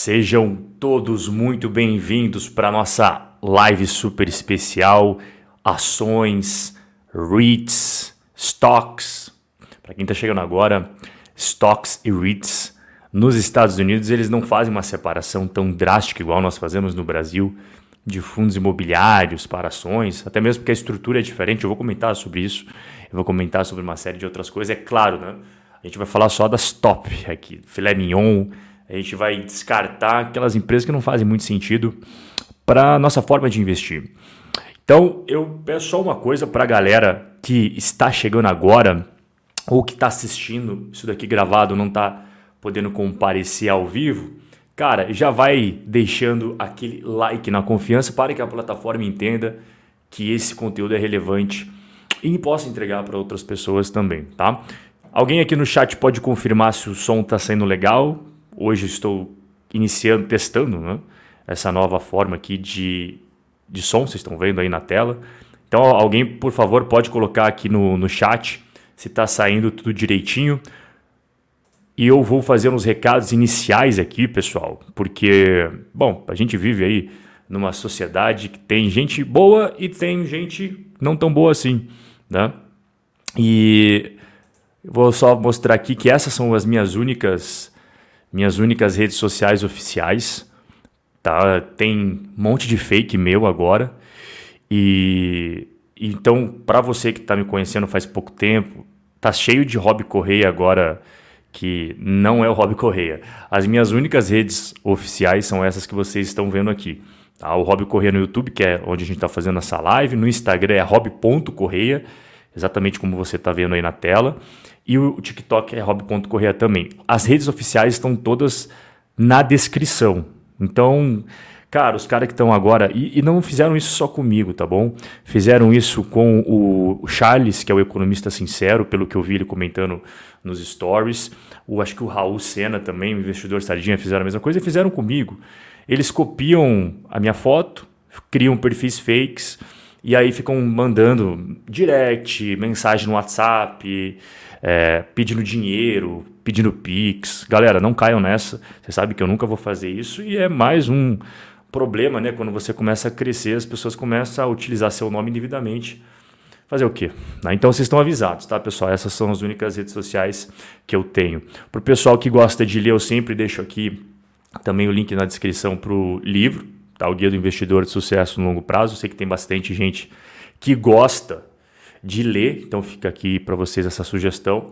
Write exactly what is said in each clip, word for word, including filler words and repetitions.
Sejam todos muito bem-vindos para a nossa live super especial, ações, REITs, stocks. Para quem está chegando agora, stocks e REITs nos Estados Unidos, eles não fazem uma separação tão drástica igual nós fazemos no Brasil, de fundos imobiliários para ações, até mesmo porque a estrutura é diferente. Eu vou comentar sobre isso, eu vou comentar sobre uma série de outras coisas, é claro, né? A gente vai falar só das top aqui, filé mignon. A gente vai descartar aquelas empresas que não fazem muito sentido para a nossa forma de investir. Então, eu peço só uma coisa para a galera que está chegando agora ou que está assistindo isso daqui gravado, não está podendo comparecer ao vivo. Cara, já vai deixando aquele like na confiança para que a plataforma entenda que esse conteúdo é relevante e possa entregar para outras pessoas também, tá? Alguém aqui no chat pode confirmar se o som está saindo legal? Hoje estou iniciando, testando, né, essa nova forma aqui de, de som, vocês estão vendo aí na tela. Então alguém, por favor, pode colocar aqui no, no chat se está saindo tudo direitinho. E eu vou fazer uns recados iniciais aqui, pessoal, porque, bom, a gente vive aí numa sociedade que tem gente boa e tem gente não tão boa assim, né? E vou só mostrar aqui que essas são as minhas únicas... Minhas únicas redes sociais oficiais, tá? Tem um monte de fake meu agora. E então, para você que está me conhecendo faz pouco tempo, tá cheio de Rob Correia agora, que não é o Rob Correia. As minhas únicas redes oficiais são essas que vocês estão vendo aqui. Tá? O Rob Correia no YouTube, que é onde a gente está fazendo essa live. No Instagram é rob ponto correia, exatamente como você está vendo aí na tela. E o TikTok é rob ponto correia também. As redes oficiais estão todas na descrição. Então, cara, os caras que estão agora... E, e não fizeram isso só comigo, tá bom? Fizeram isso com o Charles, que é o economista sincero, pelo que eu vi ele comentando nos stories. O, acho que o Raul Sena também, o investidor sardinha, fizeram a mesma coisa e fizeram comigo. Eles copiam a minha foto, criam perfis fakes e aí ficam mandando direct, mensagem no WhatsApp... É, pedindo dinheiro, pedindo Pix. Galera, não caiam nessa. Você sabe que eu nunca vou fazer isso. E é mais um problema, né? Quando você começa a crescer, as pessoas começam a utilizar seu nome indevidamente. Fazer o quê? Então vocês estão avisados, tá, pessoal? Essas são as únicas redes sociais que eu tenho. Para o pessoal que gosta de ler, eu sempre deixo aqui também o link na descrição para o livro, tá? O Guia do Investidor de Sucesso no Longo Prazo. Eu sei que tem bastante gente que gosta de ler, então fica aqui para vocês essa sugestão.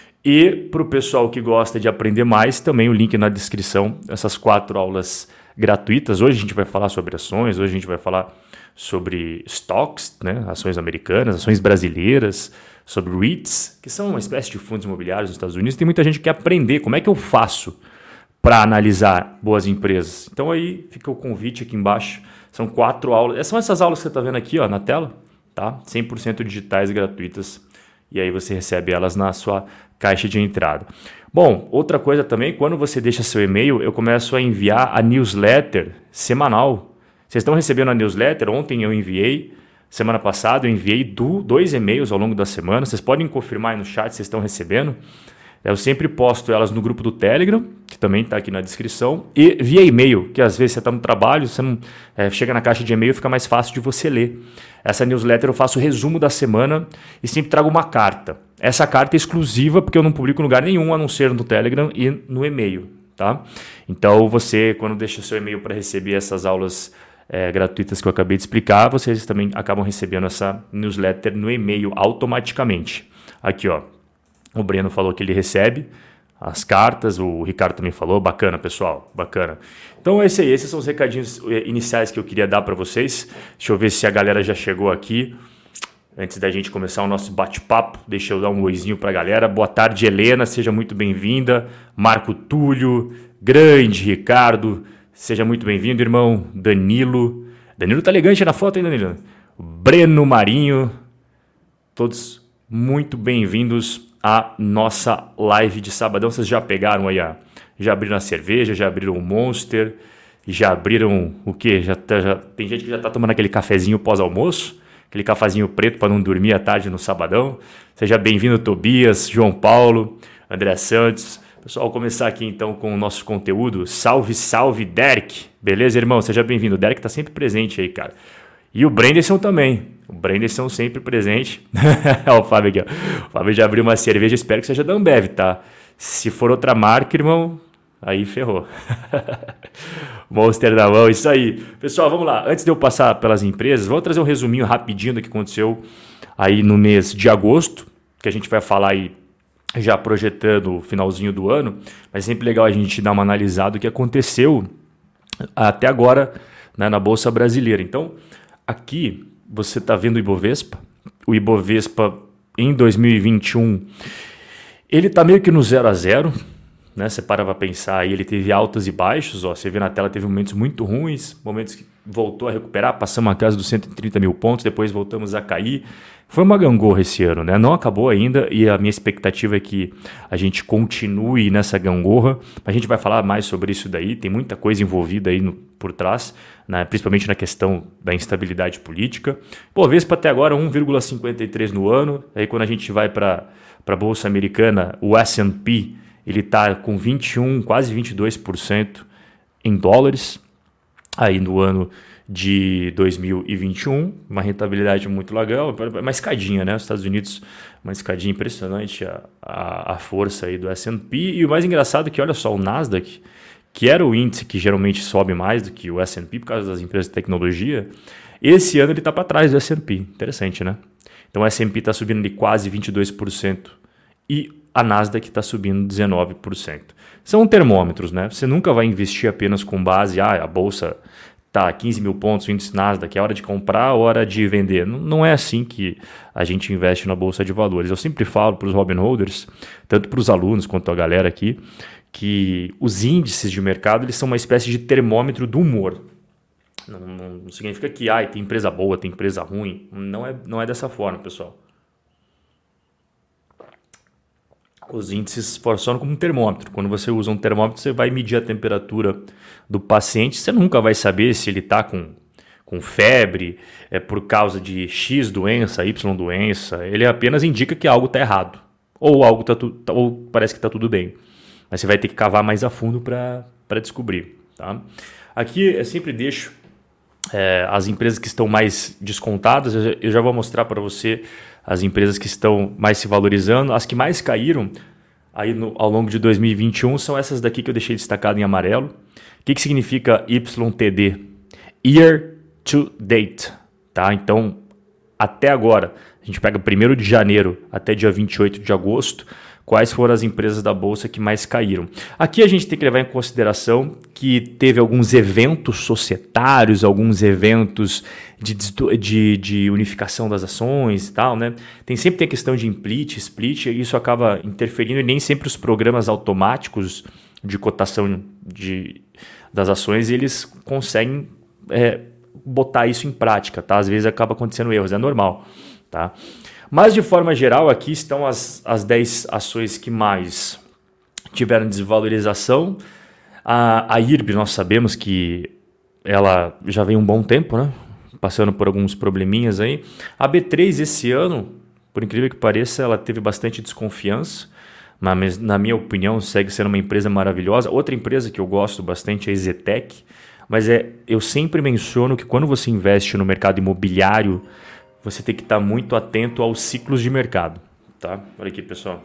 E para o pessoal que gosta de aprender mais, também o link na descrição, essas quatro aulas gratuitas. Hoje a gente vai falar sobre ações, hoje a gente vai falar sobre stocks, né? Ações americanas, ações brasileiras, sobre REITs, que são uma espécie de fundos imobiliários nos Estados Unidos. Tem muita gente que quer aprender como é que eu faço para analisar boas empresas. Então aí fica o convite aqui embaixo, são quatro aulas. São essas aulas que você está vendo aqui, ó, na tela. Tá? cem por cento digitais gratuitas e aí você recebe elas na sua caixa de entrada. Bom, outra coisa também, quando você deixa seu e-mail, eu começo a enviar a newsletter semanal. Vocês estão recebendo a newsletter? Ontem eu enviei, semana passada eu enviei do, dois e-mails ao longo da semana. Vocês podem confirmar aí no chat se vocês estão recebendo. Eu sempre posto elas no grupo do Telegram, que também está aqui na descrição, e via e-mail, que às vezes você está no trabalho, você não, é, chega na caixa de e-mail, fica mais fácil de você ler. Essa newsletter eu faço o resumo da semana e sempre trago uma carta. Essa carta é exclusiva porque eu não publico em lugar nenhum, a não ser no Telegram e no e-mail. Tá? Então você, quando deixa seu e-mail para receber essas aulas é, gratuitas que eu acabei de explicar, vocês também acabam recebendo essa newsletter no e-mail automaticamente. Aqui, ó. O Breno falou que ele recebe as cartas, o Ricardo também falou, bacana, pessoal, bacana. Então é isso aí, esses são os recadinhos iniciais que eu queria dar para vocês. Deixa eu ver se a galera já chegou aqui. Antes da gente começar o nosso bate-papo, deixa eu dar um oizinho para a galera. Boa tarde, Helena, seja muito bem-vinda. Marco Túlio, grande Ricardo, seja muito bem-vindo, irmão. Danilo, Danilo tá elegante na foto, hein, Danilo? Breno Marinho, todos muito bem-vindos a nossa live de sabadão. Vocês já pegaram aí a... Já abriram a cerveja, já abriram o Monster, já abriram o quê? Já, tá, já tem gente que já está tomando aquele cafezinho pós-almoço, aquele cafezinho preto para não dormir à tarde no sabadão. Seja bem-vindo, Tobias, João Paulo, André Santos, Pessoal, vou começar aqui então com o nosso conteúdo. Salve, salve, Derek! Beleza, irmão? Seja bem-vindo. O Derek tá sempre presente aí, cara. E o Brenderson também. O Brenderson sempre presente. Olha o Fábio aqui, ó. O Fábio já abriu uma cerveja, espero que seja da Ambev, tá? Se for outra marca, irmão, aí ferrou. Monster na mão, isso aí. Pessoal, vamos lá. Antes de eu passar pelas empresas, vou trazer um resuminho rapidinho do que aconteceu aí no mês de agosto, que a gente vai falar aí já projetando o finalzinho do ano, mas é sempre legal a gente dar uma analisada do que aconteceu até agora, né, na Bolsa Brasileira. Então, aqui você está vendo o Ibovespa. O Ibovespa em dois mil e vinte e um, ele está meio que no zero a zero, né? Você para para pensar aí, ele teve altas e baixos, ó, você vê na tela, teve momentos muito ruins, momentos que voltou a recuperar, passamos a casa dos cento e trinta mil pontos, depois voltamos a cair. Foi uma gangorra esse ano, né? Não acabou ainda e a minha expectativa é que a gente continue nessa gangorra. A gente vai falar mais sobre isso daí, tem muita coisa envolvida aí no, por trás, né? Principalmente na questão da instabilidade política. Pô, Vespa até agora um vírgula cinquenta e três no ano, aí quando a gente vai para a Bolsa Americana, o S and P, ele está com vinte e um, quase vinte e dois por cento em dólares, aí no ano de dois mil e vinte e um, uma rentabilidade muito legal, uma escadinha, né? Os Estados Unidos, uma escadinha impressionante, a, a, a força aí do S and P. E o mais engraçado é que, olha só, o Nasdaq, que era o índice que geralmente sobe mais do que o S and P por causa das empresas de tecnologia, esse ano ele está para trás do S and P. Interessante, né? Então o S and P está subindo de quase vinte e dois por cento e a Nasdaq está subindo dezenove por cento. São termômetros, né? Você nunca vai investir apenas com base, ah, a bolsa tá quinze mil pontos, o índice Nasdaq, é hora de comprar, hora de vender. Não, não é assim que a gente investe na Bolsa de Valores. Eu sempre falo para os Robin Holders, tanto para os alunos quanto a galera aqui, que os índices de mercado eles são uma espécie de termômetro do humor. Não, não, não significa que ah, tem empresa boa, tem empresa ruim. Não é, não é dessa forma, pessoal. Os índices funcionam como um termômetro. Quando você usa um termômetro, você vai medir a temperatura do paciente. Você nunca vai saber se ele está com, com febre, é por causa de X doença, Y doença. Ele apenas indica que algo está errado. Ou algo tá tu, ou parece que está tudo bem. Mas você vai ter que cavar mais a fundo para descobrir. Tá? Aqui eu sempre deixo é, as empresas que estão mais descontadas. Eu já vou mostrar para você as empresas que estão mais se valorizando. As que mais caíram aí no, ao longo de dois mil e vinte e um são essas daqui que eu deixei destacado em amarelo. O que, que significa Y T D? Year to Date. Tá? Então, até agora, a gente pega primeiro de janeiro até dia vinte e oito de agosto, quais foram as empresas da Bolsa que mais caíram. Aqui a gente tem que levar em consideração que teve alguns eventos societários, alguns eventos de, de, de unificação das ações e tal, né? Tem, sempre tem a questão de split, split, e isso acaba interferindo e nem sempre os programas automáticos de cotação de, das ações, eles conseguem é, botar isso em prática, tá? Às vezes acaba acontecendo erros, é normal, tá? Mas, de forma geral, aqui estão as, as dez ações que mais tiveram desvalorização. A, a I R B, nós sabemos que ela já vem um bom tempo, né? Passando por alguns probleminhas aí. A B três, esse ano, por incrível que pareça, ela teve bastante desconfiança. Mas, na minha opinião, segue sendo uma empresa maravilhosa. Outra empresa que eu gosto bastante é a EZTEC. Mas é, eu sempre menciono que quando você investe no mercado imobiliário, você tem que estar muito atento aos ciclos de mercado, tá? Olha aqui, pessoal.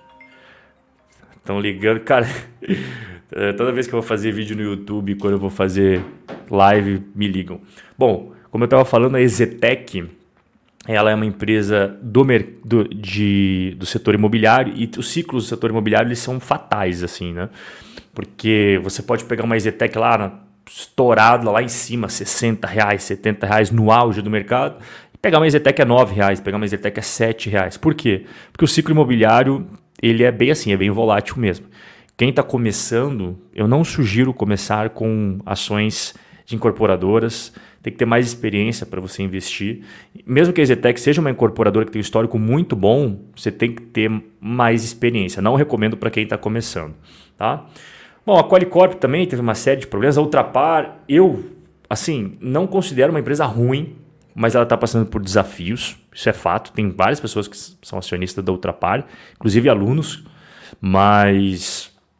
Estão ligando. Cara, toda vez que eu vou fazer vídeo no YouTube, quando eu vou fazer live, me ligam. Bom, como eu estava falando, a EZTEC, ela é uma empresa do, do, de, do setor imobiliário e os ciclos do setor imobiliário eles são fatais, assim, né? Porque você pode pegar uma EZTEC lá, na, estourada lá em cima, sessenta reais, setenta reais no auge do mercado, pegar uma EZTEC é nove reais, pegar uma EZTEC é sete reais. Por quê? Porque o ciclo imobiliário ele é bem assim, é bem volátil mesmo. Quem está começando, eu não sugiro começar com ações de incorporadoras, tem que ter mais experiência para você investir. Mesmo que a EZTEC seja uma incorporadora que tem um histórico muito bom, você tem que ter mais experiência. Não recomendo para quem está começando. Tá? Bom, a Qualicorp também teve uma série de problemas. A Ultrapar, eu assim, não considero uma empresa ruim, mas ela está passando por desafios, isso é fato. Tem várias pessoas que são acionistas da Ultrapar, inclusive alunos, mas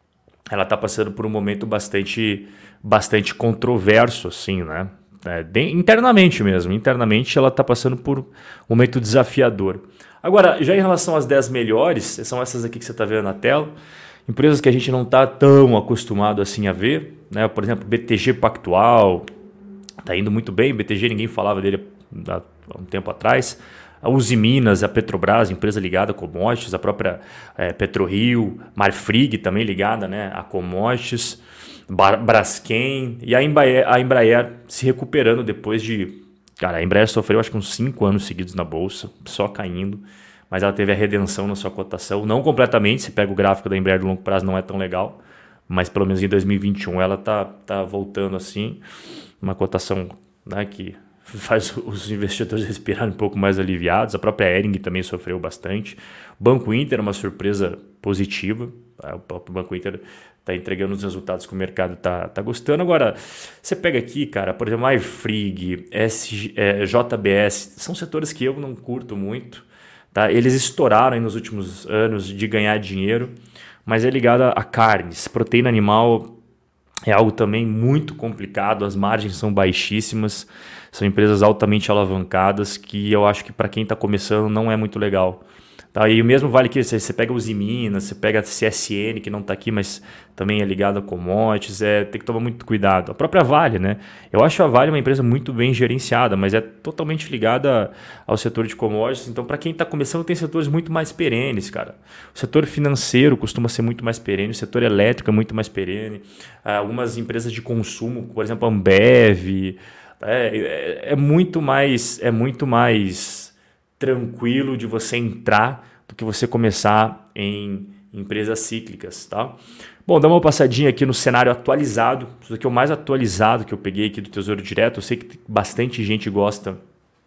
ela está passando por um momento bastante, bastante controverso, assim, né? É, de, internamente mesmo, internamente ela está passando por um momento desafiador. Agora, já em relação às dez melhores, são essas aqui que você está vendo na tela, empresas que a gente não está tão acostumado assim a ver, né? Por exemplo, B T G Pactual, está indo muito bem, B T G ninguém falava dele há um tempo atrás. A Uzi Minas, a Petrobras, empresa ligada a commodities, a própria é, PetroRio, Marfrig também ligada, né, a commodities, Braskem e a Embraer, a Embraer se recuperando depois de... Cara, a Embraer sofreu acho que uns cinco anos seguidos na bolsa, só caindo, mas ela teve a redenção na sua cotação, não completamente, se pega o gráfico da Embraer de longo prazo não é tão legal, mas pelo menos em dois mil e vinte e um ela tá, tá voltando assim, uma cotação, né, que faz os investidores respirarem um pouco mais aliviados. A própria Hering também sofreu bastante. Banco Inter, uma surpresa positiva. O próprio Banco Inter está entregando os resultados que o mercado está tá gostando. Agora, você pega aqui, cara, por exemplo, Marfrig, S, é, J B S, são setores que eu não curto muito. Tá? Eles estouraram aí nos últimos anos de ganhar dinheiro, mas é ligado a carnes. Proteína animal é algo também muito complicado, as margens são baixíssimas, são empresas altamente alavancadas que eu acho que para quem está começando não é muito legal. Tá? E o mesmo vale que você, você pega os Minas, você pega a C S N, que não está aqui, mas também é ligado a commodities, é, tem que tomar muito cuidado. A própria Vale, né? Eu acho a Vale uma empresa muito bem gerenciada, mas é totalmente ligada ao setor de commodities. Então, para quem está começando, tem setores muito mais perenes, cara. O setor financeiro costuma ser muito mais perene, o setor elétrico é muito mais perene. Algumas empresas de consumo, por exemplo, a Ambev, é, é, é muito mais... É muito mais tranquilo de você entrar do que você começar em empresas cíclicas, tá? Bom, dá uma passadinha aqui no cenário atualizado. Isso aqui é o mais atualizado que eu peguei aqui do Tesouro Direto. Eu sei que bastante gente gosta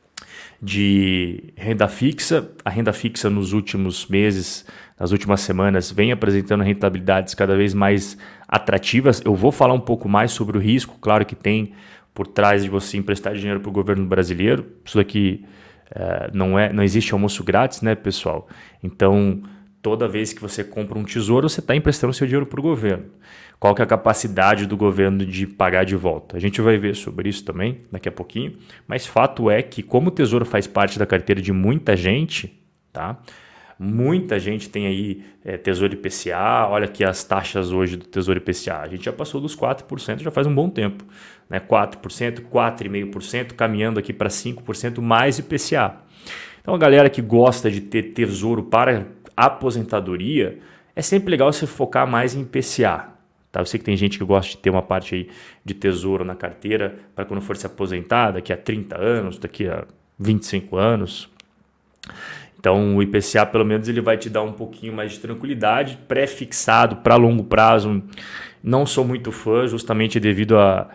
de renda fixa. A renda fixa nos últimos meses, nas últimas semanas, vem apresentando rentabilidades cada vez mais atrativas. Eu vou falar um pouco mais sobre o risco, claro que tem por trás de você emprestar dinheiro para o governo brasileiro. Isso daqui Uh, não, é, não existe almoço grátis, né, pessoal? Então, toda vez que você compra um tesouro, você está emprestando seu dinheiro para o governo. Qual que é a capacidade do governo de pagar de volta? A gente vai ver sobre isso também daqui a pouquinho, mas fato é que como o tesouro faz parte da carteira de muita gente, tá? Muita gente tem aí é, Tesouro I P C A, olha aqui as taxas hoje do Tesouro I P C A, a gente já passou dos quatro por cento já faz um bom tempo, né? quatro por cento, quatro vírgula cinco por cento, caminhando aqui para cinco por cento mais I P C A. Então a galera que gosta de ter tesouro para aposentadoria, é sempre legal você focar mais em I P C A. Tá? Eu sei que tem gente que gosta de ter uma parte aí de tesouro na carteira para quando for se aposentar, daqui a trinta anos, daqui a vinte e cinco anos. Então o I P C A pelo menos ele vai te dar um pouquinho mais de tranquilidade, pré-fixado para longo prazo. Não sou muito fã, justamente devido a,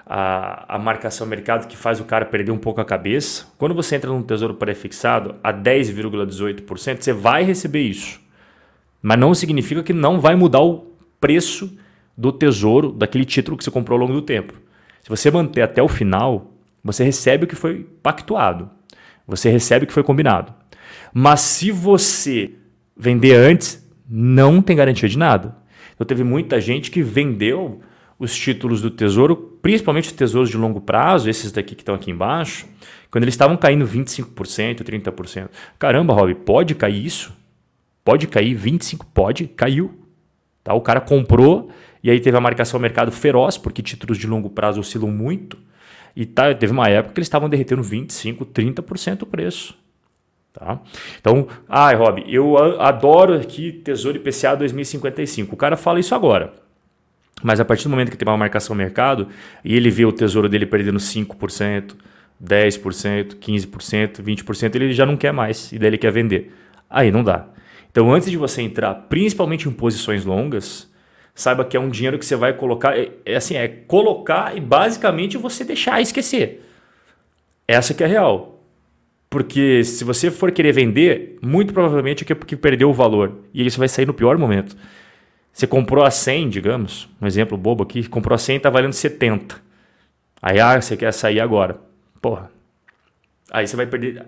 a, a marcação mercado que faz o cara perder um pouco a cabeça. Quando você entra num tesouro pré-fixado a dez vírgula dezoito por cento, você vai receber isso. Mas não significa que não vai mudar o preço do tesouro, daquele título que você comprou ao longo do tempo. Se você manter até o final, você recebe o que foi pactuado. Você recebe o que foi combinado. Mas se você vender antes, não tem garantia de nada. Então teve muita gente que vendeu os títulos do Tesouro, principalmente os tesouros de longo prazo, esses daqui que estão aqui embaixo, quando eles estavam caindo vinte e cinco por cento, trinta por cento. Caramba, Rob, pode cair isso? Pode cair vinte e cinco por cento? Pode, caiu. Tá? O cara comprou e aí teve a marcação ao mercado feroz, porque títulos de longo prazo oscilam muito. E tá, teve uma época que eles estavam derretendo vinte e cinco por cento, trinta por cento o preço. Tá? Então, ai, Rob, eu adoro aqui Tesouro I P C A dois mil e cinquenta e cinco. O cara fala isso agora. Mas a partir do momento que tem uma marcação no mercado e ele vê o tesouro dele perdendo cinco por cento, dez por cento, quinze por cento, vinte por cento, ele já não quer mais e daí ele quer vender. Aí não dá. Então, antes de você entrar, principalmente em posições longas, saiba que é um dinheiro que você vai colocar, é, é assim, é colocar e basicamente você deixar esquecer. Essa que é a real. Porque se você for querer vender, muito provavelmente é porque perdeu o valor. E aí você vai sair no pior momento. Você comprou a cem, digamos, um exemplo bobo aqui, comprou a cem e está valendo setenta. Aí ah, você quer sair agora. Porra. Aí você vai perder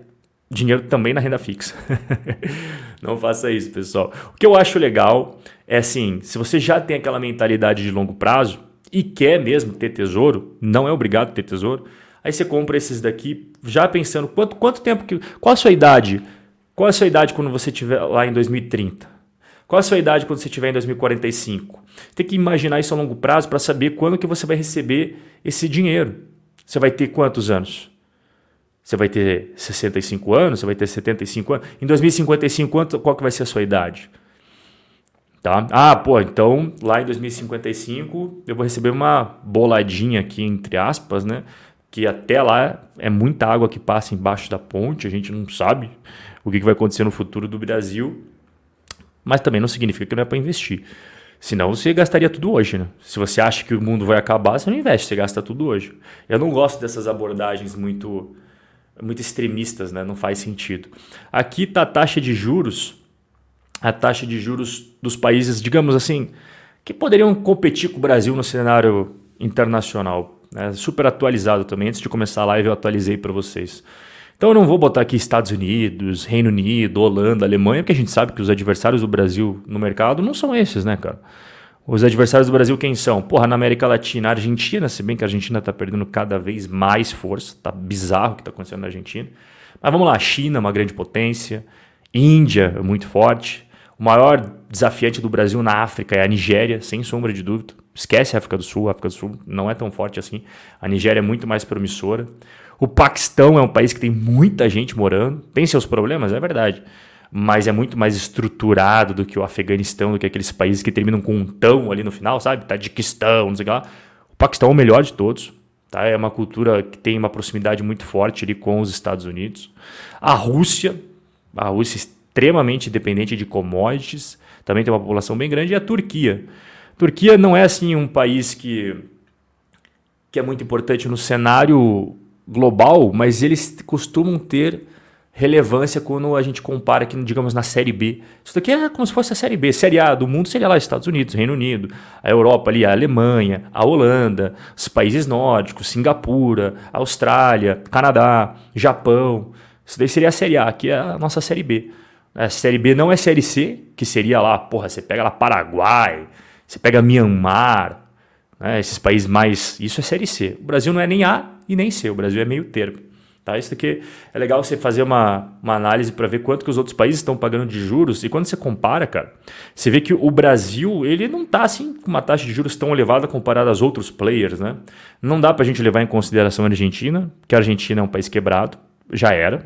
dinheiro também na renda fixa. Não faça isso, pessoal. O que eu acho legal é assim, se você já tem aquela mentalidade de longo prazo e quer mesmo ter tesouro, não é obrigado a ter tesouro, aí você compra esses daqui já pensando quanto, quanto tempo que... Qual a sua idade? Qual a sua idade quando você estiver lá em dois mil e trinta? Qual a sua idade quando você estiver em dois mil e quarenta e cinco? Tem que imaginar isso a longo prazo para saber quando que você vai receber esse dinheiro. Você vai ter quantos anos? Você vai ter sessenta e cinco anos? Você vai ter setenta e cinco anos? Em dois mil e cinquenta e cinco, quanto, qual que vai ser a sua idade? Tá? Ah, pô, então lá em dois mil e cinquenta e cinco eu vou receber uma boladinha aqui, entre aspas, né? Que até lá é muita água que passa embaixo da ponte, a gente não sabe o que vai acontecer no futuro do Brasil, mas também não significa que não é para investir. Senão você gastaria tudo hoje, né? Se você acha que o mundo vai acabar, você não investe, você gasta tudo hoje. Eu não gosto dessas abordagens muito, muito extremistas, né? Não faz sentido. Aqui está a taxa de juros, a taxa de juros dos países, digamos assim, que poderiam competir com o Brasil no cenário internacional. Né? Super atualizado também. Antes de começar a live eu atualizei para vocês. Então eu não vou botar aqui Estados Unidos, Reino Unido, Holanda, Alemanha, porque a gente sabe que os adversários do Brasil no mercado não são esses, né, cara? Os adversários do Brasil quem são? Porra, na América Latina, a Argentina, se bem que a Argentina está perdendo cada vez mais força, tá bizarro o que está acontecendo na Argentina. Mas vamos lá, China, uma grande potência, Índia, muito forte. O maior desafiante do Brasil na África é a Nigéria, sem sombra de dúvida. Esquece a África do Sul, a África do Sul não é tão forte assim. A Nigéria é muito mais promissora. O Paquistão é um país que tem muita gente morando. Tem seus problemas, é verdade. Mas é muito mais estruturado do que o Afeganistão, do que aqueles países que terminam com um tão ali no final, sabe? Tadiquistão, não sei o que lá. O Paquistão é o melhor de todos. Tá? É uma cultura que tem uma proximidade muito forte ali com os Estados Unidos. A Rússia, a Rússia é extremamente dependente de commodities. Também tem uma população bem grande. E a Turquia. A Turquia não é assim um país que, que é muito importante no cenário global, mas eles costumam ter relevância quando a gente compara aqui, digamos, na Série B. Isso daqui é como se fosse a Série B. Série A do mundo seria lá Estados Unidos, Reino Unido, a Europa ali, a Alemanha, a Holanda, os países nórdicos, Singapura, Austrália, Canadá, Japão. Isso daí seria a Série A, aqui é a nossa Série B. A Série B não é Série C, que seria lá, porra, você pega lá Paraguai, você pega Mianmar, né, esses países mais... Isso é Série C. O Brasil não é nem A e nem C, o Brasil é meio termo. Tá? Isso daqui é legal você fazer uma, uma análise para ver quanto que os outros países estão pagando de juros. E quando você compara, cara, você vê que o Brasil ele não está assim, com uma taxa de juros tão elevada comparada aos outros players. Né? Não dá para a gente levar em consideração a Argentina, que a Argentina é um país quebrado, já era.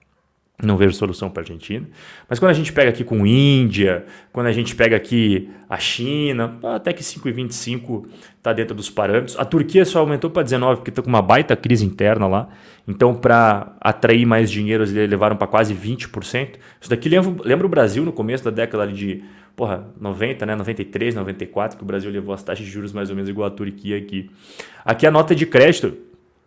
Não vejo solução para a Argentina. Mas quando a gente pega aqui com Índia, quando a gente pega aqui a China, até que cinco vírgula vinte e cinco está dentro dos parâmetros. A Turquia só aumentou para dezenove porque está com uma baita crise interna lá. Então, para atrair mais dinheiro, eles levaram para quase vinte por cento. Isso daqui lembra, lembra o Brasil no começo da década de porra, noventa, né? noventa e três, noventa e quatro, que o Brasil levou as taxas de juros mais ou menos igual a Turquia aqui. Aqui a nota de crédito.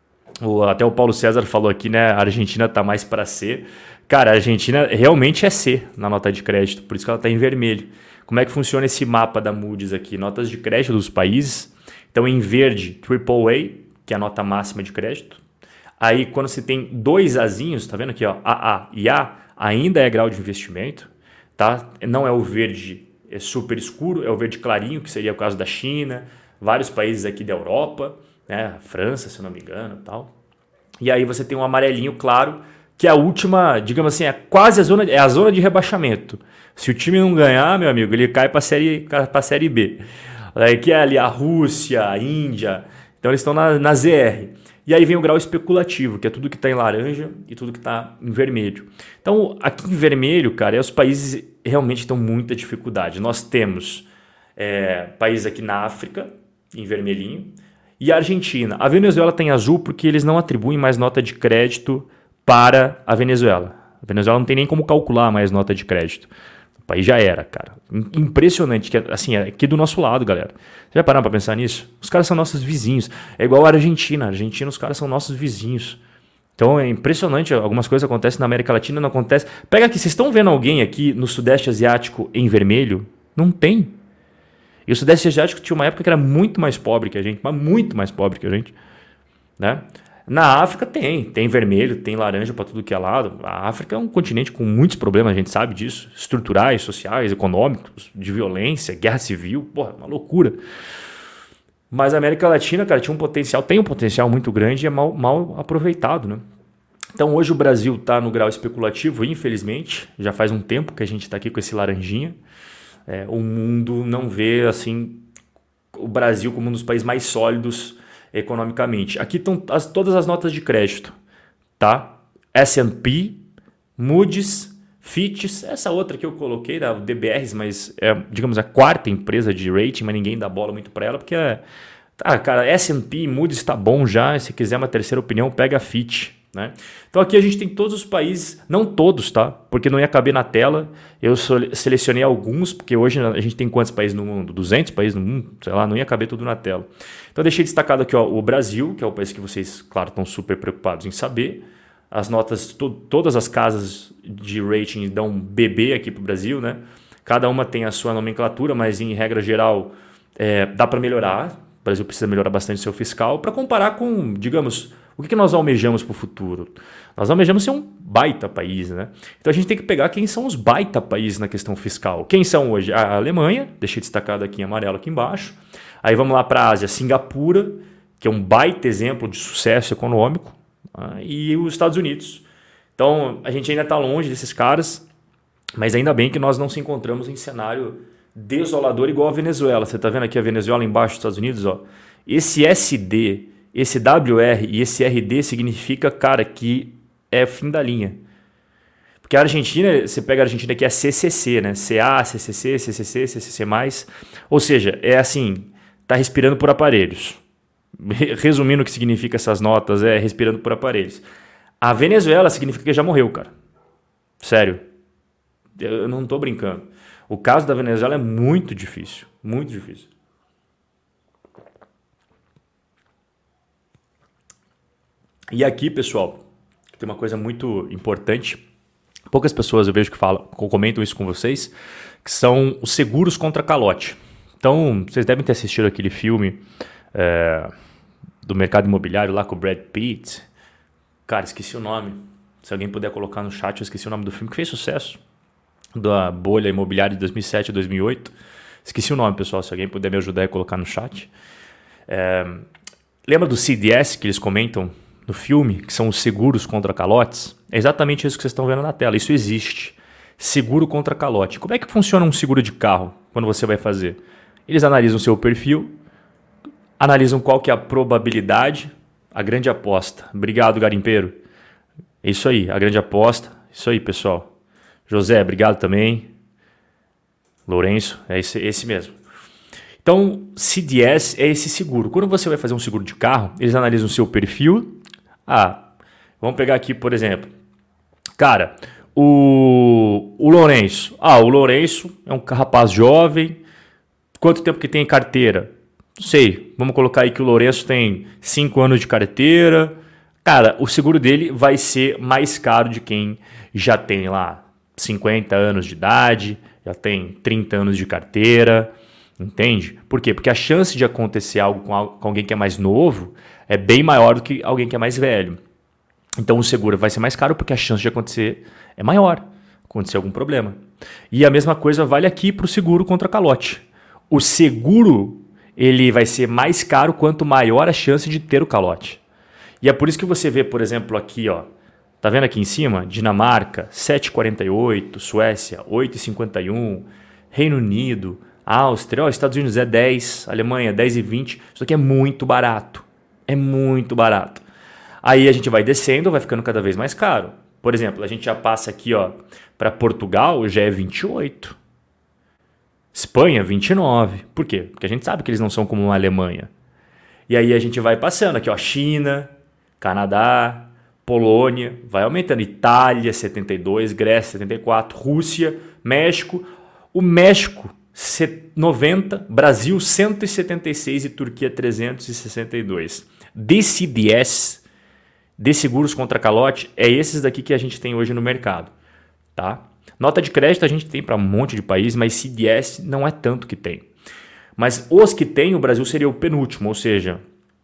O, até o Paulo César falou aqui, né? A Argentina está mais para C. Cara, a Argentina realmente é C na nota de crédito, por isso que ela está em vermelho. Como é que funciona esse mapa da Moody's aqui? Notas de crédito dos países. Então, em verde, triplo A, que é a nota máxima de crédito. Aí, quando você tem dois Azinhos, tá vendo aqui, ó, A A e A, ainda é grau de investimento. Tá? Não é o verde é super escuro, é o verde clarinho, que seria o caso da China, vários países aqui da Europa, né? A França, se eu não me engano, tal. E aí você tem um amarelinho claro, que é a última, digamos assim, é quase a zona, é a zona de rebaixamento. Se o time não ganhar, meu amigo, ele cai para a série, para a série B. Aí, que é ali a Rússia, a Índia, então eles estão na, na Z R. E aí vem o grau especulativo, que é tudo que está em laranja e tudo que está em vermelho. Então, aqui em vermelho, cara, é os países realmente estão muita dificuldade. Nós temos é, países aqui na África, em vermelhinho, e a Argentina. A Venezuela tem azul porque eles não atribuem mais nota de crédito para a Venezuela. A Venezuela não tem nem como calcular mais nota de crédito. O país já era, cara. Impressionante. Que, assim, é aqui do nosso lado, galera. Você já pararam para pensar nisso? Os caras são nossos vizinhos. É igual a Argentina. A Argentina, os caras são nossos vizinhos. Então é impressionante. Algumas coisas acontecem na América Latina, não acontece. Pega aqui, vocês estão vendo alguém aqui no Sudeste Asiático em vermelho? Não tem. E o Sudeste Asiático tinha uma época que era muito mais pobre que a gente, mas muito mais pobre que a gente, né? Na África tem, tem vermelho, tem laranja para tudo que é lado. A África é um continente com muitos problemas, a gente sabe disso, estruturais, sociais, econômicos, de violência, guerra civil, porra, uma loucura. Mas a América Latina, cara, tinha um potencial, tem um potencial muito grande e é mal, mal aproveitado, né? Então hoje o Brasil está no grau especulativo, infelizmente, já faz um tempo que a gente está aqui com esse laranjinha. É, o mundo não vê assim o Brasil como um dos países mais sólidos economicamente. Aqui estão as, todas as notas de crédito, tá? S and P, Moody's, Fitch, essa outra que eu coloquei da D B R, mas é, digamos, a quarta empresa de rating, mas ninguém dá bola muito para ela, porque é... Ah, cara, S and P, Moody's está bom já, se quiser uma terceira opinião, pega a Fitch, né? Então aqui a gente tem todos os países, não todos, tá? Porque não ia caber na tela, eu selecionei alguns, porque hoje a gente tem quantos países no mundo? duzentos países no mundo, sei lá, não ia caber tudo na tela. Então eu deixei destacado aqui, ó, o Brasil, que é o país que vocês, claro, estão super preocupados em saber. As notas, to, todas as casas de rating dão B B aqui para o Brasil, né? Cada uma tem a sua nomenclatura, mas em regra geral é, dá para melhorar. O Brasil precisa melhorar bastante o seu fiscal para comparar com, digamos, o que, que nós almejamos para o futuro? Nós almejamos ser um baita país, né? Então a gente tem que pegar quem são os baita países na questão fiscal. Quem são hoje? A Alemanha, deixei destacado aqui em amarelo aqui embaixo. Aí vamos lá para a Ásia, Singapura, que é um baita exemplo de sucesso econômico. E os Estados Unidos. Então a gente ainda está longe desses caras, mas ainda bem que nós não se encontramos em cenário desolador igual a Venezuela. Você está vendo aqui a Venezuela embaixo dos Estados Unidos? Ó. Esse S D, esse W R e esse R D significa, cara, que é fim da linha. Porque a Argentina, você pega a Argentina que é C C C, né? C A, C C C, C C C, C C C mais. Ou seja, é assim, tá respirando por aparelhos. Resumindo o que significa essas notas, é respirando por aparelhos. A Venezuela significa que já morreu, cara. Sério. Eu não tô brincando. O caso da Venezuela é muito difícil. Muito difícil. E aqui, pessoal, tem uma coisa muito importante. Poucas pessoas eu vejo que falam, comentam isso com vocês, que são os seguros contra calote. Então, vocês devem ter assistido aquele filme... É, do mercado imobiliário lá com o Brad Pitt. Cara, esqueci o nome. Se alguém puder colocar no chat, eu esqueci o nome do filme, que fez sucesso. Da bolha imobiliária de dois mil e sete a dois mil e oito. Esqueci o nome, pessoal. Se alguém puder me ajudar a colocar no chat. É, lembra do C D S que eles comentam no filme, que são os seguros contra calotes? É exatamente isso que vocês estão vendo na tela. Isso existe. Seguro contra calote. Como é que funciona um seguro de carro quando você vai fazer? Eles analisam o seu perfil, analisam qual que é a probabilidade, a grande aposta. Obrigado, garimpeiro. É isso aí, a grande aposta. Isso aí, pessoal. José, obrigado também. Lourenço, é esse, esse mesmo. Então, C D S é esse seguro. Quando você vai fazer um seguro de carro, eles analisam o seu perfil. Ah, vamos pegar aqui, por exemplo. Cara, o, o Lourenço. Ah, o Lourenço é um rapaz jovem. Quanto tempo que tem em carteira? Não sei, vamos colocar aí que o Lourenço tem cinco anos de carteira. Cara, o seguro dele vai ser mais caro de quem já tem lá cinquenta anos de idade, já tem trinta anos de carteira, entende? Por quê? Porque a chance de acontecer algo com alguém que é mais novo é bem maior do que alguém que é mais velho. Então o seguro vai ser mais caro porque a chance de acontecer é maior, acontecer algum problema. E a mesma coisa vale aqui para o seguro contra calote. O seguro... ele vai ser mais caro quanto maior a chance de ter o calote. E é por isso que você vê, por exemplo, aqui, ó, tá vendo aqui em cima? Dinamarca, sete vírgula quarenta e oito, Suécia, oito vírgula cinquenta e um, Reino Unido, Áustria, ó, Estados Unidos é dez, Alemanha dez vírgula vinte. Isso aqui é muito barato. É muito barato. Aí a gente vai descendo, vai ficando cada vez mais caro. Por exemplo, a gente já passa aqui, ó, para Portugal, já é vinte e oito. Espanha, vinte e nove. Por quê? Porque a gente sabe que eles não são como a Alemanha. E aí a gente vai passando aqui, ó, China, Canadá, Polônia, vai aumentando. Itália, setenta e dois, Grécia, setenta e quatro, Rússia, México. O México, noventa, Brasil, cento e setenta e seis e Turquia, trezentos e sessenta e dois. D C D S, de seguros contra calote, é esses daqui que a gente tem hoje no mercado, tá? Nota de crédito a gente tem para um monte de país, mas C D S não é tanto que tem. Mas os que tem, o Brasil seria o penúltimo, ou seja,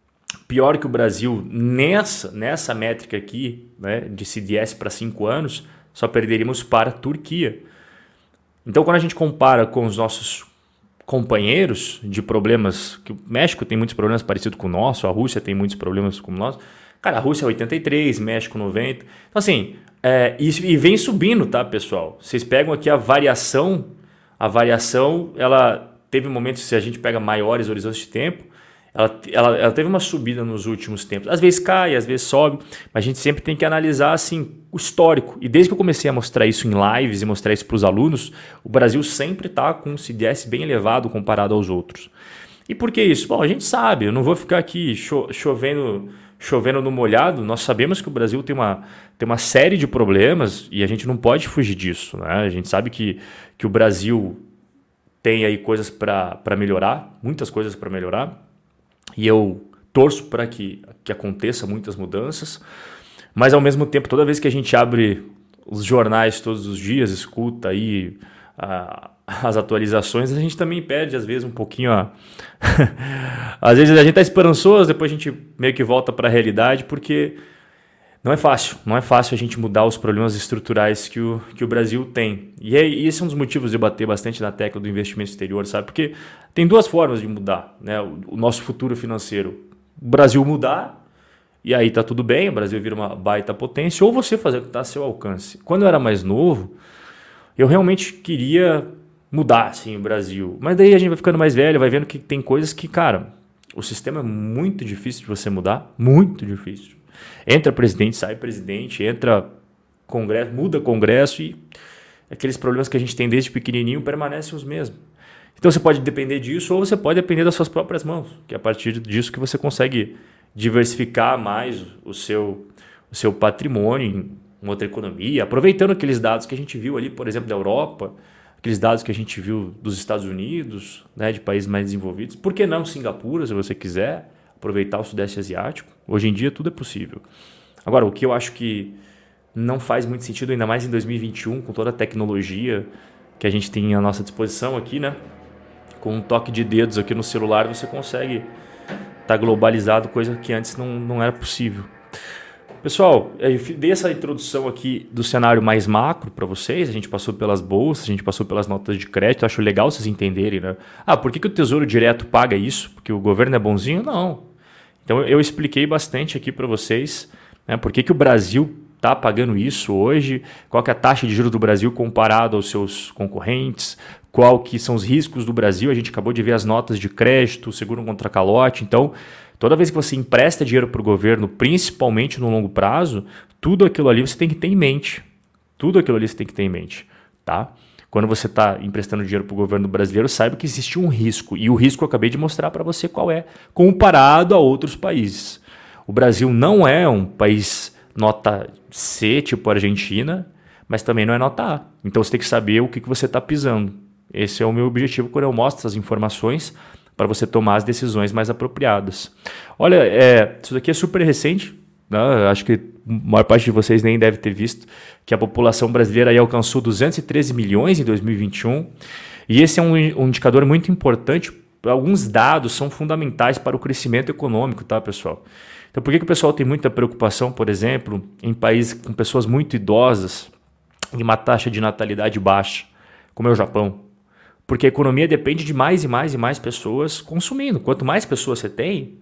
Pior que o Brasil, nessa, nessa métrica aqui, né, de C D S para cinco anos, só perderíamos para a Turquia. Então, quando a gente compara com os nossos companheiros de problemas, que o México tem muitos problemas parecidos com o nosso, a Rússia tem muitos problemas como o nosso, cara, a Rússia é oitenta e três, México noventa. Então, assim, é, e, e vem subindo, tá, pessoal? Vocês pegam aqui a variação, a variação, ela teve momentos, se a gente pega maiores horizontes de tempo, ela, ela, ela teve uma subida nos últimos tempos. Às vezes cai, às vezes sobe, mas a gente sempre tem que analisar assim, o histórico. E desde que eu comecei a mostrar isso em lives e mostrar isso para os alunos, o Brasil sempre está com um C D S bem elevado comparado aos outros. E por que isso? Bom, a gente sabe, eu não vou ficar aqui cho- chovendo, chovendo no molhado. Nós sabemos que o Brasil tem uma, tem uma série de problemas e a gente não pode fugir disso, né? A gente sabe que, que o Brasil tem aí coisas para melhorar, muitas coisas para melhorar. E eu torço para que, que aconteça muitas mudanças, mas ao mesmo tempo, toda vez que a gente abre os jornais todos os dias, escuta aí a, as atualizações, a gente também perde às vezes um pouquinho a... às vezes a gente está esperançoso, depois a gente meio que volta para a realidade, porque não é fácil, não é fácil a gente mudar os problemas estruturais que o, que o Brasil tem. E, é, e esse é um dos motivos de eu bater bastante na tecla do investimento exterior, sabe? Porque tem duas formas de mudar, né, o, o nosso futuro financeiro. O Brasil mudar, e aí tá tudo bem, o Brasil vira uma baita potência, ou você fazer o que está a seu alcance. Quando eu era mais novo, eu realmente queria mudar assim, o Brasil. Mas daí a gente vai ficando mais velho, vai vendo que tem coisas que, cara, o sistema é muito difícil de você mudar, muito difícil. Entra presidente, sai presidente, entra congresso, muda congresso e aqueles problemas que a gente tem desde pequenininho permanecem os mesmos. Então você pode depender disso ou você pode depender das suas próprias mãos, que é a partir disso que você consegue diversificar mais o seu, o seu patrimônio em outra economia, aproveitando aqueles dados que a gente viu ali, por exemplo, da Europa, aqueles dados que a gente viu dos Estados Unidos, né, de países mais desenvolvidos. Por que não Singapura, se você quiser aproveitar o Sudeste Asiático? Hoje em dia tudo é possível. Agora, o que eu acho que não faz muito sentido, ainda mais em dois mil e vinte e um, com toda a tecnologia que a gente tem à nossa disposição aqui, né? Com um toque de dedos aqui no celular, você consegue estar globalizado, coisa que antes não, não era possível. Pessoal, eu dei essa introdução aqui do cenário mais macro para vocês. A gente passou pelas bolsas, a gente passou pelas notas de crédito. Eu acho legal vocês entenderem, né? Ah, por que, que o Tesouro Direto paga isso? Porque o governo é bonzinho? Não. Então eu expliquei bastante aqui para vocês, né, por que, que o Brasil está pagando isso hoje, qual que é a taxa de juros do Brasil comparado aos seus concorrentes, qual que são os riscos do Brasil. A gente acabou de ver as notas de crédito, seguro contra calote. Então, toda vez que você empresta dinheiro para o governo, principalmente no longo prazo, tudo aquilo ali você tem que ter em mente. Tudo aquilo ali você tem que ter em mente, tá? Quando você está emprestando dinheiro para o governo brasileiro, saiba que existe um risco. E o risco eu acabei de mostrar para você qual é, comparado a outros países. O Brasil não é um país nota C, tipo Argentina, mas também não é nota A. Então você tem que saber o que, que você está pisando. Esse é o meu objetivo quando eu mostro essas informações, para você tomar as decisões mais apropriadas. Olha, é, isso daqui é super recente, né? Acho que a maior parte de vocês nem deve ter visto, que a população brasileira aí alcançou duzentos e treze milhões em dois mil e vinte e um, e esse é um, um indicador muito importante. Alguns dados são fundamentais para o crescimento econômico, tá, pessoal? Então, por que, que o pessoal tem muita preocupação, por exemplo, em países com pessoas muito idosas e uma taxa de natalidade baixa, como é o Japão? Porque a economia depende de mais e mais e mais pessoas consumindo. Quanto mais pessoas você tem,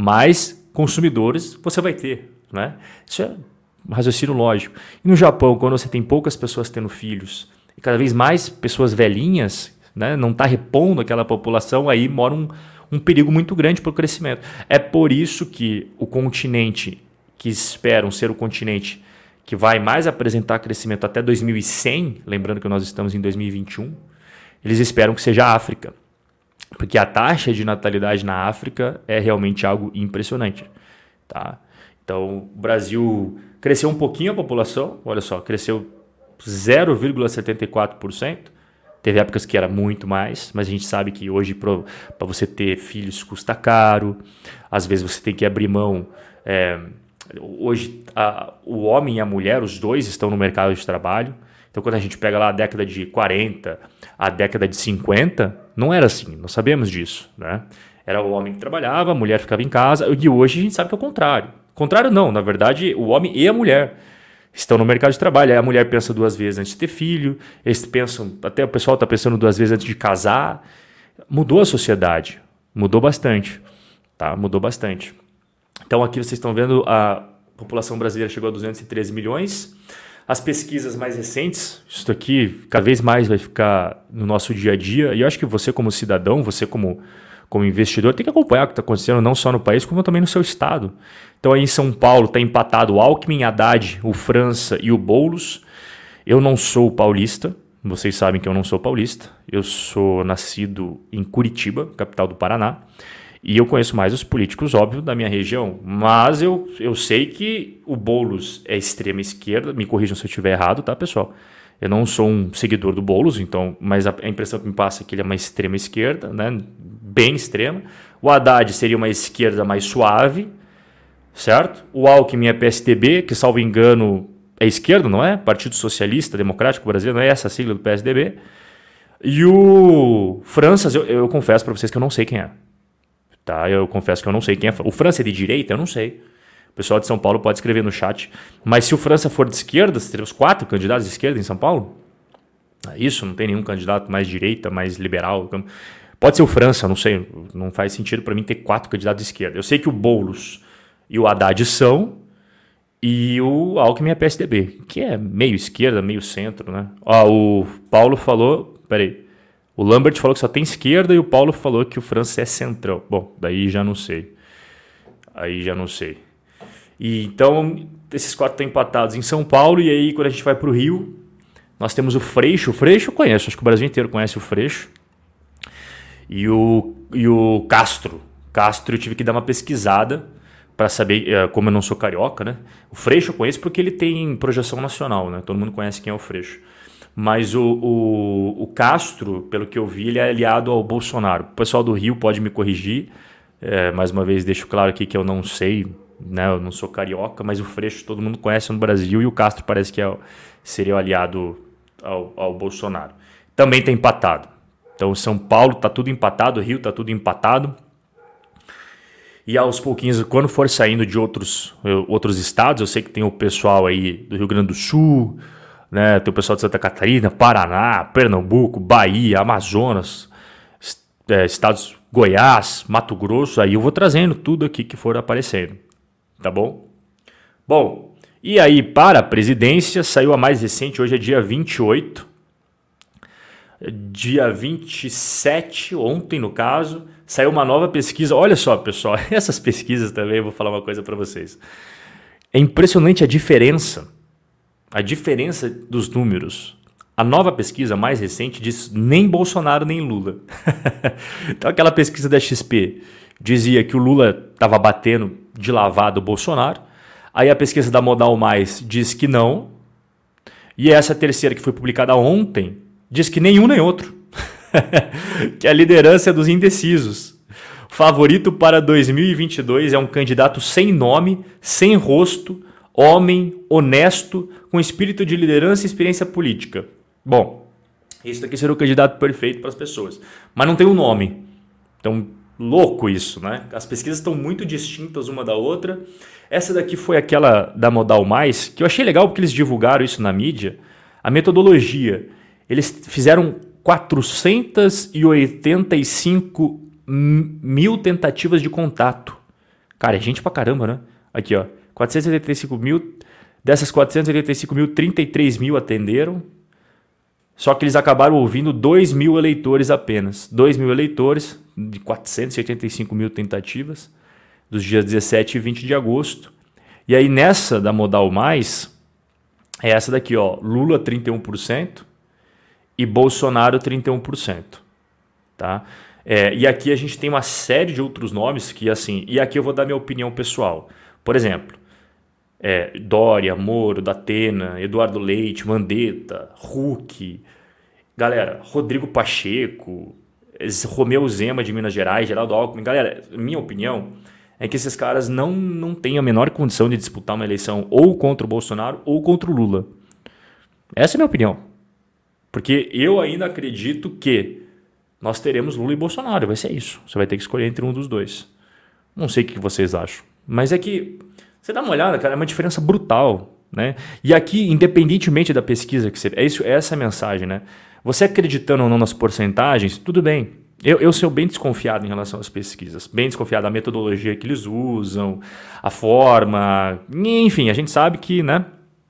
mais consumidores você vai ter, né? Isso é um raciocínio lógico. E no Japão, quando você tem poucas pessoas tendo filhos e cada vez mais pessoas velhinhas, né, não está repondo aquela população, aí mora um, um perigo muito grande para o crescimento. É por isso que o continente que esperam ser o continente que vai mais apresentar crescimento até dois mil e cem, lembrando que nós estamos em dois mil e vinte e um, eles esperam que seja a África, porque a taxa de natalidade na África é realmente algo impressionante, tá? Então, o Brasil cresceu um pouquinho a população, olha só, cresceu zero vírgula setenta e quatro por cento. Teve épocas que era muito mais, mas a gente sabe que hoje para você ter filhos custa caro, às vezes você tem que abrir mão. É, hoje a, o homem e a mulher, os dois estão no mercado de trabalho. Então, quando a gente pega lá a década de quarenta, a década de cinquenta, não era assim, nós sabemos disso, né? Era o homem que trabalhava, a mulher ficava em casa, e hoje a gente sabe que é o contrário. Contrário não, na verdade, o homem e a mulher estão no mercado de trabalho. Aí a mulher pensa duas vezes antes de ter filho, eles pensam, até o pessoal está pensando duas vezes antes de casar. Mudou a sociedade, mudou bastante, tá? Mudou bastante. Então aqui vocês estão vendo a população brasileira chegou a duzentos e treze milhões. As pesquisas mais recentes, isso aqui cada vez mais vai ficar no nosso dia a dia, e eu acho que você como cidadão, você como, como investidor, tem que acompanhar o que está acontecendo não só no país, como também no seu estado. Então aí em São Paulo está empatado o Alckmin, Haddad, o França e o Boulos. Eu não sou paulista, vocês sabem que eu não sou paulista, eu sou nascido em Curitiba, capital do Paraná, e eu conheço mais os políticos, óbvio, da minha região, mas eu, eu sei que o Boulos é extrema esquerda, me corrijam se eu estiver errado, tá, pessoal? Eu não sou um seguidor do Boulos, então, mas a, a impressão que me passa é que ele é uma extrema esquerda, né, bem extrema. O Haddad seria uma esquerda mais suave, certo? O Alckmin é P S D B, que, salvo engano, é esquerda, não é? Partido Socialista Democrático Brasileiro, não é essa a sigla do P S D B. E o França, eu, eu confesso para vocês que eu não sei quem é. Tá? Eu confesso que eu não sei quem é. O França é de direita? Eu não sei. O pessoal de São Paulo pode escrever no chat. Mas se o França for de esquerda, você teria os quatro candidatos de esquerda em São Paulo? Isso, não tem nenhum candidato mais direita, mais liberal. Pode ser o França, não sei. Não faz sentido para mim ter quatro candidatos de esquerda. Eu sei que o Boulos e o Haddad são, e o Alckmin é P S D B, que é meio esquerda, meio centro, né? Ó, o Paulo falou... Peraí. O Lambert falou que só tem esquerda e o Paulo falou que o França é centrão. Bom, daí já não sei. Aí já não sei. E então, esses quatro estão empatados em São Paulo. E aí, quando a gente vai para o Rio, nós temos o Freixo. O Freixo eu conheço, acho que o Brasil inteiro conhece o Freixo. E o, e o Castro. Castro eu tive que dar uma pesquisada para saber, como eu não sou carioca, né? O Freixo eu conheço porque ele tem projeção nacional, né? Todo mundo conhece quem é o Freixo. Mas o, o, o Castro, pelo que eu vi, ele é aliado ao Bolsonaro. O pessoal do Rio pode me corrigir. É, mais uma vez, deixo claro aqui que eu não sei, né? Eu não sou carioca, mas o Freixo todo mundo conhece no Brasil e o Castro parece que é, seria o aliado ao, ao Bolsonaro. Também está empatado. Então, São Paulo está tudo empatado, Rio está tudo empatado. E aos pouquinhos, quando for saindo de outros, outros estados, eu sei que tem o pessoal aí do Rio Grande do Sul... Né? Tem o pessoal de Santa Catarina, Paraná, Pernambuco, Bahia, Amazonas, é, estados Goiás, Mato Grosso. Aí eu vou trazendo tudo aqui que for aparecendo, tá bom? Bom, e aí para a presidência saiu a mais recente, hoje é dia vinte e oito. Dia vinte e sete, ontem no caso, saiu uma nova pesquisa. Olha só, pessoal, essas pesquisas também, eu vou falar uma coisa para vocês. É impressionante a diferença. A diferença dos números. A nova pesquisa mais recente diz nem Bolsonaro nem Lula. Então aquela pesquisa da X P dizia que o Lula estava batendo de lavada o Bolsonaro. Aí a pesquisa da Modal Mais diz que não. E essa terceira que foi publicada ontem diz que nenhum nem outro. Que a liderança é dos indecisos. O favorito para dois mil e vinte e dois é um candidato sem nome, sem rosto, homem, honesto, com espírito de liderança e experiência política. Bom, esse daqui seria o candidato perfeito para as pessoas. Mas não tem um nome. Então, louco isso, né? As pesquisas estão muito distintas uma da outra. Essa daqui foi aquela da Modal Mais, que eu achei legal porque eles divulgaram isso na mídia. A metodologia. Eles fizeram quatrocentas e oitenta e cinco mil tentativas de contato. Cara, é gente pra caramba, né? Aqui, ó. quatrocentos e oitenta e cinco mil, dessas quatrocentos e oitenta e cinco mil, trinta e três mil atenderam, só que eles acabaram ouvindo dois mil eleitores apenas. dois mil eleitores, de quatrocentos e oitenta e cinco mil tentativas, dos dias dezessete e vinte de agosto. E aí nessa da Modal Mais, é essa daqui, ó, Lula trinta e um por cento e Bolsonaro trinta e um por cento. Tá? É, e aqui a gente tem uma série de outros nomes que, assim, e aqui eu vou dar minha opinião pessoal. Por exemplo, É, Dória, Moro, Datena, Eduardo Leite, Mandetta, Huck, galera, Rodrigo Pacheco, Romeu Zema de Minas Gerais, Geraldo Alckmin. Galera, minha opinião é que esses caras não, não têm a menor condição de disputar uma eleição ou contra o Bolsonaro ou contra o Lula. Essa é a minha opinião. Porque eu ainda acredito que nós teremos Lula e Bolsonaro, vai ser isso. Você vai ter que escolher entre um dos dois. Não sei o que vocês acham, mas é que você dá uma olhada, cara, é uma diferença brutal, né? E aqui, independentemente da pesquisa que você... É, isso, é essa a mensagem, né? Você acreditando ou não nas porcentagens, tudo bem. Eu, eu sou bem desconfiado em relação às pesquisas, bem desconfiado da metodologia que eles usam, a forma, enfim, a gente sabe que, né?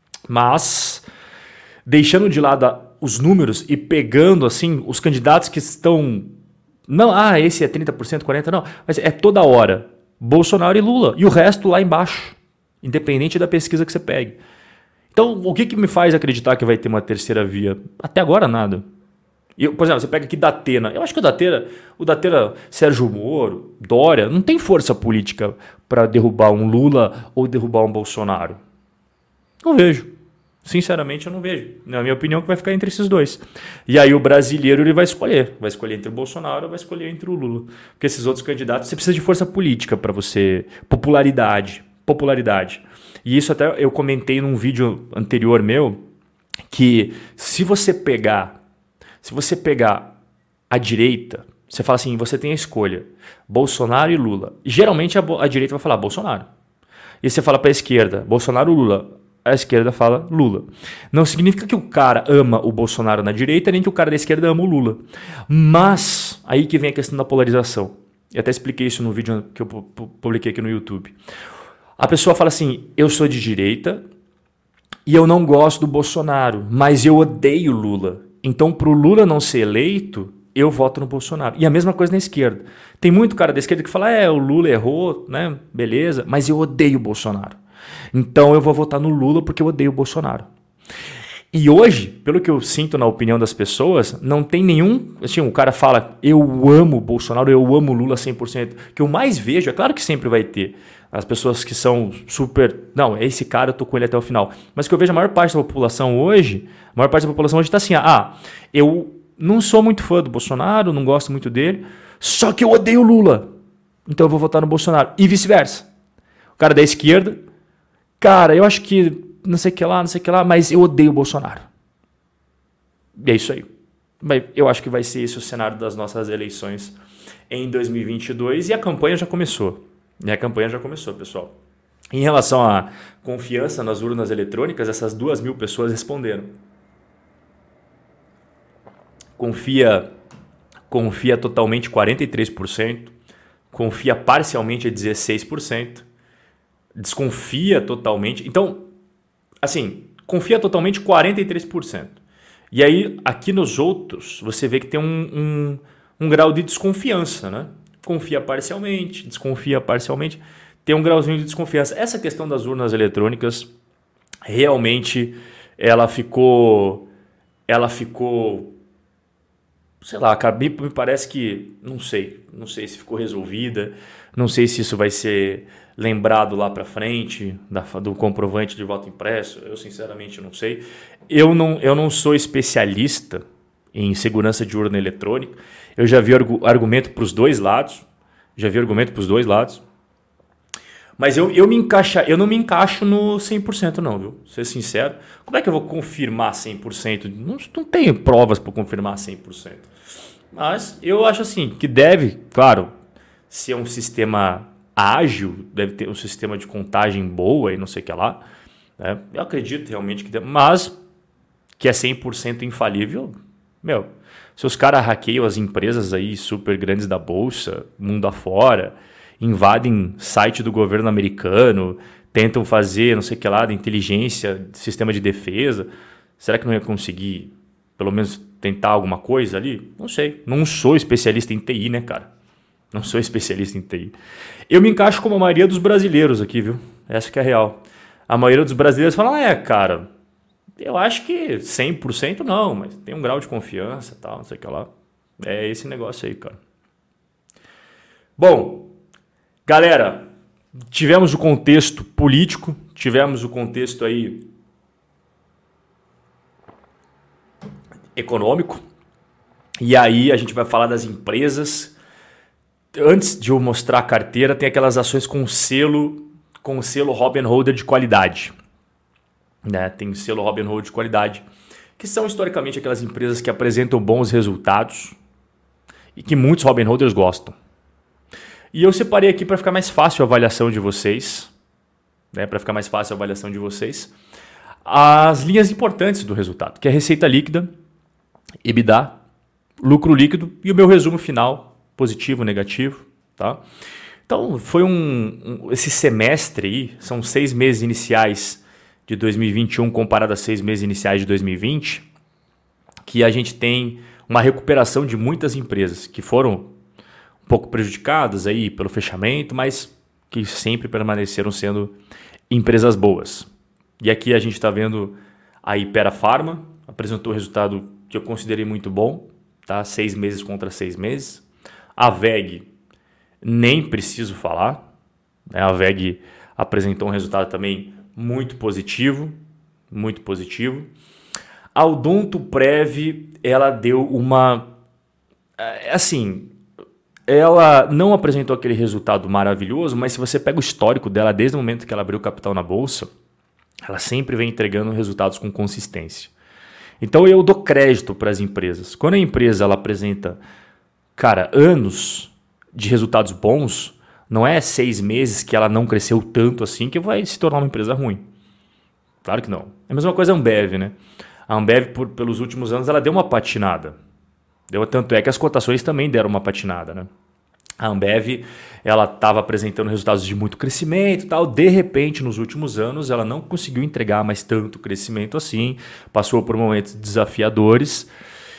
Mas, deixando de lado a, os números e pegando, assim, os candidatos que estão... Não, ah, esse é trinta por cento, quarenta por cento, não, mas é toda hora Bolsonaro e Lula, e o resto lá embaixo, independente da pesquisa que você pegue. Então, o que, que me faz acreditar que vai ter uma terceira via? Até agora, nada. Eu, por exemplo, você pega aqui Datena. Eu acho que o Datena, o Datena, Sérgio Moro, Dória, não tem força política para derrubar um Lula ou derrubar um Bolsonaro. Não vejo. Sinceramente, eu não vejo. Na minha opinião, que vai ficar entre esses dois. E aí o brasileiro ele vai escolher. Vai escolher entre o Bolsonaro ou vai escolher entre o Lula. Porque esses outros candidatos, você precisa de força política para você... Popularidade. Popularidade. E isso até eu comentei num vídeo anterior meu, que se você pegar... Se você pegar a direita, você fala assim, você tem a escolha, Bolsonaro e Lula. E geralmente a, a direita vai falar Bolsonaro. E você fala para a esquerda, Bolsonaro ou Lula. A esquerda fala Lula. Não significa que o cara ama o Bolsonaro na direita, nem que o cara da esquerda ama o Lula. Mas, aí que vem a questão da polarização. Eu até expliquei isso no vídeo que eu publiquei aqui no YouTube. A pessoa fala assim, eu sou de direita e eu não gosto do Bolsonaro, mas eu odeio Lula. Então, para o Lula não ser eleito, eu voto no Bolsonaro. E a mesma coisa na esquerda. Tem muito cara da esquerda que fala, é, o Lula errou, né? Beleza, mas eu odeio o Bolsonaro. Então, eu vou votar no Lula porque eu odeio o Bolsonaro. E hoje, pelo que eu sinto na opinião das pessoas, não tem nenhum... Assim, o cara fala, eu amo o Bolsonaro, eu amo o Lula cem por cento. O que eu mais vejo, é claro que sempre vai ter as pessoas que são super... Não, esse cara, eu tô com ele até o final. Mas o que eu vejo, a maior parte da população hoje, a maior parte da população hoje tá assim, ah, eu não sou muito fã do Bolsonaro, não gosto muito dele, só que eu odeio o Lula. Então eu vou votar no Bolsonaro. E vice-versa. O cara da esquerda, cara, eu acho que não sei o que lá, não sei o que lá, mas eu odeio o Bolsonaro. E é isso aí. Eu acho que vai ser esse o cenário das nossas eleições em dois mil e vinte e dois e a campanha já começou. E a campanha já começou, pessoal. Em relação à confiança nas urnas eletrônicas, essas duas mil pessoas responderam. Confia, confia totalmente quarenta e três por cento, confia parcialmente dezesseis por cento, desconfia totalmente. Então, assim, confia totalmente quarenta e três por cento. E aí, aqui nos outros, você vê que tem um, um, um grau de desconfiança, né? Confia parcialmente, desconfia parcialmente, tem um grauzinho de desconfiança. Essa questão das urnas eletrônicas, realmente, ela ficou, ela ficou, sei lá, me parece que, não sei, não sei se ficou resolvida, não sei se isso vai ser lembrado lá para frente, da, do comprovante de voto impresso, eu sinceramente não sei. Eu não, eu não sou especialista em segurança de urna eletrônica, eu já vi argumento para os dois lados, já vi argumento para os dois lados, mas eu, eu, me encaixa, eu não me encaixo no cem por cento não, viu? Ser sincero, como é que eu vou confirmar cem por cento? Não, não tenho provas para confirmar cem por cento, mas eu acho assim, que deve, claro, ser um sistema ágil, deve ter um sistema de contagem boa e não sei o que lá, né? Eu acredito realmente que deve, mas que é cem por cento infalível, meu, se os caras hackeiam as empresas aí super grandes da bolsa, mundo afora, invadem site do governo americano, tentam fazer não sei o que lá de inteligência, sistema de defesa, será que não ia conseguir pelo menos tentar alguma coisa ali? Não sei, não sou especialista em T I, né, cara? Não sou especialista em T I. Eu me encaixo como a maioria dos brasileiros aqui, viu? Essa que é a real. A maioria dos brasileiros fala, ah, é, cara, eu acho que cem por cento não, mas tem um grau de confiança e tal, não sei o que lá. É esse negócio aí, cara. Bom, galera, tivemos o contexto político, tivemos o contexto aí econômico, e aí a gente vai falar das empresas. Antes de eu mostrar a carteira, tem aquelas ações com selo, com selo Robinhood de qualidade. Né? Tem selo Robinhood de qualidade, que são historicamente aquelas empresas que apresentam bons resultados e que muitos Robin Hooders gostam. E eu separei aqui para ficar mais fácil a avaliação de vocês, né, para ficar mais fácil a avaliação de vocês, as linhas importantes do resultado, que é receita líquida, EBITDA, lucro líquido e o meu resumo final, positivo, negativo. Tá? Então, foi um, um esse semestre aí, são seis meses iniciais de dois mil e vinte e um comparado a seis meses iniciais de dois mil e vinte, que a gente tem uma recuperação de muitas empresas que foram um pouco prejudicadas aí pelo fechamento, mas que sempre permaneceram sendo empresas boas. E aqui a gente está vendo a Hypera Pharma, apresentou um resultado que eu considerei muito bom, tá? Seis meses contra seis meses. A V E G, nem preciso falar, né? A V E G apresentou um resultado também muito positivo, muito positivo. A Odontoprev, ela deu uma... Assim, ela não apresentou aquele resultado maravilhoso, mas se você pega o histórico dela desde o momento que ela abriu capital na bolsa, ela sempre vem entregando resultados com consistência. Então eu dou crédito para as empresas. Quando a empresa ela apresenta, cara, anos de resultados bons, não é seis meses que ela não cresceu tanto assim que vai se tornar uma empresa ruim. Claro que não. É a mesma coisa a Ambev, né? A Ambev, por, pelos últimos anos, ela deu uma patinada. Deu, tanto é que as cotações também deram uma patinada, né? A Ambev, ela estava apresentando resultados de muito crescimento e tal. De repente, nos últimos anos, ela não conseguiu entregar mais tanto crescimento assim. Passou por momentos desafiadores.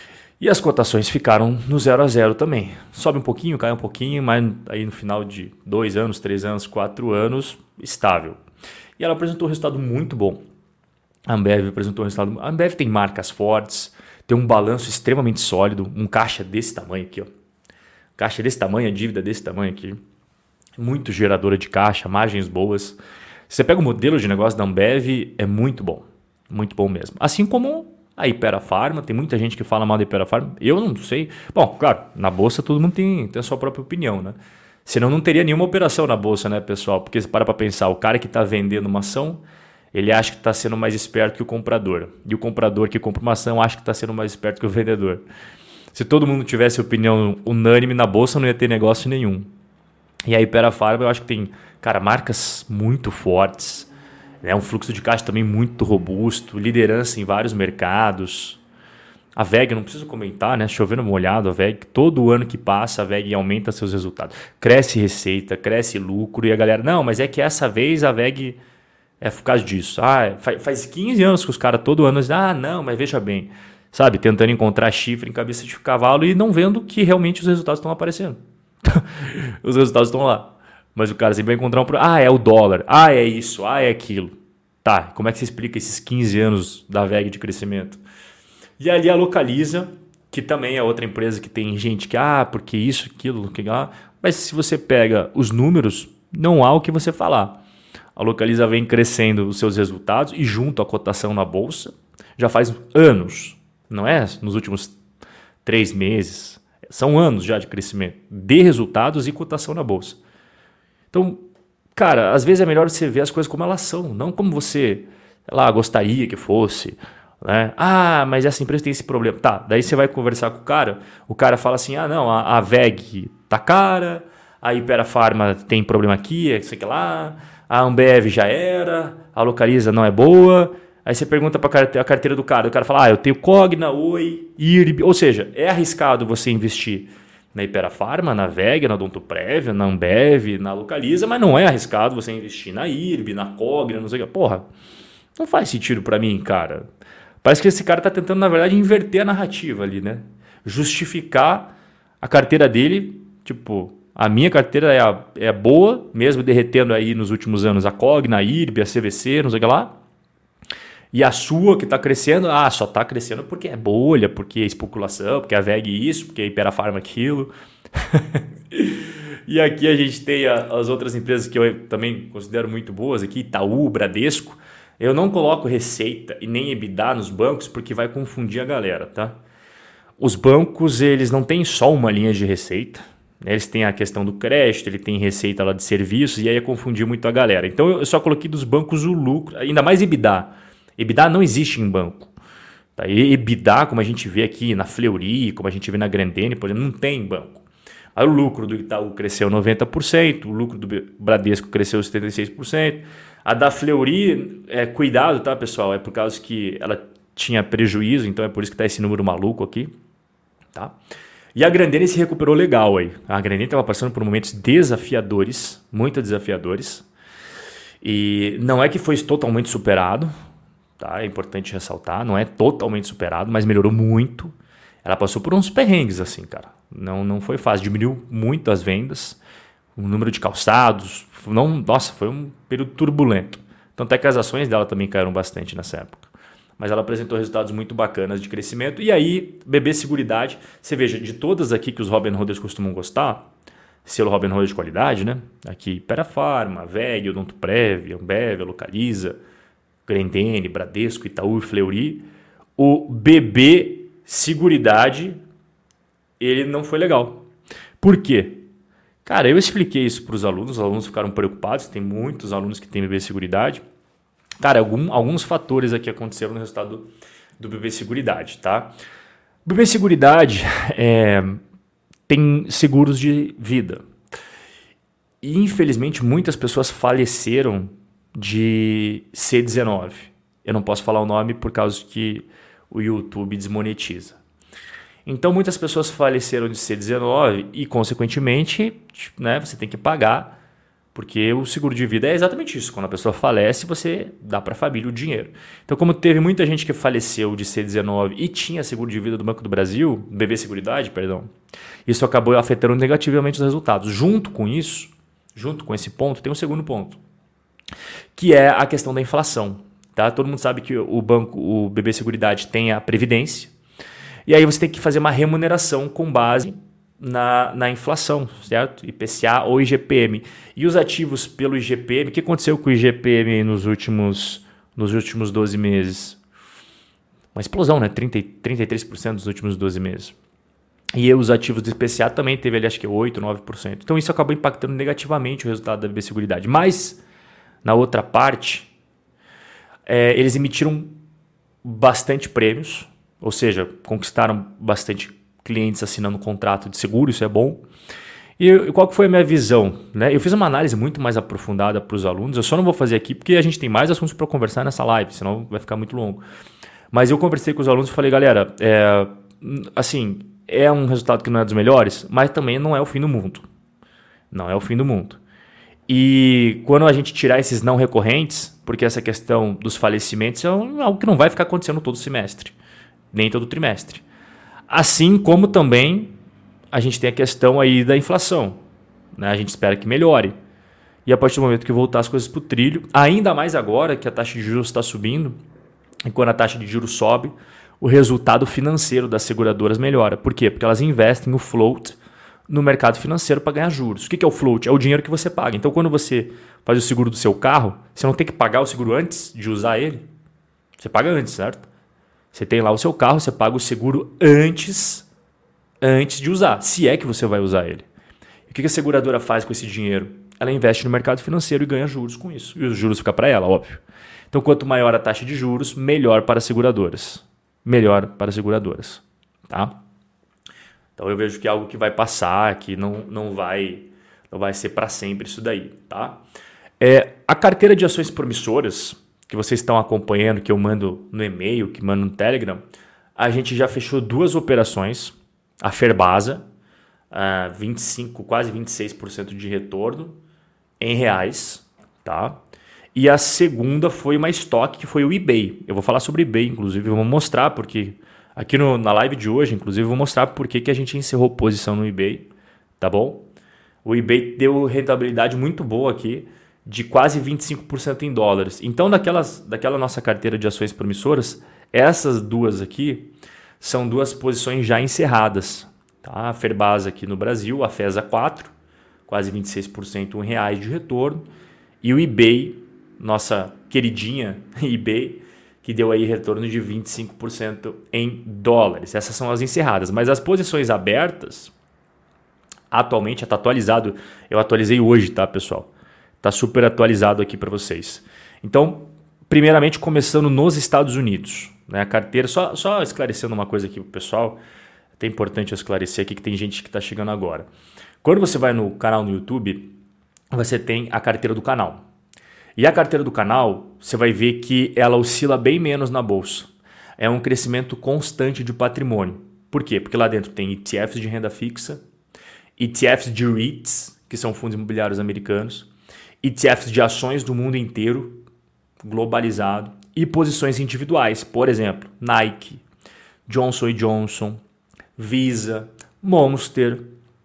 E as cotações ficaram no zero a zero também. Sobe um pouquinho, cai um pouquinho, mas aí no final de dois anos, três anos, quatro anos, estável. E ela apresentou um resultado muito bom. A Ambev apresentou um resultado... A Ambev tem marcas fortes, tem um balanço extremamente sólido, um caixa desse tamanho aqui, ó. Caixa desse tamanho, a dívida desse tamanho aqui. Muito geradora de caixa, margens boas. Você pega o modelo de negócio da Ambev, é muito bom. Muito bom mesmo. Assim como a Hypera Pharma, tem muita gente que fala mal da Hypera Pharma. Eu não sei. Bom, claro, na bolsa todo mundo tem, tem a sua própria opinião, né? Senão não teria nenhuma operação na bolsa, né, pessoal? Porque você para para pensar, o cara que está vendendo uma ação, ele acha que está sendo mais esperto que o comprador. E o comprador que compra uma ação acha que está sendo mais esperto que o vendedor. Se todo mundo tivesse opinião unânime na bolsa, não ia ter negócio nenhum. E a Hypera Pharma, eu acho que tem, cara, marcas muito fortes, né? Um fluxo de caixa também muito robusto, liderança em vários mercados. A V E G, não preciso comentar, né? Chovendo molhado, a V E G, todo ano que passa, a V E G aumenta seus resultados. Cresce receita, cresce lucro, e a galera, não, mas é que essa vez a V E G é por causa disso. Ah, faz quinze anos que os caras todo ano dizem, ah, não, mas veja bem. Sabe, tentando encontrar chifre em cabeça de cavalo e não vendo que realmente os resultados estão aparecendo. Os resultados estão lá. Mas o cara sempre vai encontrar um problema. Ah, é o dólar. Ah, é isso. Ah, é aquilo. Tá, como é que você explica esses quinze anos da V E G de crescimento? E ali a Localiza, que também é outra empresa que tem gente que, ah, porque isso, aquilo, que lá. Mas se você pega os números, não há o que você falar. A Localiza vem crescendo os seus resultados e junto à cotação na bolsa já faz anos. Não é nos últimos três meses. São anos já de crescimento de resultados e cotação na bolsa. Então, cara, às vezes é melhor você ver as coisas como elas são, não como você, sei lá, gostaria que fosse. Né? Ah, mas essa empresa tem esse problema. Tá, daí você vai conversar com o cara, o cara fala assim, ah não, a, a V E G tá cara, a Hypera Pharma tem problema aqui, é isso aqui lá, a Ambev já era, a Localiza não é boa. Aí você pergunta para a carteira do cara, o cara fala, ah, eu tenho Cogna, Oi, I R B, ou seja, é arriscado você investir na Hypera Pharma, na V E G, na Odontoprev, na Ambev, na Localiza, mas não é arriscado você investir na I R B, na Cogna, não sei o que. Porra, não faz sentido para mim, cara. Parece que esse cara está tentando, na verdade, inverter a narrativa ali, né? Justificar a carteira dele, tipo, a minha carteira é, a, é boa, mesmo derretendo aí nos últimos anos a Cogna, a I R B, a C V C, não sei o que lá. E a sua que está crescendo, ah, só está crescendo porque é bolha, porque é especulação, porque é a V E G isso, porque é a Hypera Pharma aquilo. E aqui a gente tem a, as outras empresas que eu também considero muito boas, aqui Itaú, Bradesco. Eu não coloco receita e nem EBITDA nos bancos porque vai confundir a galera, tá? Os bancos, eles não têm só uma linha de receita, né? Eles têm a questão do crédito, ele tem receita lá de serviços e aí é confundir muito a galera. Então eu só coloquei dos bancos o lucro, ainda mais EBITDA. EBITDA não existe em banco, Tá? E EBITDA, como a gente vê aqui na Fleury, como a gente vê na Grendene, por exemplo, não tem banco. Aí o lucro do Itaú cresceu noventa por cento, o lucro do Bradesco cresceu setenta e seis por cento. A da Fleury, é, cuidado, tá, pessoal? É por causa que ela tinha prejuízo, então é por isso que está esse número maluco aqui. Tá? E a Grendene se recuperou legal aí. A Grendene estava passando por momentos desafiadores, muito desafiadores. E não é que foi totalmente superado, tá? É importante ressaltar, não é totalmente superado, mas melhorou muito. Ela passou por uns perrengues assim, cara. Não, não foi fácil, diminuiu muito as vendas, o número de calçados. Não, nossa, foi um período turbulento. Tanto é que as ações dela também caíram bastante nessa época. Mas ela apresentou resultados muito bacanas de crescimento. E aí, B B Seguridade, você veja, de todas aqui que os Robinhooders costumam gostar, selo Robinhood de qualidade, né? Aqui, Pera Pharma, V E G, Odontoprev, Ambev, Localiza, Grendene, Bradesco, Itaú e Fleury. O B B Seguridade, ele não foi legal. Por quê? Cara, eu expliquei isso para os alunos, os alunos ficaram preocupados, tem muitos alunos que têm B B Seguridade. Cara, algum, alguns fatores aqui aconteceram no resultado do, do B B Seguridade, tá? O B B Seguridade é, tem seguros de vida. E, infelizmente, muitas pessoas faleceram de C dezenove. Eu não posso falar o nome por causa que o YouTube desmonetiza. Então, muitas pessoas faleceram de C dezenove e, consequentemente, né, você tem que pagar. Porque o seguro de vida é exatamente isso. Quando a pessoa falece, você dá para a família o dinheiro. Então, como teve muita gente que faleceu de C dezenove e tinha seguro de vida do Banco do Brasil, B B Seguridade, perdão, isso acabou afetando negativamente os resultados. Junto com isso, junto com esse ponto, tem um segundo ponto, que é a questão da inflação. Tá? Todo mundo sabe que o banco, o B B Seguridade tem a Previdência, e aí você tem que fazer uma remuneração com base Na, na inflação, certo? I P C A ou I G P M. E os ativos pelo I G P M, o que aconteceu com o I G P M nos últimos, nos últimos doze meses? Uma explosão, né? trinta, trinta e três por cento nos últimos doze meses. E os ativos do I P C A também teve ali, acho que oito, nove por cento. Então isso acabou impactando negativamente o resultado da B B Seguridade. Mas, na outra parte, é, eles emitiram bastante prêmios, ou seja, conquistaram bastante clientes assinando contrato de seguro, isso é bom. E qual que foi a minha visão? Né? Eu fiz uma análise muito mais aprofundada para os alunos, eu só não vou fazer aqui porque a gente tem mais assuntos para conversar nessa live, senão vai ficar muito longo. Mas eu conversei com os alunos e falei, galera, é, assim, é um resultado que não é dos melhores, mas também não é o fim do mundo. Não é o fim do mundo. E quando a gente tirar esses não recorrentes, porque essa questão dos falecimentos é algo que não vai ficar acontecendo todo semestre, nem todo trimestre. Assim como também a gente tem a questão aí da inflação. Né? A gente espera que melhore. E a partir do momento que voltar as coisas para o trilho, ainda mais agora que a taxa de juros está subindo, e quando a taxa de juros sobe, o resultado financeiro das seguradoras melhora. Por quê? Porque elas investem o float no mercado financeiro para ganhar juros. O que é o float? É o dinheiro que você paga. Então, quando você faz o seguro do seu carro, você não tem que pagar o seguro antes de usar ele. Você paga antes, certo? Você tem lá o seu carro, você paga o seguro antes, antes de usar, se é que você vai usar ele. E o que a seguradora faz com esse dinheiro? Ela investe no mercado financeiro e ganha juros com isso. E os juros ficam para ela, óbvio. Então, quanto maior a taxa de juros, melhor para as seguradoras. Melhor para as seguradoras. Tá? Então, eu vejo que é algo que vai passar, que não, não, vai, não vai ser para sempre isso daí. Tá? É, a carteira de ações promissoras que vocês estão acompanhando, que eu mando no e-mail, que mando no Telegram, a gente já fechou duas operações. A Ferbasa, uh, vinte e cinco, quase vinte e seis por cento de retorno em reais. Tá? E a segunda foi uma estoque, que foi o eBay. Eu vou falar sobre o eBay, inclusive, eu vou mostrar, porque aqui no, na live de hoje, inclusive, eu vou mostrar por que a gente encerrou posição no eBay. Tá bom? O eBay deu rentabilidade muito boa aqui, de quase vinte e cinco por cento em dólares. Então, daquelas, daquela nossa carteira de ações promissoras, essas duas aqui são duas posições já encerradas. Tá? A Ferbasa aqui no Brasil, a Fesa quatro, quase vinte e seis por cento em reais de retorno. E o eBay, nossa queridinha eBay, que deu aí retorno de vinte e cinco por cento em dólares. Essas são as encerradas. Mas as posições abertas, atualmente, está atualizado. Eu atualizei hoje, tá, pessoal? Está super atualizado aqui para vocês. Então, primeiramente, começando nos Estados Unidos. né? A carteira, só, só esclarecendo uma coisa aqui pro pessoal, é até importante eu esclarecer aqui que tem gente que está chegando agora. Quando você vai no canal no YouTube, você tem a carteira do canal. E a carteira do canal, você vai ver que ela oscila bem menos na bolsa. É um crescimento constante de patrimônio. Por quê? Porque lá dentro tem E T Fs de renda fixa, E T Fs de REITs, que são fundos imobiliários americanos, E T Fs de ações do mundo inteiro, globalizado, e posições individuais. Por exemplo, Nike, Johnson e Johnson, Visa, Monster,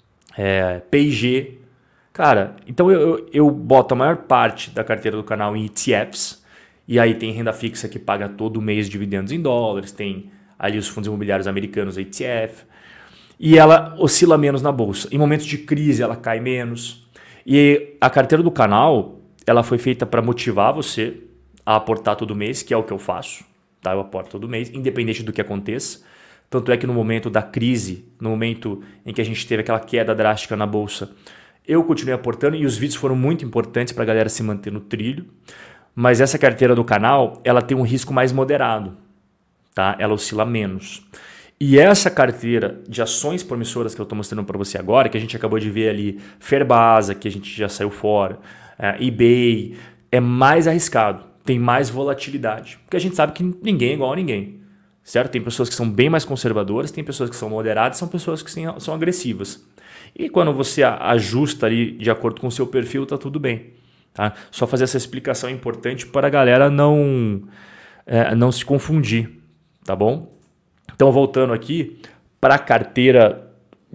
é, P e G. Cara, então eu, eu, eu boto a maior parte da carteira do canal em E T Fs, e aí tem renda fixa que paga todo mês dividendos em dólares, tem ali os fundos imobiliários americanos, E T F, e ela oscila menos na bolsa. Em momentos de crise ela cai menos. E a carteira do canal, ela foi feita para motivar você a aportar todo mês, que é o que eu faço, tá? Eu aporto todo mês, independente do que aconteça. Tanto é que no momento da crise, no momento em que a gente teve aquela queda drástica na bolsa, eu continuei aportando e os vídeos foram muito importantes para a galera se manter no trilho. Mas essa carteira do canal, ela tem um risco mais moderado, tá? Ela oscila menos. E essa carteira de ações promissoras que eu estou mostrando para você agora, que a gente acabou de ver ali, Ferbasa, que a gente já saiu fora, é, eBay, é mais arriscado, tem mais volatilidade. Porque a gente sabe que ninguém é igual a ninguém, certo? Tem pessoas que são bem mais conservadoras, tem pessoas que são moderadas, são pessoas que são agressivas. E quando você ajusta ali de acordo com o seu perfil, tá tudo bem. Tá? Só fazer essa explicação é importante para a galera não, é, não se confundir, tá bom? Então, voltando aqui para a carteira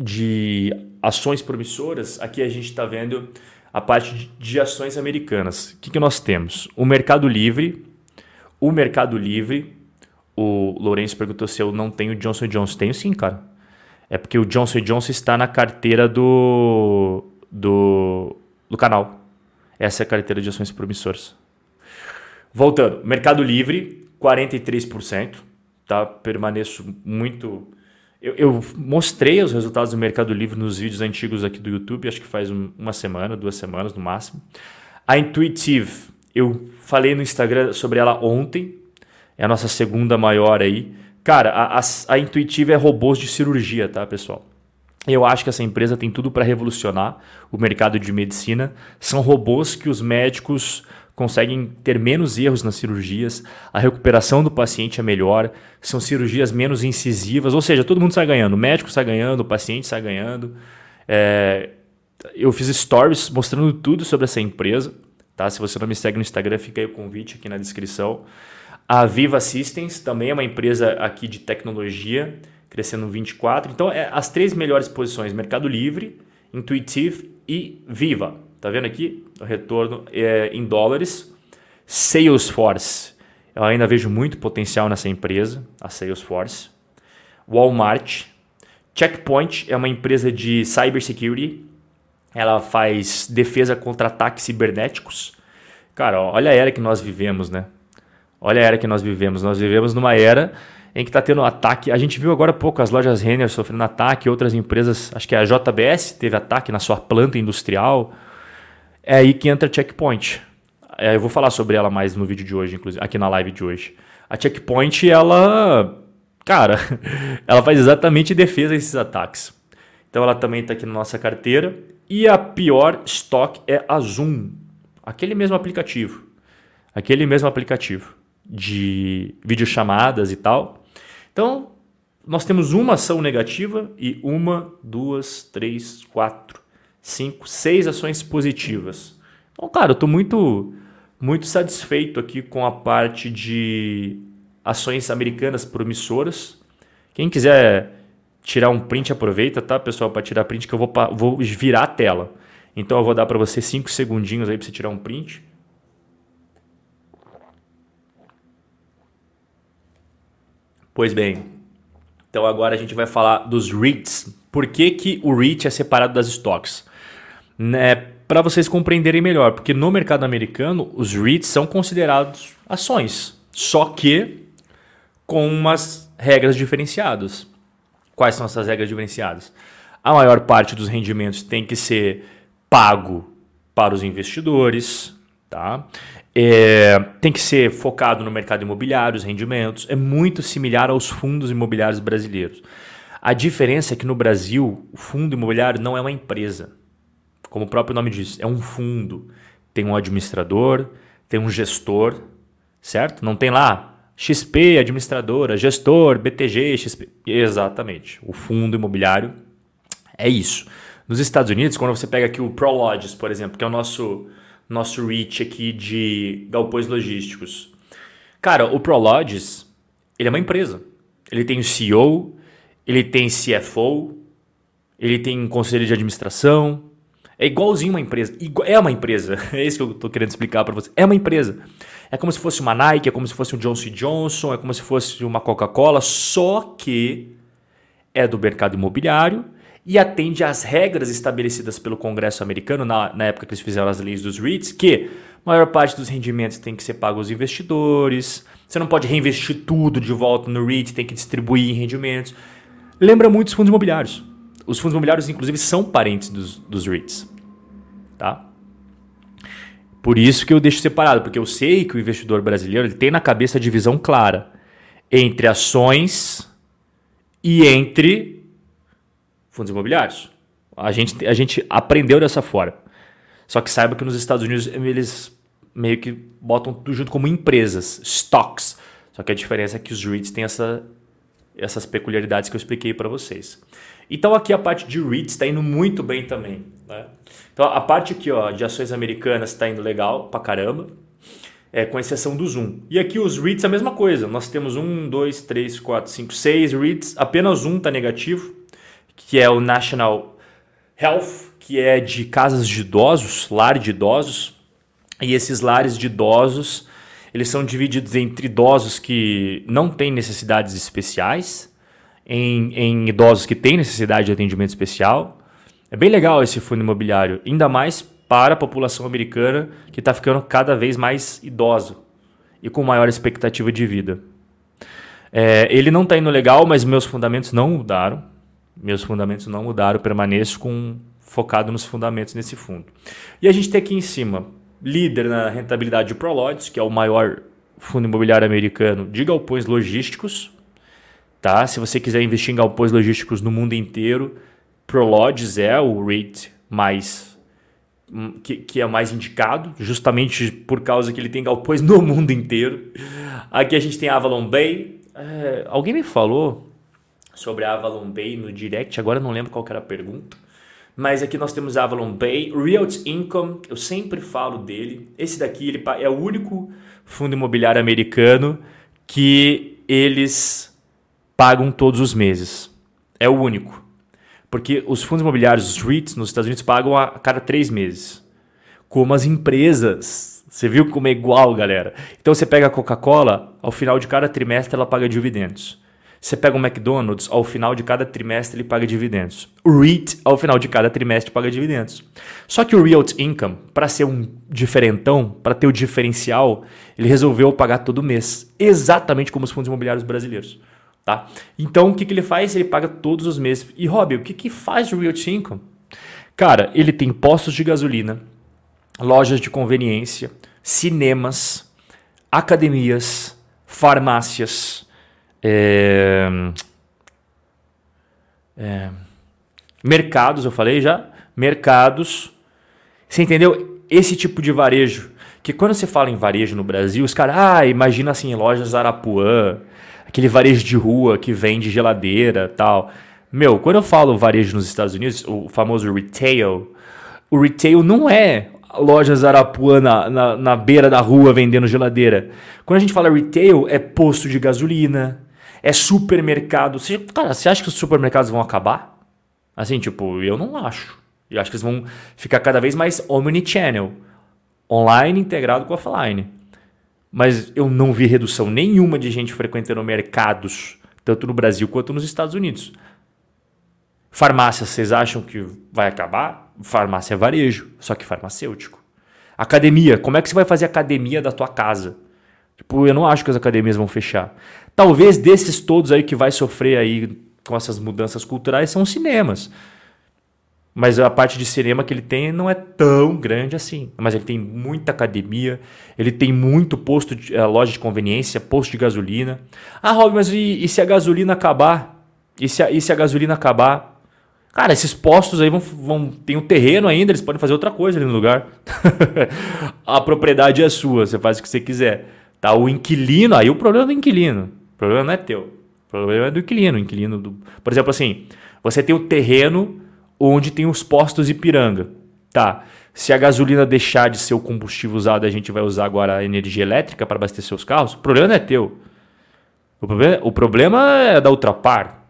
de ações promissoras, aqui a gente está vendo a parte de ações americanas. O que, que nós temos? O Mercado Livre, o Mercado Livre, o Lourenço perguntou se eu não tenho Johnson e Johnson. Tenho sim, cara. É porque o Johnson e Johnson está na carteira do, do, do canal. Essa é a carteira de ações promissoras. Voltando, Mercado Livre, quarenta e três por cento. Tá? Permaneço muito... Eu, eu mostrei os resultados do Mercado Livre nos vídeos antigos aqui do YouTube, acho que faz um, uma semana, duas semanas no máximo. A Intuitive, eu falei no Instagram sobre ela ontem, é a nossa segunda maior aí. Cara, a, a, a Intuitive é robôs de cirurgia, tá, pessoal? Eu acho que essa empresa tem tudo para revolucionar o mercado de medicina. São robôs que os médicos conseguem ter menos erros nas cirurgias, a recuperação do paciente é melhor, são cirurgias menos incisivas, ou seja, todo mundo sai ganhando, o médico sai ganhando, o paciente sai ganhando. É, eu fiz stories mostrando tudo sobre essa empresa, tá? Se você não me segue no Instagram, fica aí o convite aqui na descrição. A Viva Systems também é uma empresa aqui de tecnologia, crescendo vinte e quatro. Então, é as três melhores posições, Mercado Livre, Intuitive e Viva. Tá vendo aqui? O retorno é em dólares. Salesforce. Eu ainda vejo muito potencial nessa empresa, a Salesforce. Walmart. Checkpoint é uma empresa de cybersecurity. Ela faz defesa contra ataques cibernéticos. Cara, olha a era que nós vivemos, né? Olha a era que nós vivemos. Nós vivemos numa era em que está tendo ataque. A gente viu agora há pouco as lojas Renner sofrendo ataque, outras empresas, acho que a J B S teve ataque na sua planta industrial. É aí que entra a Checkpoint. É, eu vou falar sobre ela mais no vídeo de hoje, inclusive, aqui na live de hoje. A Checkpoint, ela, cara, ela faz exatamente defesa a esses ataques. Então ela também está aqui na nossa carteira. E a pior stock é a Zoom. Aquele mesmo aplicativo. Aquele mesmo aplicativo de videochamadas e tal. Então, nós temos uma ação negativa e uma, duas, três, quatro, cinco, seis ações positivas. Então, cara, eu estou muito, muito satisfeito aqui com a parte de ações americanas promissoras. Quem quiser tirar um print, aproveita, tá, pessoal, para tirar print que eu vou, vou virar a tela. Então, eu vou dar para você cinco segundinhos aí para você tirar um print. Pois bem, então agora a gente vai falar dos REITs. Por que, que o REIT é separado das stocks? Né, para vocês compreenderem melhor, porque no mercado americano os REITs são considerados ações, só que com umas regras diferenciadas. Quais são essas regras diferenciadas? A maior parte dos rendimentos tem que ser pago para os investidores, tá? É, tem que ser focado no mercado imobiliário, os rendimentos. É muito similar aos fundos imobiliários brasileiros. A diferença é que no Brasil, o fundo imobiliário não é uma empresa. Como o próprio nome diz, é um fundo. Tem um administrador, tem um gestor, certo? Não tem lá X P, administradora, gestor, B T G, X P. Exatamente. O fundo imobiliário é isso. Nos Estados Unidos, quando você pega aqui o Prologis, por exemplo, que é o nosso, nosso REIT aqui de galpões logísticos. Cara, o Prologis, ele é uma empresa. Ele tem o C E O, ele tem C F O, ele tem um conselho de administração. É igualzinho uma empresa. É uma empresa. É isso que eu estou querendo explicar para você. É uma empresa. É como se fosse uma Nike, é como se fosse um Johnson and Johnson, é como se fosse uma Coca-Cola, só que é do mercado imobiliário e atende às regras estabelecidas pelo Congresso americano na, na época que eles fizeram as leis dos REITs, que a maior parte dos rendimentos tem que ser pago aos investidores, você não pode reinvestir tudo de volta no REIT, tem que distribuir em rendimentos. Lembra muito os fundos imobiliários. Os fundos imobiliários, inclusive, são parentes dos, dos REITs. Tá? Por isso que eu deixo separado, porque eu sei que o investidor brasileiro ele tem na cabeça a divisão clara entre ações e entre fundos imobiliários. A gente, a gente aprendeu dessa forma. Só que saiba que nos Estados Unidos eles meio que botam tudo junto como empresas, stocks. Só que a diferença é que os REITs têm essa, essas peculiaridades que eu expliquei para vocês. Então aqui a parte de REITs está indo muito bem também. Né? Então a parte aqui ó, de ações americanas está indo legal pra caramba, é, com exceção do Zoom. E aqui os REITs a mesma coisa. Nós temos um, dois, três, quatro, cinco, seis REITs. Apenas um está negativo, que é o National Health, que é de casas de idosos, lar de idosos. E esses lares de idosos, eles são divididos entre idosos que não têm necessidades especiais, Em, em idosos que têm necessidade de atendimento especial. É bem legal esse fundo imobiliário, ainda mais para a população americana que está ficando cada vez mais idosa e com maior expectativa de vida. É, ele não está indo legal, mas meus fundamentos não mudaram. Meus fundamentos não mudaram, permaneço com, focado nos fundamentos nesse fundo. E a gente tem aqui em cima, líder na rentabilidade de Prologis, que é o maior fundo imobiliário americano de galpões logísticos. Tá? Se você quiser investir em galpões logísticos no mundo inteiro, Prologis é o REIT mais, que, que é mais indicado, justamente por causa que ele tem galpões no mundo inteiro. Aqui a gente tem a Avalon Bay. É, alguém me falou sobre a Avalon Bay no direct, agora eu não lembro qual que era a pergunta. Mas aqui nós temos a Avalon Bay, Realty Income, eu sempre falo dele. Esse daqui ele é o único fundo imobiliário americano que eles pagam todos os meses. É o único. Porque os fundos imobiliários, os REITs, nos Estados Unidos pagam a cada três meses. Como as empresas. Você viu como é igual, galera? Então você pega a Coca-Cola, ao final de cada trimestre ela paga dividendos. Você pega o McDonald's, ao final de cada trimestre ele paga dividendos. O REIT, ao final de cada trimestre, paga dividendos. Só que o Realty Income, para ser um diferentão, para ter o diferencial, ele resolveu pagar todo mês. Exatamente como os fundos imobiliários brasileiros. Tá? Então, o que, que ele faz? Ele paga todos os meses. E, Rob, o que, que faz o Realty Income? Cara, ele tem postos de gasolina, lojas de conveniência, cinemas, academias, farmácias, é, é, mercados, eu falei já? Mercados. Você entendeu? Esse tipo de varejo. Que quando você fala em varejo no Brasil, os caras, ah, imagina assim, lojas Arapuã, aquele varejo de rua que vende geladeira e tal. Meu, quando eu falo varejo nos Estados Unidos, o famoso retail, o retail não é lojas Arapuã na, na, na beira da rua vendendo geladeira. Quando a gente fala retail, é posto de gasolina, é supermercado. Você, cara, você acha que os supermercados vão acabar? Assim, tipo, eu não acho. Eu acho que eles vão ficar cada vez mais omnichannel, online integrado com offline. Mas eu não vi redução nenhuma de gente frequentando mercados, tanto no Brasil quanto nos Estados Unidos. Farmácia, vocês acham que vai acabar? Farmácia é varejo, só que farmacêutico. Academia, como é que você vai fazer academia da tua casa? Tipo, eu não acho que as academias vão fechar. Talvez desses todos aí que vai sofrer aí com essas mudanças culturais são os cinemas. Mas a parte de cinema que ele tem não é tão grande assim. Mas ele tem muita academia, ele tem muito posto de uh, loja de conveniência, posto de gasolina. Ah, Rob, mas e, e se a gasolina acabar? E se a, e se a gasolina acabar? Cara, esses postos aí vão, vão tem um terreno ainda, eles podem fazer outra coisa ali no lugar. A propriedade é sua, você faz o que você quiser. Tá? O inquilino, aí o problema é do inquilino. O problema não é teu. O problema é do inquilino. O inquilino do... Por exemplo, assim, você tem o terreno onde tem os postos Ipiranga. Tá. Se a gasolina deixar de ser o combustível usado, a gente vai usar agora a energia elétrica para abastecer os carros. O problema não é teu. O problema, o problema é da Ultrapar.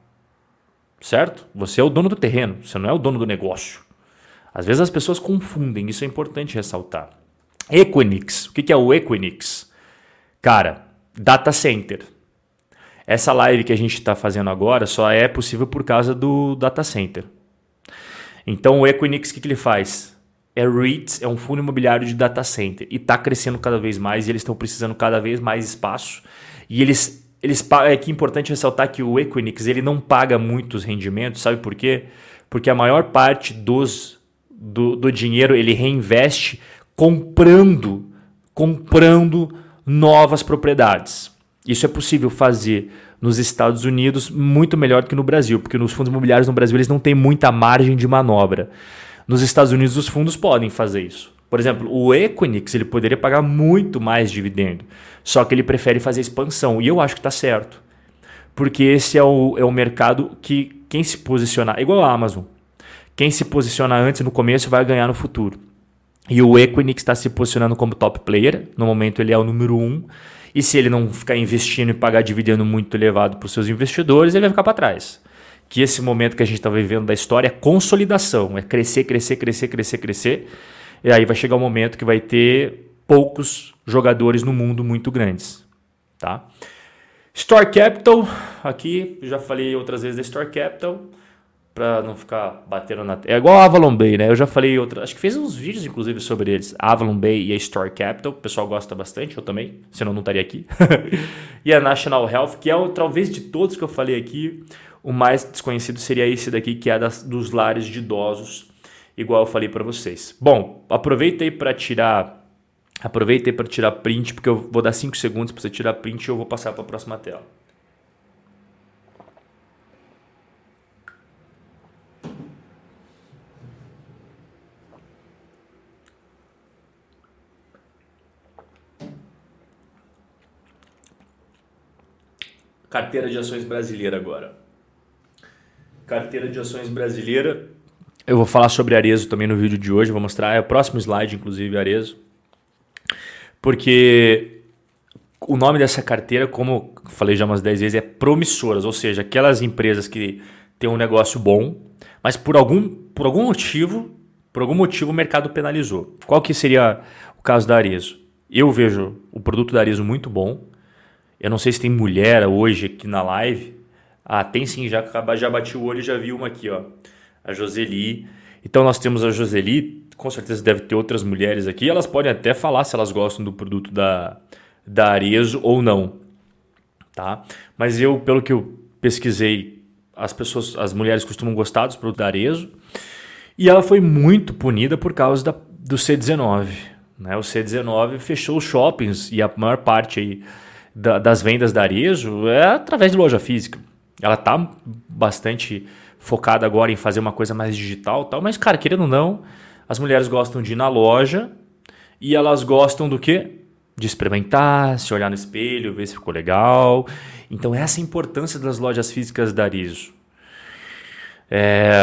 Certo? Você é o dono do terreno, você não é o dono do negócio. Às vezes as pessoas confundem, isso é importante ressaltar. Equinix, o que é o Equinix? Cara, data center. Essa live que a gente está fazendo agora só é possível por causa do data center. Então o Equinix, o que, que ele faz? É REITs, é um fundo imobiliário de data center. E está crescendo cada vez mais e eles estão precisando cada vez mais espaço. E eles... Eles, é que é importante ressaltar que o Equinix ele não paga muitos rendimentos, sabe por quê? Porque a maior parte dos, do, do dinheiro ele reinveste comprando, comprando novas propriedades. Isso é possível fazer nos Estados Unidos muito melhor do que no Brasil, porque nos fundos imobiliários no Brasil eles não têm muita margem de manobra. Nos Estados Unidos os fundos podem fazer isso. Por exemplo, o Equinix ele poderia pagar muito mais dividendo, só que ele prefere fazer expansão. E eu acho que está certo, porque esse é o, é o mercado que quem se posicionar, igual a Amazon, quem se posicionar antes no começo vai ganhar no futuro. E o Equinix está se posicionando como top player, no momento ele é o número um, e se ele não ficar investindo e pagar dividendo muito elevado para os seus investidores, ele vai ficar para trás. Que esse momento que a gente está vivendo da história é consolidação, é crescer, crescer, crescer, crescer, crescer. E aí vai chegar um momento que vai ter poucos jogadores no mundo muito grandes. Tá? Store Capital, aqui já falei outras vezes da Store Capital, para não ficar batendo na... É igual a Avalon Bay, né? Eu já falei outras... Acho que fez uns vídeos, inclusive, sobre eles. Avalon Bay e a Store Capital. O pessoal gosta bastante, eu também. Senão não estaria aqui. E a National Health, que é, o, talvez, de todos que eu falei aqui, o mais desconhecido seria esse daqui, que é das, dos lares de idosos, igual eu falei para vocês. Bom, aproveitei para tirar... Aproveitei para tirar print, porque eu vou dar cinco segundos para você tirar print e eu vou passar para a próxima tela. Carteira de ações brasileira agora. Carteira de ações brasileira. Eu vou falar sobre Arezzo também no vídeo de hoje. Vou mostrar. É o próximo slide, inclusive, Arezzo. Porque o nome dessa carteira, como falei já umas dez vezes, é promissoras. Ou seja, aquelas empresas que têm um negócio bom, mas por algum, por algum motivo, por algum motivo o mercado penalizou. Qual que seria o caso da Arezzo? Eu vejo o produto da Arezzo muito bom. Eu não sei se tem mulher hoje aqui na live. Ah, tem sim, já, já bati o olho e já vi uma aqui, ó. A Joseli. Então nós temos a Joseli, com certeza deve ter outras mulheres aqui. Elas podem até falar se elas gostam do produto da, da Arezzo ou não. Tá? Mas eu, pelo que eu pesquisei, as pessoas, as mulheres costumam gostar dos produtos da Arezzo. E ela foi muito punida por causa da, do C dezenove. Né? O C dezenove fechou os shoppings e a maior parte aí das vendas da Arezzo é através de loja física. Ela está bastante focada agora em fazer uma coisa mais digital, tal, mas, cara, querendo ou não, as mulheres gostam de ir na loja e elas gostam do quê? De experimentar, se olhar no espelho, ver se ficou legal. Então, essa é a importância das lojas físicas da Arezzo. É...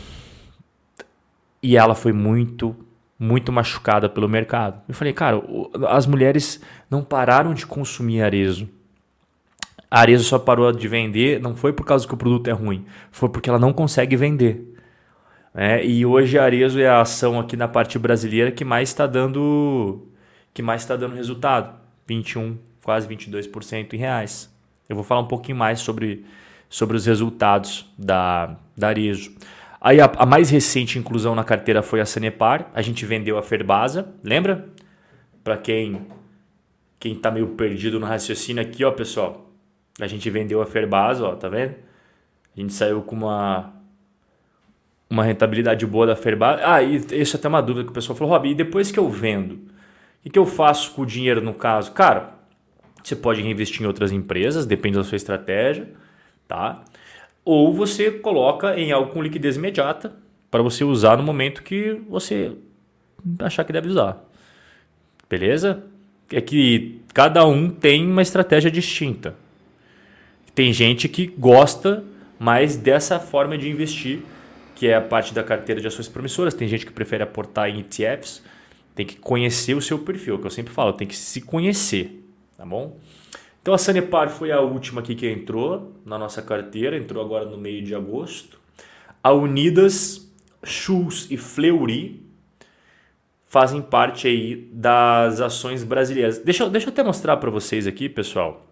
E ela foi muito... muito machucada pelo mercado. Eu falei, cara, as mulheres não pararam de consumir Arezzo. A Arezzo só parou de vender, não foi por causa que o produto é ruim, foi porque ela não consegue vender. É, e hoje a Arezzo é a ação aqui na parte brasileira que mais está dando, que mais está dando resultado. vinte e um, quase vinte e dois por cento em reais. Eu vou falar um pouquinho mais sobre, sobre os resultados da, da Arezzo. Aí a, a mais recente inclusão na carteira foi a Sanepar. A gente vendeu a Ferbasa, lembra? Para quem quem tá meio perdido no raciocínio aqui, ó, pessoal. A gente vendeu a Ferbasa, ó, tá vendo? A gente saiu com uma uma rentabilidade boa da Ferbasa. Ah, e isso é até uma dúvida que o pessoal falou, Rob, e depois que eu vendo, o que, que eu faço com o dinheiro no caso? Cara, você pode reinvestir em outras empresas, depende da sua estratégia, tá? Ou você coloca em algo com liquidez imediata para você usar no momento que você achar que deve usar. Beleza? É que cada um tem uma estratégia distinta. Tem gente que gosta mais dessa forma de investir, que é a parte da carteira de ações promissoras. Tem gente que prefere aportar em E T Fs. Tem que conhecer o seu perfil, que eu sempre falo, tem que se conhecer, tá bom? Então a Sanepar foi a última aqui que entrou na nossa carteira, entrou agora no meio de agosto. A Unidas, Schultz e Fleury fazem parte aí das ações brasileiras. Deixa, deixa eu até mostrar para vocês aqui, pessoal,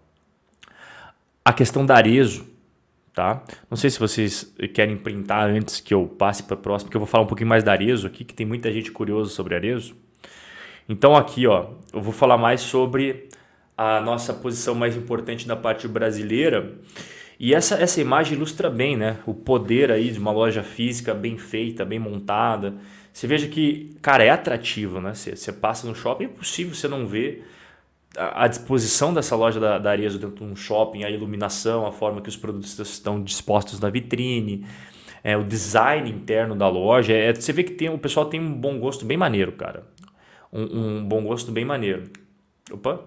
a questão da Arezzo, tá? Não sei se vocês querem printar antes que eu passe para a próxima, porque eu vou falar um pouquinho mais da Arezzo aqui, que tem muita gente curiosa sobre a Arezzo. Então aqui, ó, eu vou falar mais sobre a nossa posição mais importante na parte brasileira. E essa, essa imagem ilustra bem, né, o poder aí de uma loja física bem feita, bem montada. Você veja que, cara, é atrativo, né? Você, você passa no shopping, é impossível você não ver a, a disposição dessa loja da, da Arezzo dentro de um shopping, a iluminação, a forma que os produtos estão dispostos na vitrine, é, o design interno da loja. É, você vê que tem, o pessoal tem um bom gosto bem maneiro, cara. Um, um bom gosto bem maneiro. Opa!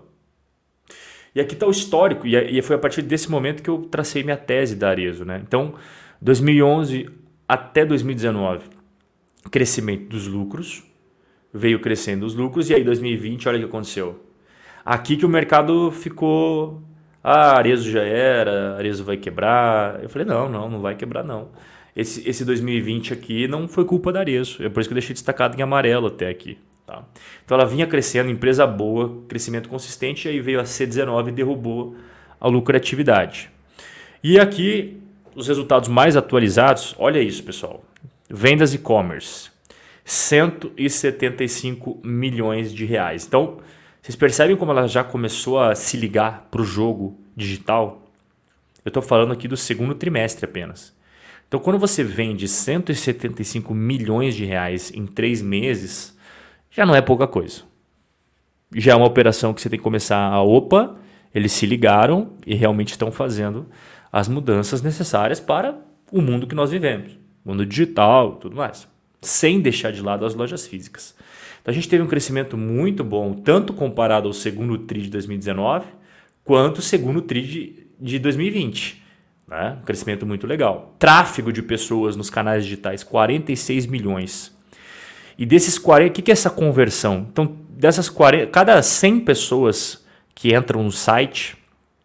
E aqui está o histórico, e foi a partir desse momento que eu tracei minha tese da Arezzo, né? Então, dois mil e onze até dois mil e dezenove, crescimento dos lucros, veio crescendo os lucros, e aí dois mil e vinte, olha o que aconteceu. Aqui que o mercado ficou, ah, a Arezzo já era, a Arezzo vai quebrar. Eu falei, não, não, não vai quebrar não. Esse, esse dois mil e vinte aqui não foi culpa da Arezzo, é por isso que eu deixei destacado em amarelo até aqui. Tá? Então ela vinha crescendo, empresa boa, crescimento consistente, e aí veio a C dezenove e derrubou a lucratividade. E aqui os resultados mais atualizados, olha isso, pessoal. Vendas e-commerce, cento e setenta e cinco milhões de reais. Então, vocês percebem como ela já começou a se ligar para o jogo digital? Eu estou falando aqui do segundo trimestre apenas. Então, quando você vende cento e setenta e cinco milhões de reais em três meses, já não é pouca coisa. Já é uma operação que você tem que começar a... Opa, eles se ligaram e realmente estão fazendo as mudanças necessárias para o mundo que nós vivemos. Mundo digital e tudo mais. Sem deixar de lado as lojas físicas. Então a gente teve um crescimento muito bom, tanto comparado ao segundo tri de dois mil e dezenove, quanto ao segundo tri de, de dois mil e vinte. Né? Um crescimento muito legal. Tráfego de pessoas nos canais digitais, quarenta e seis milhões. E desses quarenta, o que é essa conversão? Então, dessas quarenta, cada cem pessoas que entram no site,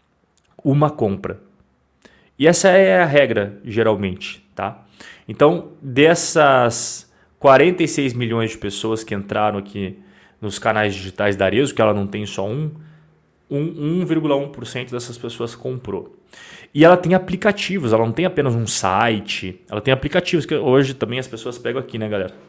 uma compra. E essa é a regra, geralmente, tá? Então, dessas quarenta e seis milhões de pessoas que entraram aqui nos canais digitais da Arezzo, que ela não tem só um, um vírgula um por cento dessas pessoas comprou. E ela tem aplicativos, ela não tem apenas um site, ela tem aplicativos, que hoje também as pessoas pegam aqui, né, galera?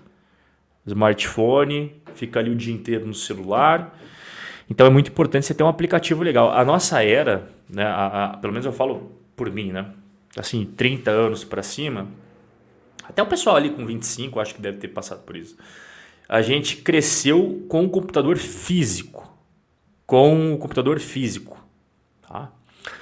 Smartphone, fica ali o dia inteiro no celular. Então é muito importante você ter um aplicativo legal. A nossa era, né, a, a, pelo menos eu falo por mim, né, assim, trinta anos para cima, até o pessoal ali com vinte e cinco acho que deve ter passado por isso. A gente cresceu com o computador físico. Com o computador físico. Tá?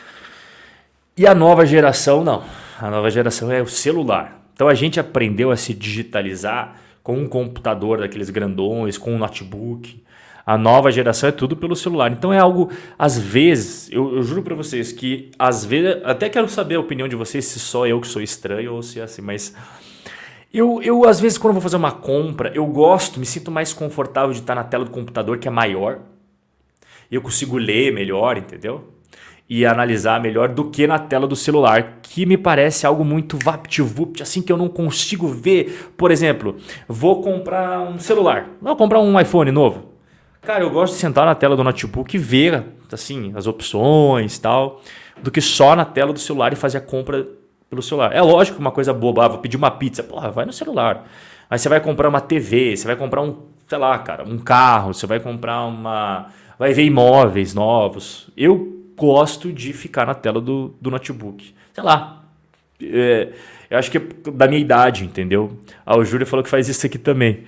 E a nova geração, não. A nova geração é o celular. Então a gente aprendeu a se digitalizar com um computador daqueles grandões, com um notebook. A nova geração é tudo pelo celular. Então é algo, às vezes, eu, eu juro para vocês que às vezes, até quero saber a opinião de vocês, se só eu que sou estranho ou se é assim, mas eu, eu às vezes quando eu vou fazer uma compra, eu gosto, me sinto mais confortável de estar na tela do computador, que é maior. Eu consigo ler melhor, entendeu? E analisar melhor do que na tela do celular, que me parece algo muito vapt-vupt, assim que eu não consigo ver. Por exemplo, vou comprar um celular, vou comprar um iPhone novo. Cara, eu gosto de sentar na tela do notebook e ver assim, as opções e tal, do que só na tela do celular e fazer a compra pelo celular. É lógico que uma coisa boba, ah, vou pedir uma pizza, porra, vai no celular. Aí você vai comprar uma T V, você vai comprar um, sei lá, cara, um carro, você vai comprar uma... vai ver imóveis novos. Eu gosto de ficar na tela do, do notebook. Sei lá, É, eu acho que é da minha idade, entendeu? Ah, o Júlio falou que faz isso aqui também.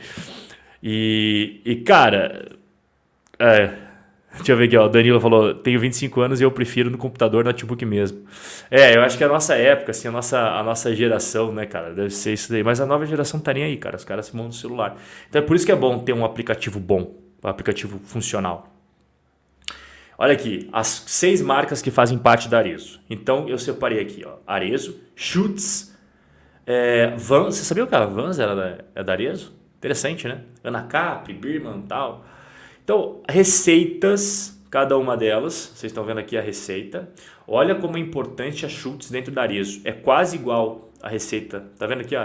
E, e cara, é, deixa eu ver aqui, ó. O Danilo falou: tenho vinte e cinco anos e eu prefiro no computador, notebook mesmo. É, eu acho que a nossa época, assim, a nossa, a nossa geração, né, cara, deve ser isso daí. Mas a nova geração tá nem aí, cara. Os caras se mandam no celular. Então é por isso que é bom ter um aplicativo bom, um aplicativo funcional. Olha aqui, as seis marcas que fazem parte da Arezzo. Então eu separei aqui, ó, Arezzo, Schutz, é, Vans. Você sabia que a Vans era da, é da Arezzo? Interessante, né? Anacapri, Birman e tal. Então, receitas, cada uma delas. Vocês estão vendo aqui a receita. Olha como é importante a Schutz dentro da Arezzo. É quase igual a receita. Tá vendo aqui, ó?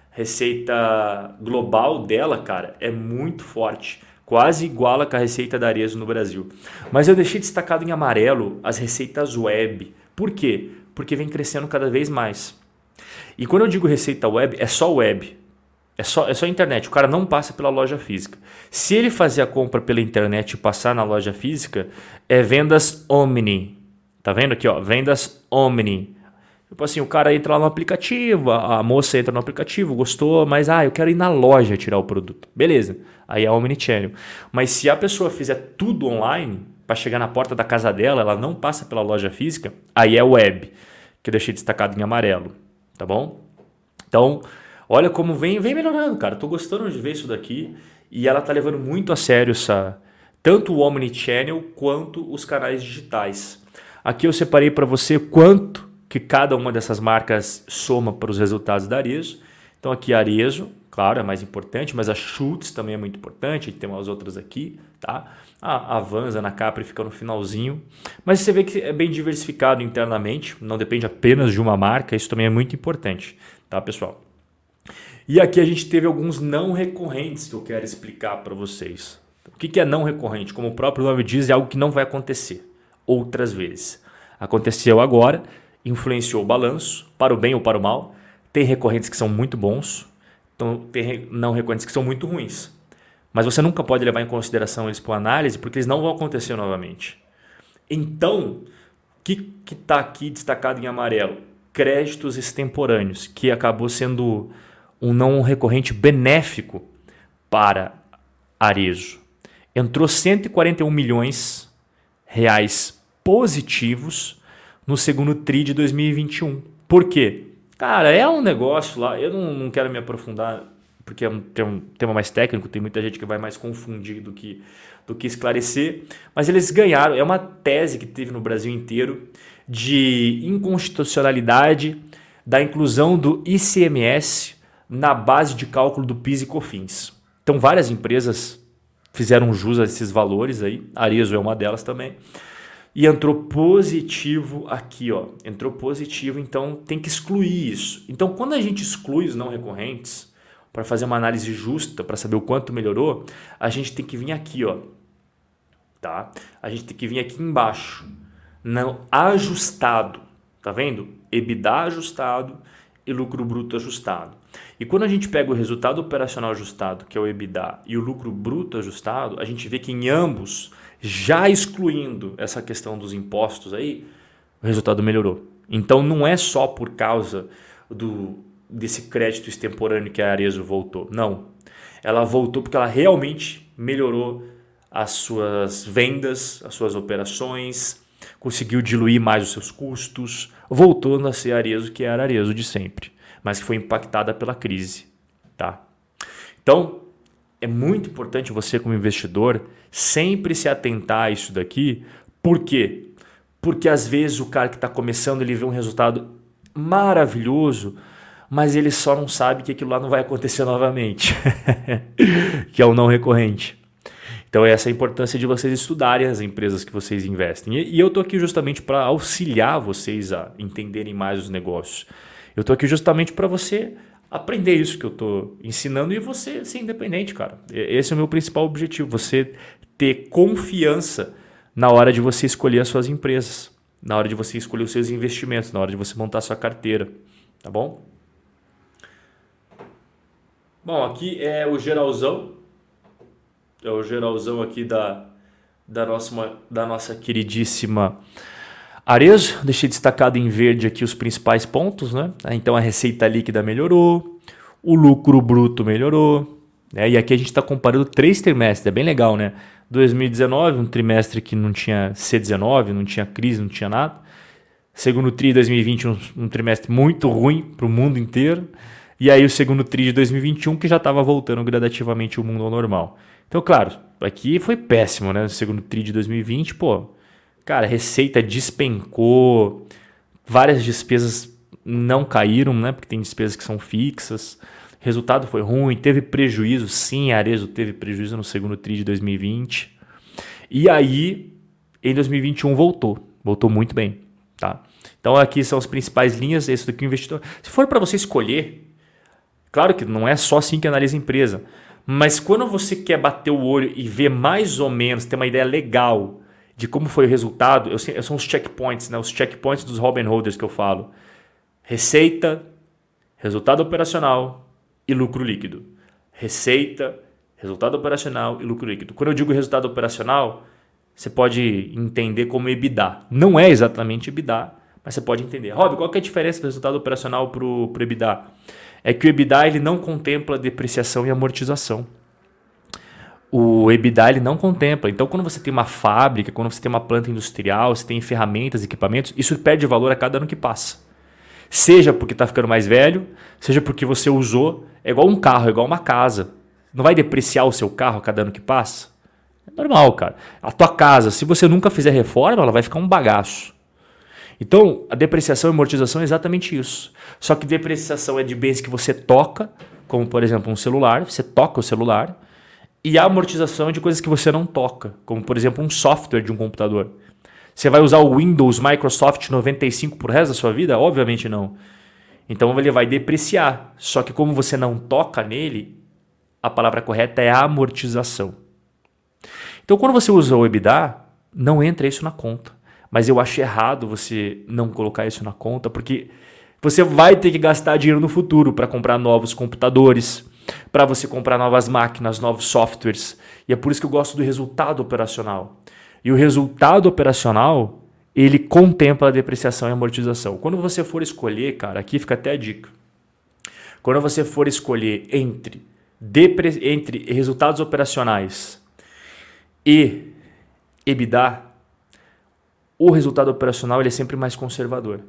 Receita global dela, cara, é muito forte. Quase iguala com a receita da Arezzo no Brasil. Mas eu deixei destacado em amarelo as receitas web. Por quê? Porque vem crescendo cada vez mais. E quando eu digo receita web, é só web. É só, é só internet. O cara não passa pela loja física. Se ele fazer a compra pela internet e passar na loja física, é vendas omni. Tá vendo aqui, ó? Vendas omni. Tipo assim, o cara entra lá no aplicativo, a moça entra no aplicativo, gostou, mas ah, eu quero ir na loja tirar o produto. Beleza, aí é omnichannel. Mas se a pessoa fizer tudo online, para chegar na porta da casa dela, ela não passa pela loja física, aí é web, que eu deixei destacado em amarelo, tá bom? Então, olha como vem, vem melhorando, cara. Tô gostando de ver isso daqui e ela tá levando muito a sério essa, tanto o omnichannel quanto os canais digitais. Aqui eu separei para você quanto que cada uma dessas marcas soma para os resultados da Arezzo. Então aqui a Arezzo, claro, é mais importante, mas a Schutz também é muito importante, tem umas outras aqui, tá? A, a Vans, a Anacapri fica no finalzinho, mas você vê que é bem diversificado internamente, não depende apenas de uma marca, isso também é muito importante, tá, pessoal? E aqui a gente teve alguns não recorrentes que eu quero explicar para vocês. O que é não recorrente? Como o próprio nome diz, é algo que não vai acontecer outras vezes. Aconteceu agora, influenciou o balanço, para o bem ou para o mal. Tem recorrentes que são muito bons, então tem não recorrentes que são muito ruins. Mas você nunca pode levar em consideração eles para análise, porque eles não vão acontecer novamente. Então, o que está aqui destacado em amarelo? Créditos extemporâneos, que acabou sendo um não recorrente benéfico para Arezzo. Entrou cento e quarenta e um milhões reais positivos no segundo tri de dois mil e vinte e um. Por quê? Cara, é um negócio lá, eu não, não quero me aprofundar, porque é um, tem um tema mais técnico, tem muita gente que vai mais confundir do que, do que esclarecer, mas eles ganharam, é uma tese que teve no Brasil inteiro de inconstitucionalidade da inclusão do I C M S na base de cálculo do PIS e COFINS. Então várias empresas fizeram jus a esses valores aí, a Arezzo é uma delas também, e entrou positivo aqui, ó. Entrou positivo, então tem que excluir isso. Então, quando a gente exclui os não recorrentes, para fazer uma análise justa, para saber o quanto melhorou, a gente tem que vir aqui, ó. Tá? A gente tem que vir aqui embaixo, não ajustado. Tá vendo? EBITDA ajustado e lucro bruto ajustado. E quando a gente pega o resultado operacional ajustado, que é o EBITDA, e o lucro bruto ajustado, a gente vê que em ambos, já excluindo essa questão dos impostos aí, o resultado melhorou. Então não é só por causa do, desse crédito extemporâneo que a Arezzo voltou. Não. Ela voltou porque ela realmente melhorou as suas vendas, as suas operações, conseguiu diluir mais os seus custos, voltou a ser a Arezzo que era a Arezzo de sempre, mas que foi impactada pela crise. Tá? Então, é muito importante você como investidor sempre se atentar a isso daqui. Por quê? Porque às vezes o cara que está começando, ele vê um resultado maravilhoso, mas ele só não sabe que aquilo lá não vai acontecer novamente, que é o não recorrente. Então essa é a importância de vocês estudarem as empresas que vocês investem. E, e eu estou aqui justamente para auxiliar vocês a entenderem mais os negócios. Eu estou aqui justamente para você aprender isso que eu estou ensinando e você ser independente, cara. Esse é o meu principal objetivo, você ter confiança na hora de você escolher as suas empresas, na hora de você escolher os seus investimentos, na hora de você montar a sua carteira, tá bom? Bom, aqui é o geralzão, é o geralzão aqui da, da, nossa, da nossa queridíssima Arezzo, deixei destacado em verde aqui os principais pontos, né? Então a receita líquida melhorou, o lucro bruto melhorou, né? E aqui a gente está comparando três trimestres, é bem legal, né? dois mil e dezenove, um trimestre que não tinha C dezenove, não tinha crise, não tinha nada. Segundo tri de dois mil e vinte, um, um trimestre muito ruim para o mundo inteiro. E aí o segundo tri de dois mil e vinte e um que já estava voltando gradativamente o mundo ao normal. Então, claro, aqui foi péssimo, né? O segundo tri de dois mil e vinte, pô, cara, receita despencou, várias despesas não caíram, né? Porque tem despesas que são fixas. Resultado foi ruim, teve prejuízo, sim, a Arezzo teve prejuízo no segundo tri de dois mil e vinte. E aí, em dois mil e vinte e um voltou, voltou muito bem, tá? Então aqui são as principais linhas, esse daqui o investidor. Se for para você escolher, claro que não é só assim que analisa a empresa, mas quando você quer bater o olho e ver mais ou menos, ter uma ideia legal de como foi o resultado, eu, eu são os checkpoints, né? Os checkpoints dos Robin Holders que eu falo. Receita, resultado operacional e lucro líquido. Receita, resultado operacional e lucro líquido. Quando eu digo resultado operacional, você pode entender como EBITDA. Não é exatamente EBITDA, mas você pode entender. Rob, qual que é a diferença do resultado operacional para o EBITDA? É que o EBITDA ele não contempla depreciação e amortização. O EBITDA ele não contempla. Então, quando você tem uma fábrica, quando você tem uma planta industrial, você tem ferramentas, equipamentos, isso perde valor a cada ano que passa. Seja porque está ficando mais velho, seja porque você usou. É igual um carro, é igual uma casa. Não vai depreciar o seu carro a cada ano que passa? É normal, cara. A tua casa, se você nunca fizer reforma, ela vai ficar um bagaço. Então, a depreciação e amortização é exatamente isso. Só que depreciação é de bens que você toca, como por exemplo um celular, você toca o celular. E a amortização é de coisas que você não toca, como por exemplo um software de um computador. Você vai usar o Windows Microsoft noventa e cinco pro resto da sua vida? Obviamente não. Então ele vai depreciar. Só que como você não toca nele, a palavra correta é amortização. Então quando você usa o EBITDA, não entra isso na conta. Mas eu acho errado você não colocar isso na conta, porque você vai ter que gastar dinheiro no futuro para comprar novos computadores, para você comprar novas máquinas, novos softwares. E é por isso que eu gosto do resultado operacional. E o resultado operacional, ele contempla a depreciação e amortização. Quando você for escolher, cara, aqui fica até a dica. Quando você for escolher entre, depre... entre resultados operacionais e EBITDA, o resultado operacional ele é sempre mais conservador.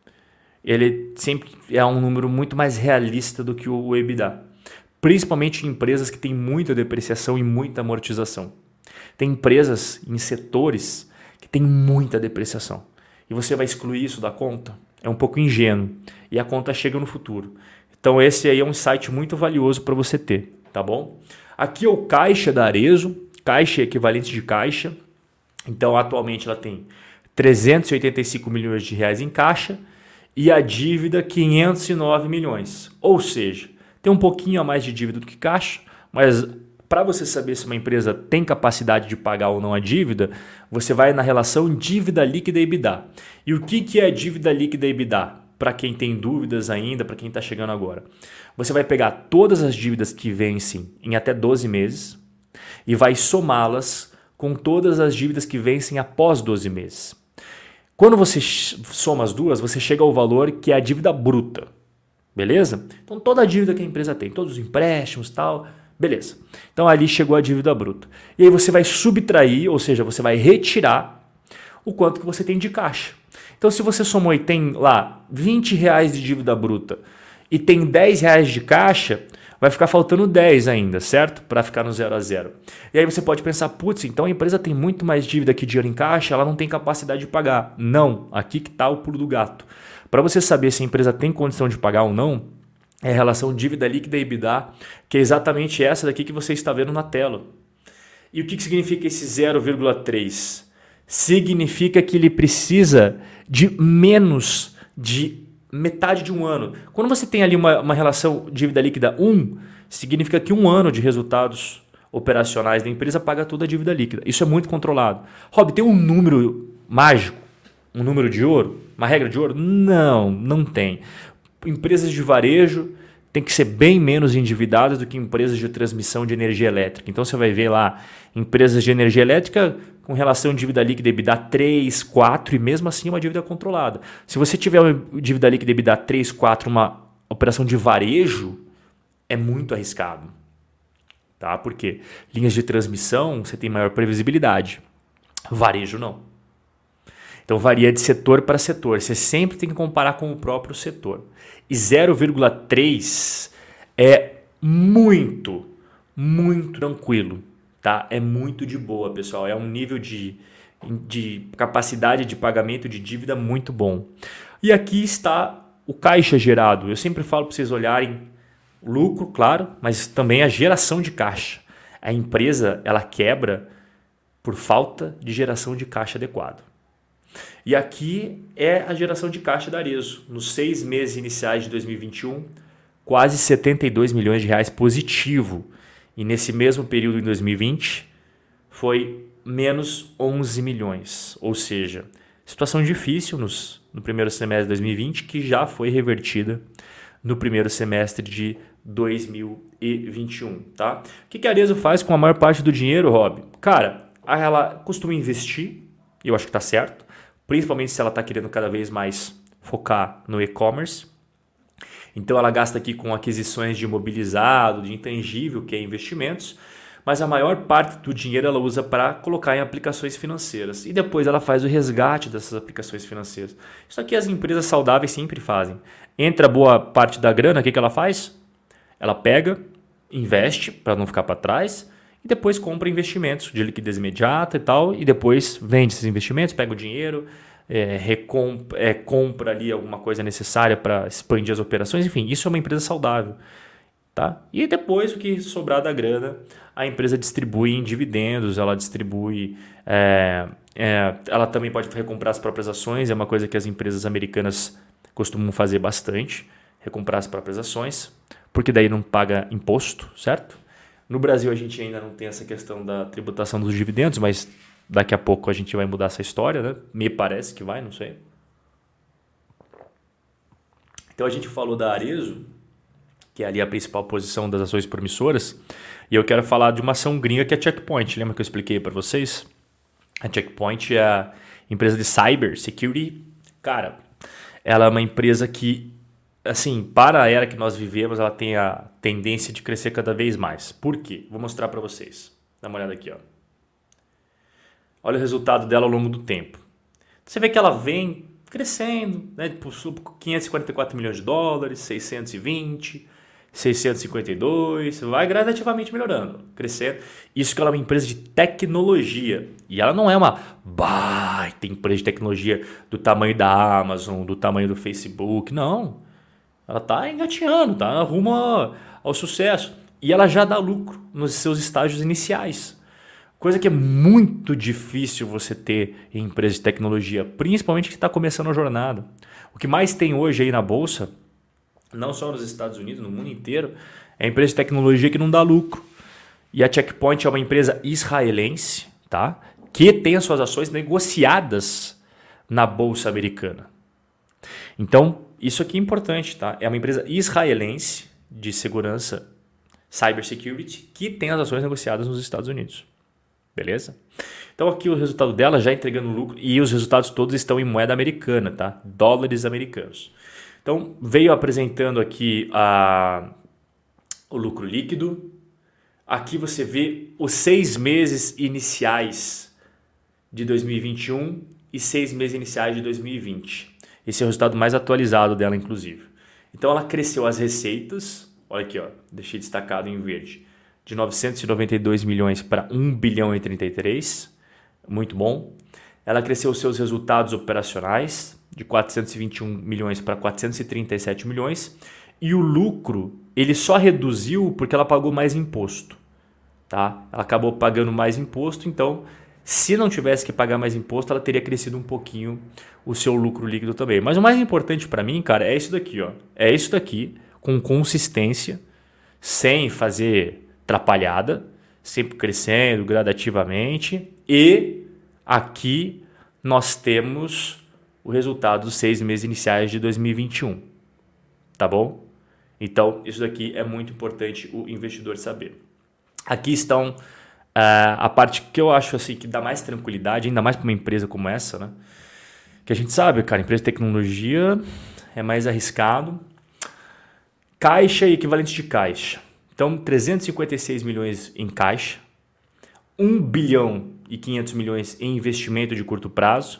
Ele sempre é um número muito mais realista do que o EBITDA. Principalmente em empresas que têm muita depreciação e muita amortização. Tem empresas em setores que têm muita depreciação. E você vai excluir isso da conta? É um pouco ingênuo. E a conta chega no futuro. Então esse aí é um insight muito valioso para você ter. Tá bom? Aqui é o caixa da Arezzo. Caixa é equivalente de caixa. Então atualmente ela tem trezentos e oitenta e cinco milhões de reais em caixa. E a dívida quinhentos e nove milhões. Ou seja, tem um pouquinho a mais de dívida do que caixa, mas para você saber se uma empresa tem capacidade de pagar ou não a dívida, você vai na relação dívida líquida e EBITDA. E o que, que é dívida líquida e EBITDA? Para quem tem dúvidas ainda, para quem está chegando agora. Você vai pegar todas as dívidas que vencem em até doze meses e vai somá-las com todas as dívidas que vencem após doze meses. Quando você soma as duas, você chega ao valor que é a dívida bruta. Beleza? Então toda a dívida que a empresa tem, todos os empréstimos e tal, beleza. Então ali chegou a dívida bruta. E aí você vai subtrair, ou seja, você vai retirar o quanto que você tem de caixa. Então se você somou e tem lá vinte reais de dívida bruta e tem dez reais de caixa, vai ficar faltando dez ainda, certo? Para ficar no zero a zero. E aí você pode pensar, putz, então a empresa tem muito mais dívida que dinheiro em caixa, ela não tem capacidade de pagar. Não, aqui que está o pulo do gato. Para você saber se a empresa tem condição de pagar ou não, é a relação dívida líquida e EBITDA, que é exatamente essa daqui que você está vendo na tela. E o que, que significa esse zero vírgula três? Significa que ele precisa de menos de metade de um ano. Quando você tem ali uma, uma relação dívida líquida um, significa que um ano de resultados operacionais da empresa paga toda a dívida líquida. Isso é muito controlado. Rob, tem um número mágico? Um número de ouro? Uma regra de ouro? Não, não tem. Empresas de varejo tem que ser bem menos endividadas do que empresas de transmissão de energia elétrica. Então você vai ver lá empresas de energia elétrica com relação dívida líquida EBITDA três, quatro e mesmo assim uma dívida controlada. Se você tiver uma dívida líquida EBITDA três, quatro, uma operação de varejo, é muito arriscado. Tá? Por quê? Linhas de transmissão você tem maior previsibilidade. Varejo não. Então varia de setor para setor. Você sempre tem que comparar com o próprio setor. E zero vírgula três é muito, muito tranquilo. Tá? É muito de boa, pessoal. É um nível de, de capacidade de pagamento de dívida muito bom. E aqui está o caixa gerado. Eu sempre falo para vocês olharem o lucro, claro, mas também a geração de caixa. A empresa ela quebra por falta de geração de caixa adequado. E aqui é a geração de caixa da Arezzo. Nos seis meses iniciais de dois mil e vinte e um, quase setenta e dois milhões de reais positivo. E nesse mesmo período em dois mil e vinte foi menos onze milhões. Ou seja, situação difícil nos, no primeiro semestre de dois mil e vinte que já foi revertida no primeiro semestre de dois mil e vinte e um. Tá? O que a Arezzo faz com a maior parte do dinheiro, Rob? Cara, ela costuma investir, e eu acho que está certo, principalmente se ela está querendo cada vez mais focar no e-commerce. Então ela gasta aqui com aquisições de imobilizado, de intangível, que é investimentos, mas a maior parte do dinheiro ela usa para colocar em aplicações financeiras. E depois ela faz o resgate dessas aplicações financeiras. Isso aqui as empresas saudáveis sempre fazem. Entra boa parte da grana, o que, que ela faz? Ela pega, investe para não ficar para trás e depois compra investimentos de liquidez imediata e tal, e depois vende esses investimentos, pega o dinheiro, É, recomp- é, compra ali alguma coisa necessária para expandir as operações, enfim, isso é uma empresa saudável. Tá? E depois o que sobrar da grana, a empresa distribui em dividendos, ela distribui, é, é, ela também pode recomprar as próprias ações, é uma coisa que as empresas americanas costumam fazer bastante, recomprar as próprias ações, porque daí não paga imposto, certo? No Brasil a gente ainda não tem essa questão da tributação dos dividendos, mas daqui a pouco a gente vai mudar essa história, né? Me parece que vai, não sei. Então a gente falou da Arezzo, que é ali a principal posição das ações promissoras, e eu quero falar de uma ação gringa que é a Checkpoint. Lembra que eu expliquei para vocês? A Checkpoint é a empresa de cyber security. Cara, ela é uma empresa que, assim, para a era que nós vivemos, ela tem a tendência de crescer cada vez mais. Por quê? Vou mostrar para vocês. Dá uma olhada aqui, ó. Olha o resultado dela ao longo do tempo. Você vê que ela vem crescendo, né? quinhentos e quarenta e quatro milhões de dólares, seiscentos e vinte, seiscentos e cinquenta e dois, vai gradativamente melhorando, crescendo. Isso que ela é uma empresa de tecnologia. E ela não é uma baita empresa de tecnologia do tamanho da Amazon, do tamanho do Facebook. Não. Ela está engateando, está rumo ao, ao sucesso. E ela já dá lucro nos seus estágios iniciais. Coisa que é muito difícil você ter em empresa de tecnologia, principalmente que está começando a jornada. O que mais tem hoje aí na bolsa, não só nos Estados Unidos, no mundo inteiro, é empresa de tecnologia que não dá lucro. E a Checkpoint é uma empresa israelense, tá? Que tem as suas ações negociadas na bolsa americana. Então, isso aqui é importante, tá? É uma empresa israelense de segurança, cybersecurity, que tem as ações negociadas nos Estados Unidos. Beleza? Então aqui o resultado dela já entregando lucro e os resultados todos estão em moeda americana, tá? Dólares americanos. Então veio apresentando aqui a, o lucro líquido. Aqui você vê os seis meses iniciais de dois mil e vinte e um e seis meses iniciais de dois mil e vinte. Esse é o resultado mais atualizado dela, inclusive. Então ela cresceu as receitas, olha aqui, ó, deixei destacado em verde, de novecentos e noventa e dois milhões para um bilhão e trinta e três, muito bom. Ela cresceu os seus resultados operacionais de quatrocentos e vinte e um milhões para quatrocentos e trinta e sete milhões e o lucro ele só reduziu porque ela pagou mais imposto, tá? Ela acabou pagando mais imposto, então se não tivesse que pagar mais imposto, ela teria crescido um pouquinho o seu lucro líquido também. Mas o mais importante para mim, cara, é isso daqui, ó. É isso daqui com consistência, sem fazer atrapalhada, sempre crescendo gradativamente, e aqui nós temos o resultado dos seis meses iniciais de dois mil e vinte e um, tá bom? Então, isso daqui é muito importante o investidor saber. Aqui estão uh, a parte que eu acho assim, que dá mais tranquilidade, ainda mais para uma empresa como essa, né? Que a gente sabe, cara, empresa de tecnologia é mais arriscado. Caixa e equivalente de caixa. Então, trezentos e cinquenta e seis milhões em caixa, um bilhão e quinhentos milhões em investimento de curto prazo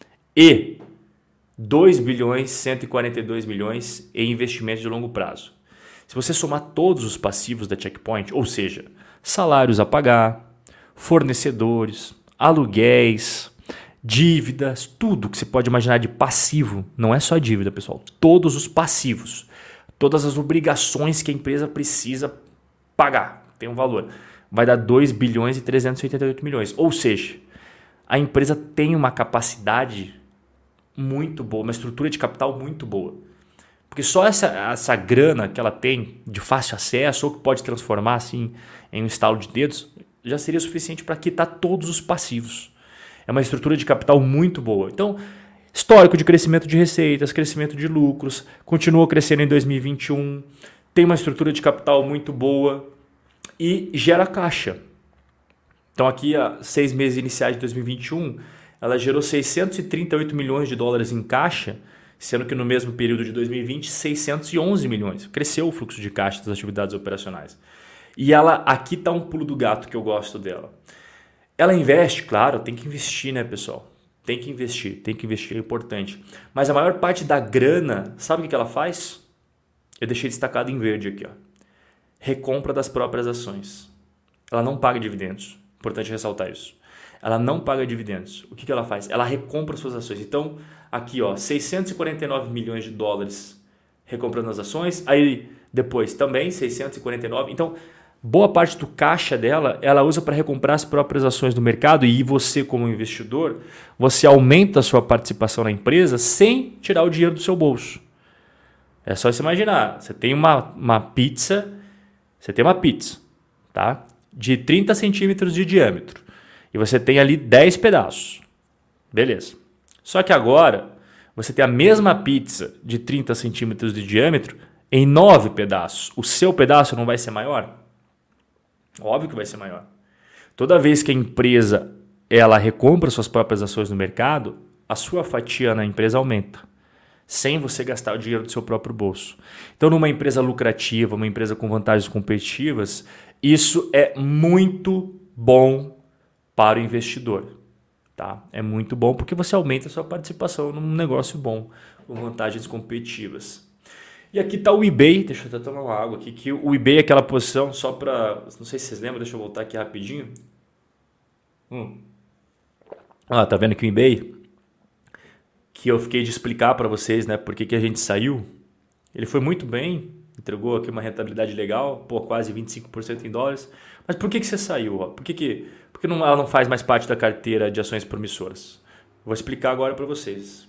e dois bilhões e cento e quarenta e dois milhões em investimento de longo prazo. Se você somar todos os passivos da Checkpoint, ou seja, salários a pagar, fornecedores, aluguéis, dívidas, tudo que você pode imaginar de passivo, não é só dívida, pessoal, todos os passivos, todas as obrigações que a empresa precisa pagar, tem um valor, vai dar dois bilhões e trezentos e oitenta e oito milhões, ou seja, a empresa tem uma capacidade muito boa, uma estrutura de capital muito boa. Porque só essa, essa grana que ela tem de fácil acesso ou que pode transformar assim em um estalo de dedos já seria suficiente para quitar todos os passivos. É uma estrutura de capital muito boa. Então, histórico de crescimento de receitas, crescimento de lucros, continua crescendo em dois mil e vinte e um, tem uma estrutura de capital muito boa e gera caixa. Então aqui, há seis meses iniciais de dois mil e vinte e um, ela gerou seiscentos e trinta e oito milhões de dólares em caixa, sendo que no mesmo período de dois mil e vinte, seiscentos e onze milhões. Cresceu o fluxo de caixa das atividades operacionais. E ela, aqui está um pulo do gato que eu gosto dela. Ela investe, claro, tem que investir, né, pessoal? Tem que investir, tem que investir, é importante. Mas a maior parte da grana, sabe o que ela faz? Eu deixei destacado em verde aqui, ó. Recompra das próprias ações. Ela não paga dividendos. Importante ressaltar isso. Ela não paga dividendos. O que, que ela faz? Ela recompra suas ações. Então, aqui, ó, seiscentos e quarenta e nove milhões de dólares recomprando as ações. Aí, depois, também seiscentos e quarenta e nove. Então, boa parte do caixa dela, ela usa para recomprar as próprias ações do mercado. E você, como investidor, você aumenta a sua participação na empresa sem tirar o dinheiro do seu bolso. É só você imaginar. Você tem uma, uma pizza, você tem uma pizza, tá? De trinta centímetros de diâmetro. E você tem ali dez pedaços. Beleza. Só que agora você tem a mesma pizza de trinta centímetros de diâmetro em nove pedaços. O seu pedaço não vai ser maior? Óbvio que vai ser maior. Toda vez que a empresa ela recompra suas próprias ações no mercado, a sua fatia na empresa aumenta, sem você gastar o dinheiro do seu próprio bolso. Então, numa empresa lucrativa, uma empresa com vantagens competitivas, isso é muito bom para o investidor. Tá? É muito bom porque você aumenta a sua participação num negócio bom, com vantagens competitivas. E aqui está o eBay, deixa eu até tomar uma água aqui, que o eBay é aquela posição só para, não sei se vocês lembram, deixa eu voltar aqui rapidinho. Hum. Ah, tá vendo aqui o eBay? Que eu fiquei de explicar para vocês, né, por que que a gente saiu. Ele foi muito bem, entregou aqui uma rentabilidade legal, pô, quase vinte e cinco por cento em dólares. Mas por que que você saiu? Por que que, por que não, ela não faz mais parte da carteira de ações promissoras? Vou explicar agora para vocês.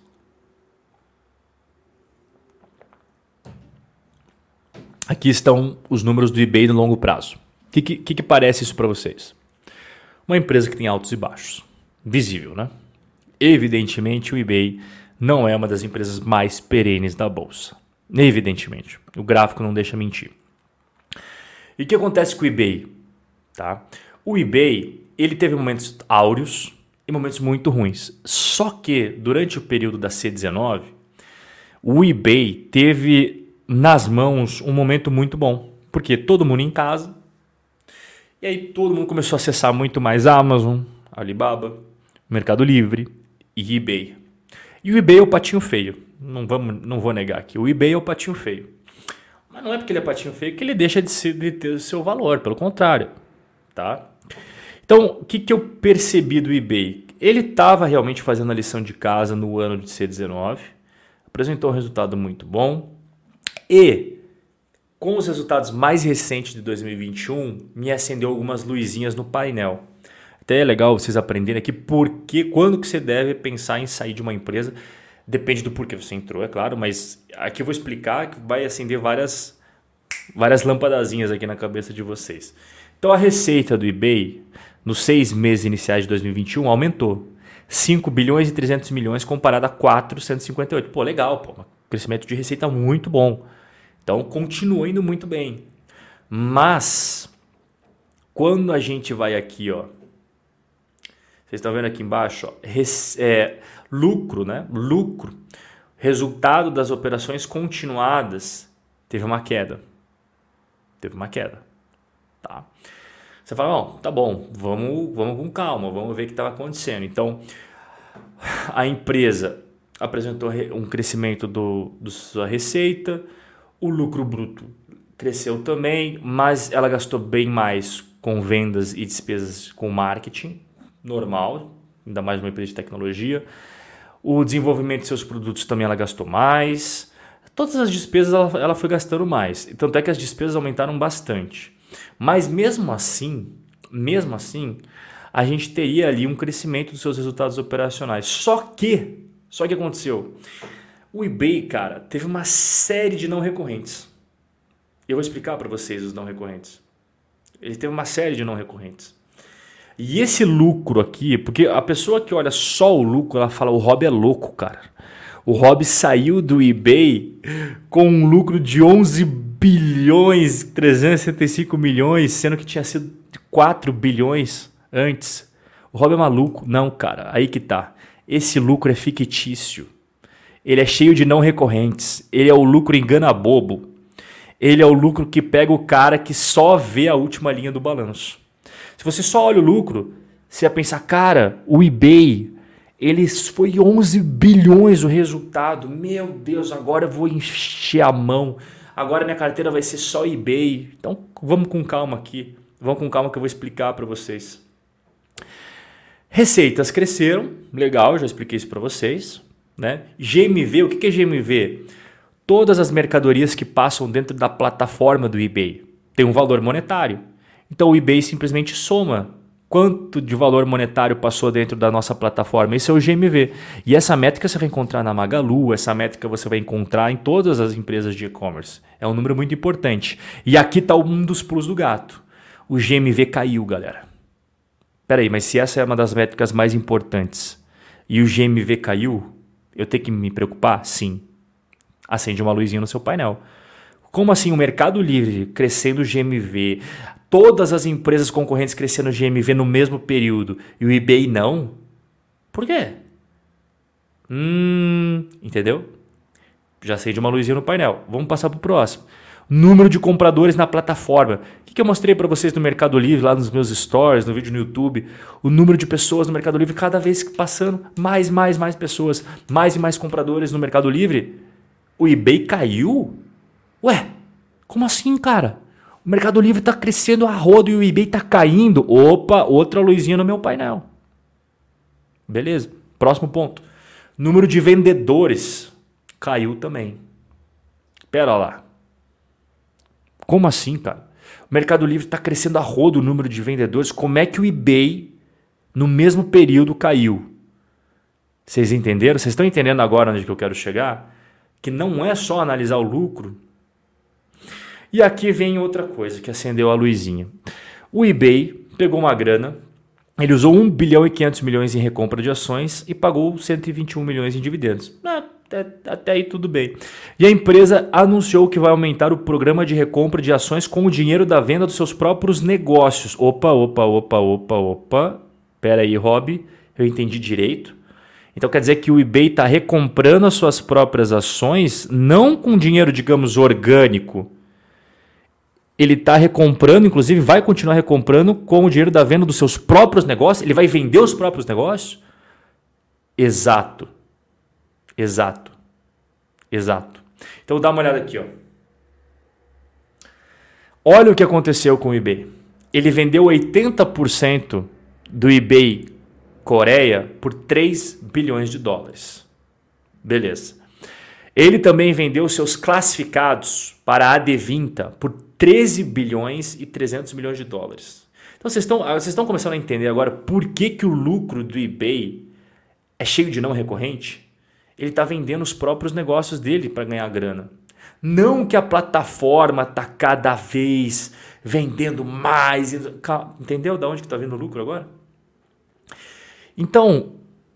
Aqui estão os números do eBay no longo prazo. O que, que, que parece isso para vocês? Uma empresa que tem altos e baixos. Visível, né? Evidentemente, o eBay não é uma das empresas mais perenes da bolsa. Evidentemente. O gráfico não deixa mentir. E o que acontece com o eBay? Tá? O eBay ele teve momentos áureos e momentos muito ruins. Só que, durante o período da C dezenove, o eBay teve nas mãos um momento muito bom. Porque todo mundo em casa. E aí todo mundo começou a acessar muito mais a Amazon, Alibaba, Mercado Livre e eBay. E o eBay é o patinho feio. Não, vamos, não vou negar aqui. O eBay é o patinho feio. Mas não é porque ele é patinho feio que ele deixa de, ser, de ter o seu valor. Pelo contrário. Tá? Então, o que, que eu percebi do eBay? Ele estava realmente fazendo a lição de casa no ano de C dezenove. Apresentou um resultado muito bom. E, com os resultados mais recentes de dois mil e vinte e um, me acendeu algumas luzinhas no painel. Até é legal vocês aprenderem aqui porque, quando que você deve pensar em sair de uma empresa. Depende do porquê você entrou, é claro, mas aqui eu vou explicar que vai acender várias, várias lampadazinhas aqui na cabeça de vocês. Então, a receita do eBay, nos seis meses iniciais de dois mil e vinte e um, aumentou. cinco bilhões e trezentos milhões comparado a quatrocentos e cinquenta e oito. Pô, legal, pô, um crescimento de receita muito bom. Então continua indo muito bem. Mas quando a gente vai aqui, ó, vocês estão vendo aqui embaixo, ó, res, é, lucro, né? Lucro, resultado das operações continuadas, teve uma queda. Teve uma queda, tá? Você fala, não, tá bom, vamos, vamos com calma, vamos ver o que estava acontecendo. Então, a empresa apresentou um crescimento do, do sua receita, o lucro bruto cresceu também, mas ela gastou bem mais com vendas e despesas com marketing, normal, ainda mais uma empresa de tecnologia. O desenvolvimento de seus produtos também ela gastou mais. Todas as despesas ela, ela foi gastando mais. Tanto é que as despesas aumentaram bastante. Mas mesmo assim, mesmo assim, a gente teria ali um crescimento dos seus resultados operacionais. Só que, só que aconteceu. O eBay, cara, teve uma série de não recorrentes. Eu vou explicar para vocês os não recorrentes. Ele teve uma série de não recorrentes. E esse lucro aqui, porque a pessoa que olha só o lucro, ela fala, o Rob é louco, cara. O Rob saiu do eBay com um lucro de onze bilhões, trezentos e sessenta e cinco milhões, sendo que tinha sido quatro bilhões antes. O Rob é maluco. Não, cara, aí que tá. Esse lucro é fictício. Ele é cheio de não recorrentes. Ele é o lucro engana bobo. Ele é o lucro que pega o cara que só vê a última linha do balanço. Se você só olha o lucro, você vai pensar, cara, o eBay, ele foi onze bilhões o resultado. Meu Deus, agora eu vou encher a mão. Agora minha carteira vai ser só eBay. Então vamos com calma aqui. Vamos com calma que eu vou explicar para vocês. Receitas cresceram, legal, já expliquei isso para vocês. Né? G M V, o que é G M V? Todas as mercadorias que passam dentro da plataforma do eBay têm um valor monetário. Então o eBay simplesmente soma quanto de valor monetário passou dentro da nossa plataforma. Esse é o G M V. E essa métrica você vai encontrar na Magalu, essa métrica você vai encontrar em todas as empresas de e-commerce. É um número muito importante. E aqui está um dos pulos do gato. O G M V caiu, galera. Peraí, mas se essa é uma das métricas mais importantes e o G M V caiu, eu tenho que me preocupar? Sim. Acende uma luzinha no seu painel. Como assim o Mercado Livre crescendo o G M V, todas as empresas concorrentes crescendo o G M V no mesmo período e o eBay não? Por quê? Hum, entendeu? Já acende uma luzinha no painel. Vamos passar para o próximo. Número de compradores na plataforma. O que, que eu mostrei para vocês no Mercado Livre, lá nos meus stories, no vídeo no YouTube? O número de pessoas no Mercado Livre cada vez passando, mais, mais, mais pessoas, mais e mais compradores no Mercado Livre. O eBay caiu? Ué, como assim, cara? O Mercado Livre está crescendo a rodo e o eBay está caindo. Opa, outra luzinha no meu painel. Beleza, próximo ponto. Número de vendedores caiu também. Pera lá. Como assim, cara? O Mercado Livre está crescendo a rodo o número de vendedores. Como é que o eBay, no mesmo período, caiu? Vocês entenderam? Vocês estão entendendo agora onde que eu quero chegar? Que não é só analisar o lucro. E aqui vem outra coisa que acendeu a luzinha. O eBay pegou uma grana, ele usou um bilhão e quinhentos milhões em recompra de ações e pagou cento e vinte e um milhões em dividendos. Ah, até, até aí tudo bem. E a empresa anunciou que vai aumentar o programa de recompra de ações com o dinheiro da venda dos seus próprios negócios. Opa, opa, opa, opa, opa. Pera aí, Rob, eu entendi direito. Então quer dizer que o eBay está recomprando as suas próprias ações, não com dinheiro, digamos, orgânico. Ele está recomprando, inclusive vai continuar recomprando com o dinheiro da venda dos seus próprios negócios? Ele vai vender os próprios negócios? Exato. Exato. Exato. Então dá uma olhada aqui, ó. Olha o que aconteceu com o eBay. Ele vendeu oitenta por cento do eBay Coreia por três bilhões de dólares. Beleza. Ele também vendeu seus classificados para a Adevinta por treze bilhões e trezentos milhões de dólares. Então vocês estão, vocês estão começando a entender agora por que, que o lucro do eBay é cheio de não recorrente? Ele está vendendo os próprios negócios dele para ganhar grana. Não que a plataforma está cada vez vendendo mais. Entendeu de onde está vindo o lucro agora? Então,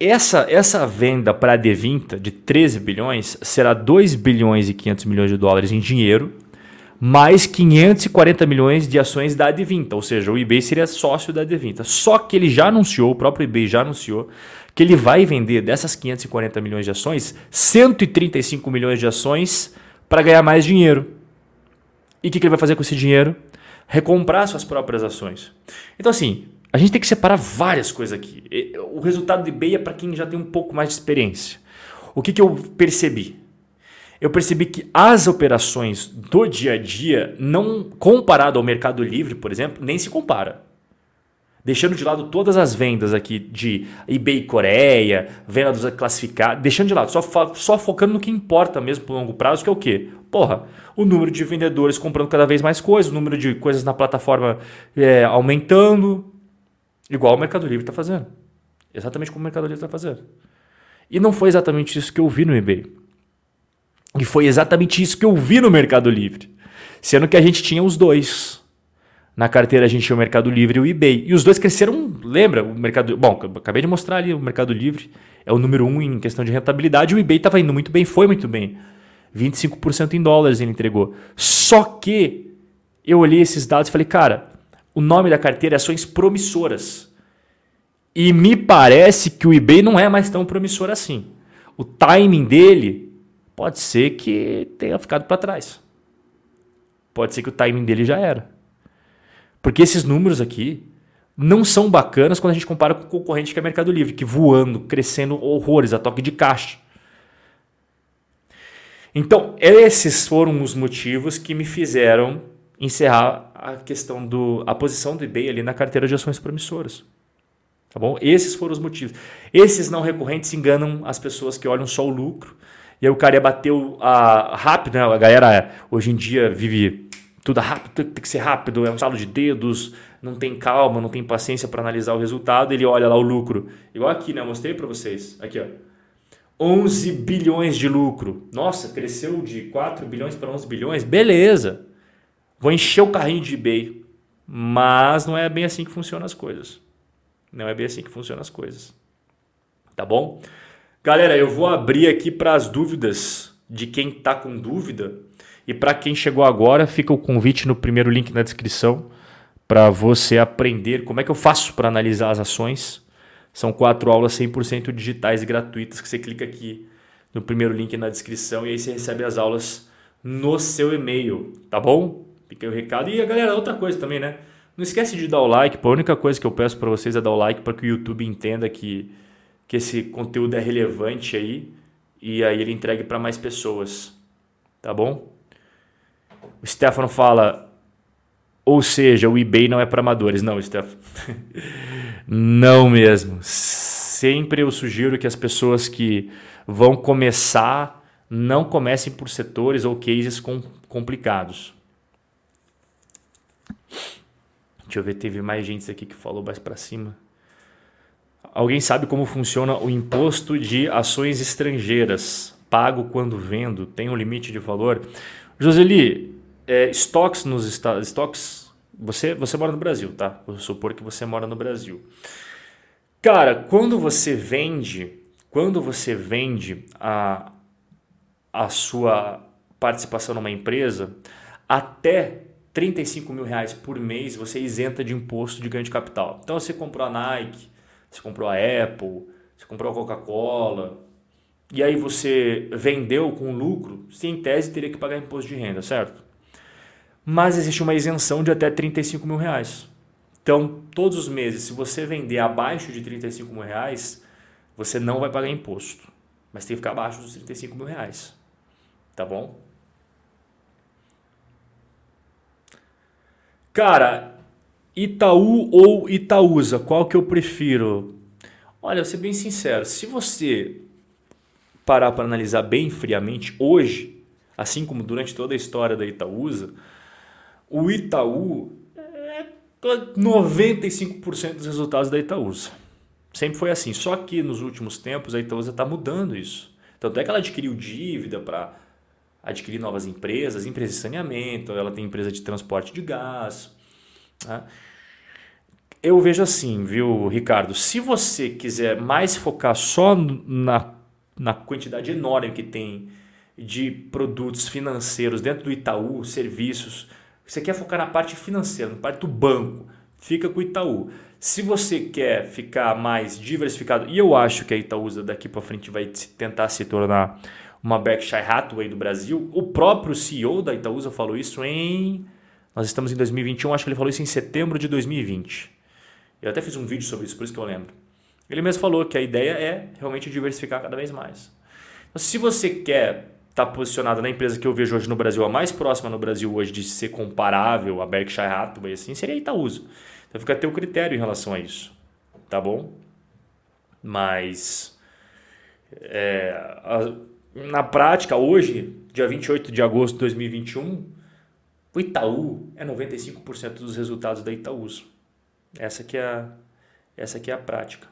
essa, essa venda para a Adevinta de treze bilhões será dois bilhões e quinhentos milhões de dólares em dinheiro, mais quinhentos e quarenta milhões de ações da Adevinta, ou seja, o eBay seria sócio da Adevinta. Só que ele já anunciou, o próprio eBay já anunciou, que ele vai vender dessas quinhentos e quarenta milhões de ações, cento e trinta e cinco milhões de ações para ganhar mais dinheiro. E o que, que ele vai fazer com esse dinheiro? Recomprar suas próprias ações. Então assim, a gente tem que separar várias coisas aqui. O resultado do eBay é para quem já tem um pouco mais de experiência. O que, que eu percebi? Eu percebi que as operações do dia a dia, não comparado ao Mercado Livre, por exemplo, nem se compara. Deixando de lado todas as vendas aqui de eBay Coreia, venda dos classificados, deixando de lado, só, só focando no que importa mesmo para o longo prazo, que é o quê? Porra, o número de vendedores comprando cada vez mais coisas, o número de coisas na plataforma é, aumentando, igual o Mercado Livre está fazendo. Exatamente como o Mercado Livre está fazendo. E não foi exatamente isso que eu vi no eBay. E foi exatamente isso que eu vi no Mercado Livre. Sendo que a gente tinha os dois. Na carteira a gente tinha o Mercado Livre e o eBay. E os dois cresceram, lembra? O Mercado, bom, acabei de mostrar ali, o Mercado Livre é o número um em questão de rentabilidade. O eBay estava indo muito bem, foi muito bem. vinte e cinco por cento em dólares ele entregou. Só que eu olhei esses dados e falei, cara, o nome da carteira é Ações Promissoras. E me parece que o eBay não é mais tão promissor assim. O timing dele pode ser que tenha ficado para trás. Pode ser que o timing dele já era. Porque esses números aqui não são bacanas quando a gente compara com o concorrente que é Mercado Livre, que voando, crescendo horrores, a toque de caixa. Então, esses foram os motivos que me fizeram encerrar a questão do a posição do eBay ali na carteira de ações promissoras. Tá bom? Esses foram os motivos. Esses não recorrentes enganam as pessoas que olham só o lucro. E aí o cara ia bater a, rápido, né? A galera hoje em dia vive tudo rápido, tem que ser rápido, é um estalo de dedos, não tem calma, não tem paciência para analisar o resultado. Ele olha lá o lucro. Igual aqui, né? Eu mostrei para vocês. Aqui, ó. onze bilhões de lucro. Nossa, cresceu de quatro bilhões para onze bilhões. Beleza. Vou encher o carrinho de eBay. Mas não é bem assim que funcionam as coisas. Não é bem assim que funcionam as coisas. Tá bom? Galera, eu vou abrir aqui para as dúvidas de quem está com dúvida. E para quem chegou agora, fica o convite no primeiro link na descrição para você aprender como é que eu faço para analisar as ações. São quatro aulas cem por cento digitais e gratuitas que você clica aqui no primeiro link na descrição e aí você recebe as aulas no seu e-mail, tá bom? Fica aí o recado. E galera, outra coisa também, né? Não esquece de dar o like, pô. A única coisa que eu peço para vocês é dar o like para que o YouTube entenda que, que esse conteúdo é relevante aí e aí ele entregue para mais pessoas, tá bom? O Stefano fala, ou seja, o eBay não é para amadores. Não, Stefano. Não mesmo. Sempre eu sugiro que as pessoas que vão começar não comecem por setores ou cases com, complicados. Deixa eu ver, teve mais gente aqui que falou mais para cima. Alguém sabe como funciona o imposto de ações estrangeiras? Pago quando vendo? Tem um limite de valor? Joseli, é, estoques nos Estados estoques, você, você mora no Brasil, tá? Vou supor que você mora no Brasil. Cara, quando você vende, quando você vende a, a sua participação numa empresa, até trinta e cinco mil reais por mês você é isenta de imposto de ganho de capital. Então você comprou a Nike, você comprou a Apple, você comprou a Coca-Cola, e aí você vendeu com lucro, você em tese teria que pagar imposto de renda, certo? Mas existe uma isenção de até trinta e cinco mil reais. Então, todos os meses, se você vender abaixo de trinta e cinco mil reais, você não vai pagar imposto. Mas tem que ficar abaixo dos trinta e cinco mil reais. Tá bom? Cara, Itaú ou Itaúsa, qual que eu prefiro? Olha, vou ser bem sincero, se você parar para analisar bem friamente hoje, assim como durante toda a história da Itaúsa, o Itaú é noventa e cinco por cento dos resultados da Itaúsa. Sempre foi assim, só que nos últimos tempos a Itaúsa está mudando isso. Tanto é que ela adquiriu dívida para adquirir novas empresas, empresas de saneamento, ela tem empresa de transporte de gás. Tá? eu vejo assim, viu, Ricardo? Se você quiser mais focar só na, na quantidade enorme que tem de produtos financeiros dentro do Itaú, serviços, você quer focar na parte financeira, na parte do banco, fica com o Itaú. Se você quer ficar mais diversificado, e eu acho que a Itaúsa daqui para frente vai tentar se tornar uma Berkshire Hathaway do Brasil, o próprio C E O da Itaúsa falou isso em... Nós estamos em dois mil e vinte e um, acho que ele falou isso em setembro de dois mil e vinte. Eu até fiz um vídeo sobre isso, por isso que eu lembro. Ele mesmo falou que a ideia é realmente diversificar cada vez mais. Então, se você quer estar posicionado na empresa que eu vejo hoje no Brasil, a mais próxima no Brasil hoje de ser comparável a Berkshire Hathaway, assim, seria a Itaúsa. Então fica a teu critério em relação a isso, tá bom? Mas é, a, na prática, hoje, dia vinte e oito de agosto de dois mil e vinte e um, o Itaú é noventa e cinco por cento dos resultados da Itaúsa. Essa que é a, essa que é a prática.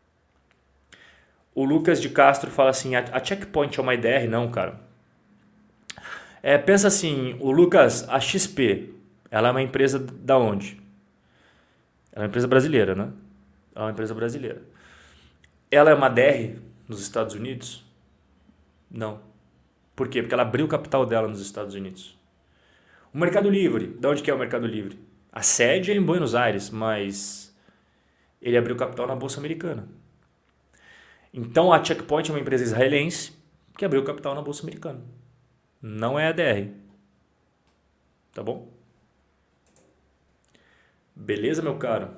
O Lucas de Castro fala assim, a, a Checkpoint é uma I D R? Não, cara. É, pensa assim, o Lucas, a X P, ela é uma empresa da onde? Ela é uma empresa brasileira, né? Ela é uma empresa brasileira. Ela é uma D R nos Estados Unidos? Não. Por quê? Porque ela abriu o capital dela nos Estados Unidos. O Mercado Livre, de onde que é o Mercado Livre? A sede é em Buenos Aires, mas ele abriu capital na Bolsa Americana. Então a Checkpoint é uma empresa israelense que abriu capital na Bolsa Americana. Não é a D R. Tá bom? Beleza, meu caro?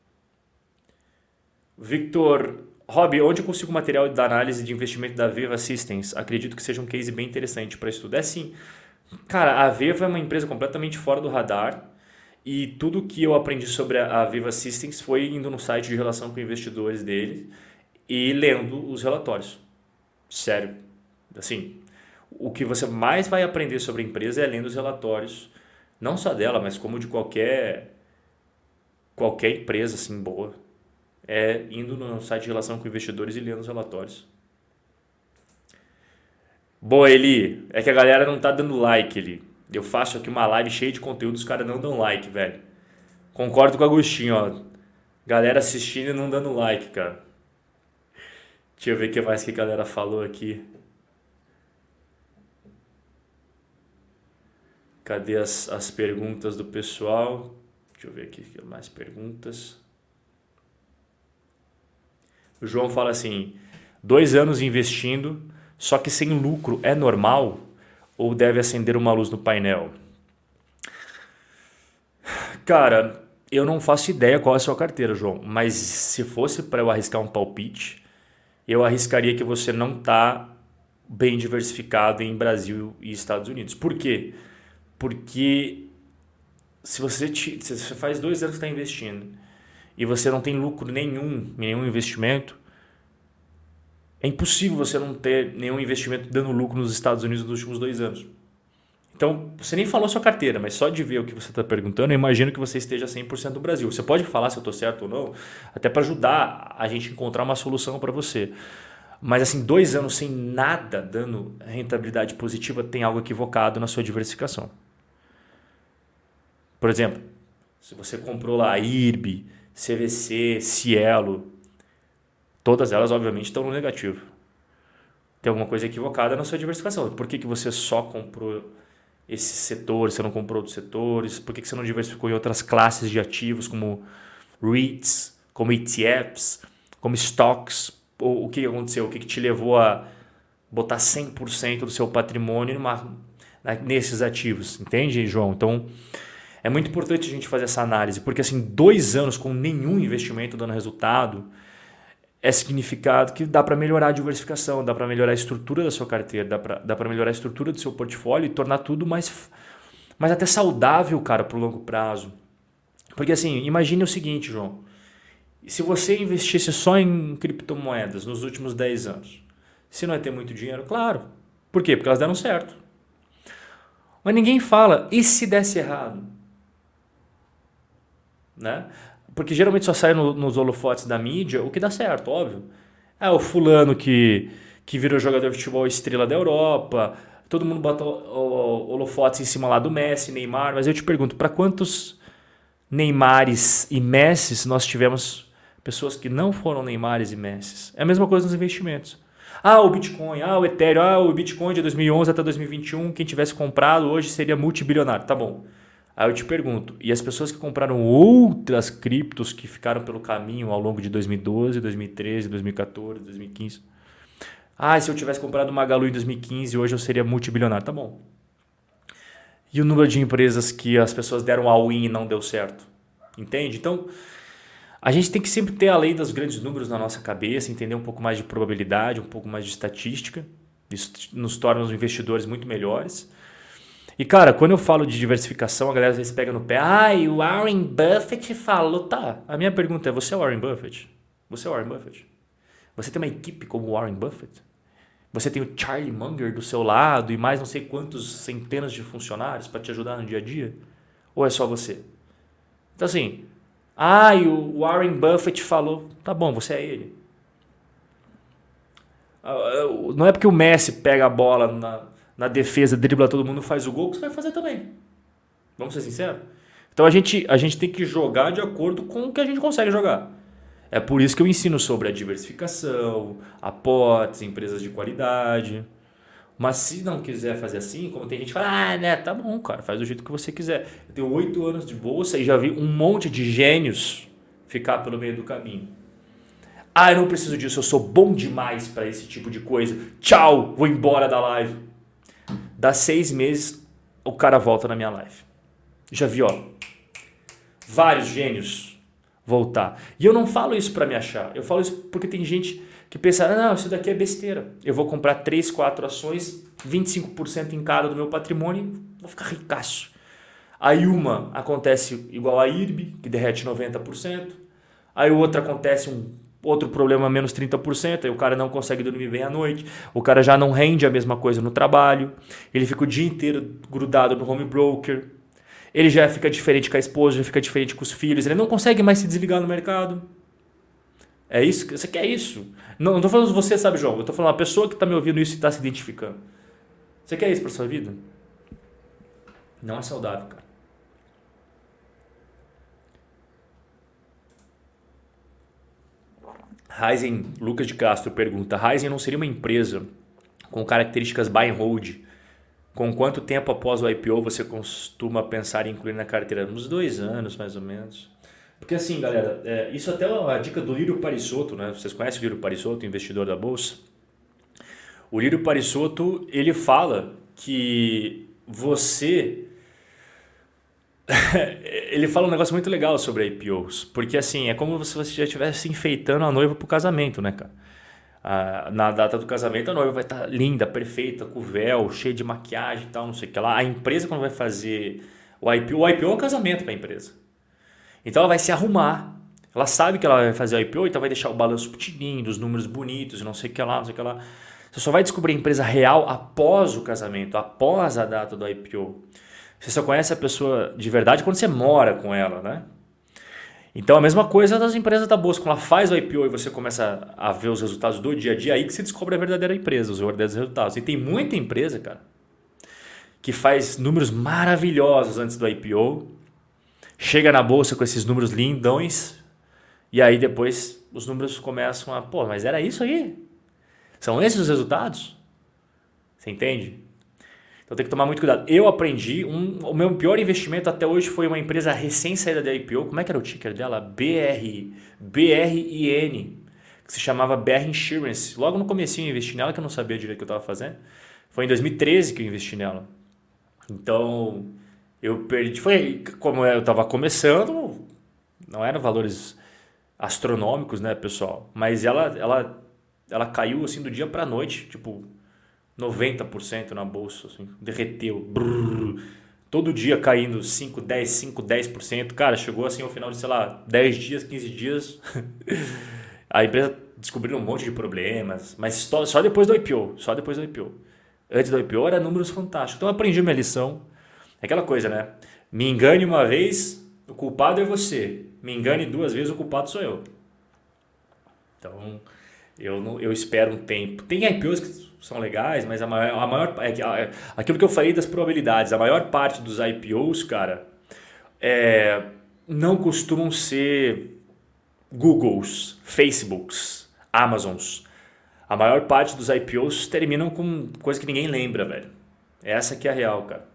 Victor, Rob, onde eu consigo material da análise de investimento da Veva Systems? Acredito que seja um case bem interessante para estudo. É sim. Cara, a Veva é uma empresa completamente fora do radar e tudo que eu aprendi sobre a Veva Systems foi indo no site de relação com investidores dele e lendo os relatórios. Sério. Assim, o que você mais vai aprender sobre a empresa é lendo os relatórios, não só dela, mas como de qualquer qualquer empresa assim boa. É indo no site de relação com investidores e lendo os relatórios. Boa, Eli. É que a galera não tá dando like, Eli. Eu faço aqui uma live cheia de conteúdo, os caras não dão like, velho. Concordo com o Agostinho, ó. Galera assistindo e não dando like, cara. Deixa eu ver o que mais que a galera falou aqui. Cadê as, as perguntas do pessoal? Deixa eu ver aqui mais perguntas. O João fala assim, dois anos investindo, só que sem lucro, é normal? Ou deve acender uma luz no painel? Cara, eu não faço ideia qual é a sua carteira, João. Mas se fosse para eu arriscar um palpite, eu arriscaria que você não está bem diversificado em Brasil e Estados Unidos. Por quê? Porque se você, te, se você faz dois anos que está investindo e você não tem lucro nenhum, nenhum investimento, é impossível você não ter nenhum investimento dando lucro nos Estados Unidos nos últimos dois anos. Então, você nem falou a sua carteira, mas só de ver o que você está perguntando, eu imagino que você esteja cem por cento no Brasil. Você pode falar se eu estou certo ou não, até para ajudar a gente a encontrar uma solução para você. Mas assim, dois anos sem nada dando rentabilidade positiva, tem algo equivocado na sua diversificação. Por exemplo, se você comprou lá a I R B, C V C, Cielo, todas elas obviamente estão no negativo. Tem alguma coisa equivocada na sua diversificação. Por que, que você só comprou esse setor, você não comprou outros setores? Por que, que você não diversificou em outras classes de ativos como REITs, como E T Fs, como stocks? O, o que aconteceu? O que, que te levou a botar cem por cento do seu patrimônio numa, nesses ativos? Entende, João? Então, é muito importante a gente fazer essa análise, porque assim, dois anos com nenhum investimento dando resultado é significado que dá para melhorar a diversificação, dá para melhorar a estrutura da sua carteira, dá para dá para melhorar a estrutura do seu portfólio e tornar tudo mais, mais até saudável, cara, para o longo prazo. Porque assim, imagine o seguinte, João, se você investisse só em criptomoedas nos últimos dez anos, você não ia ter muito dinheiro? Claro. Por quê? Porque elas deram certo. Mas ninguém fala, e se desse errado? Né? Porque geralmente só sai no, nos holofotes da mídia o que dá certo, óbvio. É o fulano que, que virou jogador de futebol estrela da Europa, todo mundo bota holofotes em cima lá do Messi, Neymar, mas eu te pergunto, para quantos Neymares e Messis, nós tivemos pessoas que não foram Neymares e Messis. É a mesma coisa nos investimentos. Ah, o Bitcoin, ah, o Ethereum, ah, o Bitcoin de dois mil e onze até dois mil e vinte e um, quem tivesse comprado hoje seria multibilionário. Tá bom. Aí eu te pergunto, e as pessoas que compraram outras criptos que ficaram pelo caminho ao longo de dois mil e doze, dois mil e treze, dois mil e quatorze, dois mil e quinze? Ah, se eu tivesse comprado Magalu em dois mil e quinze, hoje eu seria multibilionário. Tá bom. E o número de empresas que as pessoas deram all-in e não deu certo? Entende? Então, a gente tem que sempre ter a lei dos grandes números na nossa cabeça, entender um pouco mais de probabilidade, um pouco mais de estatística. Isso nos torna os investidores muito melhores. E, cara, quando eu falo de diversificação, a galera às vezes pega no pé. Ai, o Warren Buffett falou. Tá, a minha pergunta é, você é o Warren Buffett? Você é o Warren Buffett? Você tem uma equipe como o Warren Buffett? Você tem o Charlie Munger do seu lado e mais não sei quantos centenas de funcionários para te ajudar no dia a dia? Ou é só você? Então assim, ah, e o Warren Buffett falou, tá bom, você é ele. Não é porque o Messi pega a bola na, na defesa, dribla todo mundo, faz o gol, que você vai fazer também. Vamos ser sinceros? Então a gente, a gente tem que jogar de acordo com o que a gente consegue jogar. É por isso que eu ensino sobre a diversificação, aportes, empresas de qualidade. Mas se não quiser fazer assim, como tem gente que fala, ah, né, tá bom, cara, faz do jeito que você quiser. Eu tenho oito anos de bolsa e já vi um monte de gênios ficar pelo meio do caminho. Ah, eu não preciso disso, eu sou bom demais para esse tipo de coisa. Tchau, vou embora da live. Dá seis meses, o cara volta na minha live. Já vi, ó, vários gênios voltar. E eu não falo isso para me achar. Eu falo isso porque tem gente que pensa, não, isso daqui é besteira. Eu vou comprar três, quatro ações, vinte e cinco por cento em cada do meu patrimônio e vou ficar ricaço. Aí uma acontece igual a I R B, que derrete noventa por cento. Aí outra acontece um outro problema menos trinta por cento. Aí o cara não consegue dormir bem à noite. O cara já não rende a mesma coisa no trabalho. Ele fica o dia inteiro grudado no home broker. Ele já fica diferente com a esposa, já fica diferente com os filhos. Ele não consegue mais se desligar no mercado. É isso? Você quer isso? Não, não estou falando você, sabe, João? Eu estou falando uma pessoa que está me ouvindo isso e está se identificando. Você quer isso para sua vida? Não é saudável, cara. Raizen, Lucas de Castro pergunta, Raizen não seria uma empresa com características buy and hold? Com quanto tempo após o I P O você costuma pensar em incluir na carteira? Uns dois anos, mais ou menos. Porque assim, galera, é, isso até é uma dica do Lírio Parisotto, né? Vocês conhecem o Lírio Parisotto, investidor da Bolsa? O Lírio Parisotto, ele fala que você... ele fala um negócio muito legal sobre I P Os, porque assim, é como se você já estivesse enfeitando a noiva pro casamento, né, cara? Ah, na data do casamento a noiva vai estar linda, perfeita, com véu, cheia de maquiagem e tal, não sei o que lá. A empresa quando vai fazer o I P O, o I P O é um casamento para a empresa. Então ela vai se arrumar. Ela sabe que ela vai fazer o I P O, então vai deixar o balanço pequenininho, os números bonitos, não sei o que lá, não sei o que lá. Você só vai descobrir a empresa real após o casamento, após a data do I P O. Você só conhece a pessoa de verdade quando você mora com ela, né? Então a mesma coisa das empresas da bolsa. Quando ela faz o I P O e você começa a ver os resultados do dia a dia, aí que você descobre a verdadeira empresa, os verdadeiros resultados. E tem muita empresa, cara, que faz números maravilhosos antes do I P O, chega na bolsa com esses números lindões, e aí depois os números começam a... Pô, mas era isso aí? São esses os resultados? Você entende? Então tem que tomar muito cuidado. Eu aprendi, um, o meu pior investimento até hoje foi uma empresa recém-saída da I P O. Como é que era o ticker dela? B R, B R I N, que se chamava B R Insurance. Logo no comecinho eu investi nela, que eu não sabia direito o que eu estava fazendo. Foi em dois mil e treze que eu investi nela. Então eu perdi, foi como eu estava começando, não eram valores astronômicos, né, pessoal? Mas ela, ela, ela caiu assim do dia para a noite, tipo... noventa por cento na bolsa, assim, derreteu, brrr, todo dia caindo cinco, dez, cinco, dez por cento, cara, chegou assim ao final de, sei lá, dez dias, quinze dias, a empresa descobriu um monte de problemas, mas só depois do I P O, só depois do I P O, antes do I P O era números fantásticos, então eu aprendi minha lição, é aquela coisa, né, me engane uma vez, o culpado é você, me engane duas vezes, o culpado sou eu, então... Eu, não, eu espero um tempo. Tem I P Os que são legais, mas a maior, a maior é, aquilo que eu falei das probabilidades, a maior parte dos I P Os, cara, é, não costumam ser Googles, Facebooks, Amazons. A maior parte dos I P Os terminam com coisa que ninguém lembra, velho. Essa que é a real, cara.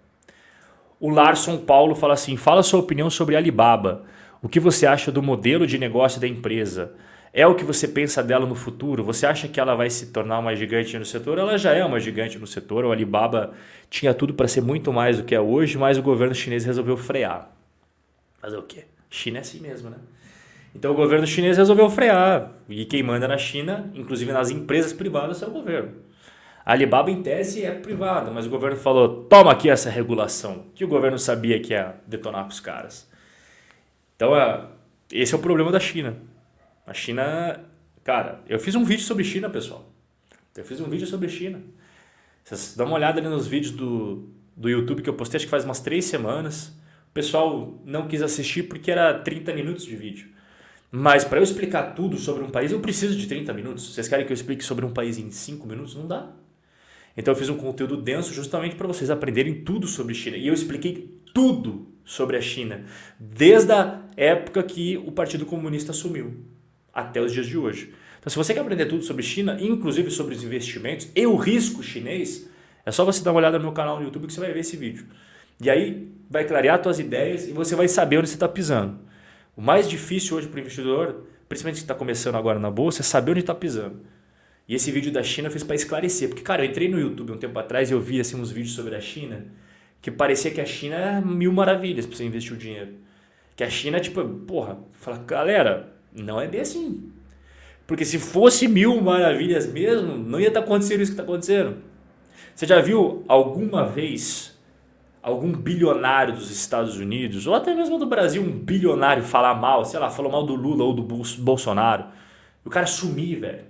O Larson Paulo fala assim, fala sua opinião sobre Alibaba. O que você acha do modelo de negócio da empresa? É o que você pensa dela no futuro? Você acha que ela vai se tornar uma gigante no setor? Ela já é uma gigante no setor. O Alibaba tinha tudo para ser muito mais do que é hoje, mas o governo chinês resolveu frear. Fazer o quê? China é assim mesmo, né? Então o governo chinês resolveu frear. E quem manda na China, inclusive nas empresas privadas, é o governo. A Alibaba, em tese, é privada, mas o governo falou, toma aqui essa regulação, que o governo sabia que ia detonar para os caras. Então, esse é o problema da China. A China... Cara, eu fiz um vídeo sobre China, pessoal. Eu fiz um vídeo sobre China. Vocês dão uma olhada ali nos vídeos do, do YouTube que eu postei, acho que faz umas três semanas. O pessoal não quis assistir porque era trinta minutos de vídeo. Mas para eu explicar tudo sobre um país, eu preciso de trinta minutos. Vocês querem que eu explique sobre um país em cinco minutos? Não dá. Então eu fiz um conteúdo denso justamente para vocês aprenderem tudo sobre China. E eu expliquei tudo sobre a China, desde a época que o Partido Comunista assumiu, até os dias de hoje. Então se você quer aprender tudo sobre China, inclusive sobre os investimentos e o risco chinês, é só você dar uma olhada no meu canal no YouTube que você vai ver esse vídeo. E aí vai clarear as tuas ideias e você vai saber onde você está pisando. O mais difícil hoje para o investidor, principalmente que está começando agora na bolsa, é saber onde está pisando. E esse vídeo da China eu fiz para esclarecer. Porque, cara, eu entrei no YouTube um tempo atrás e eu vi assim, uns vídeos sobre a China que parecia que a China é mil maravilhas para você investir o dinheiro. Que a China, tipo, porra, fala, galera, não é bem assim. Porque se fosse mil maravilhas mesmo, não ia estar acontecendo isso que está acontecendo. Você já viu alguma vez algum bilionário dos Estados Unidos, ou até mesmo do Brasil, um bilionário falar mal, sei lá, falou mal do Lula ou do Bolsonaro, e o cara sumir, velho?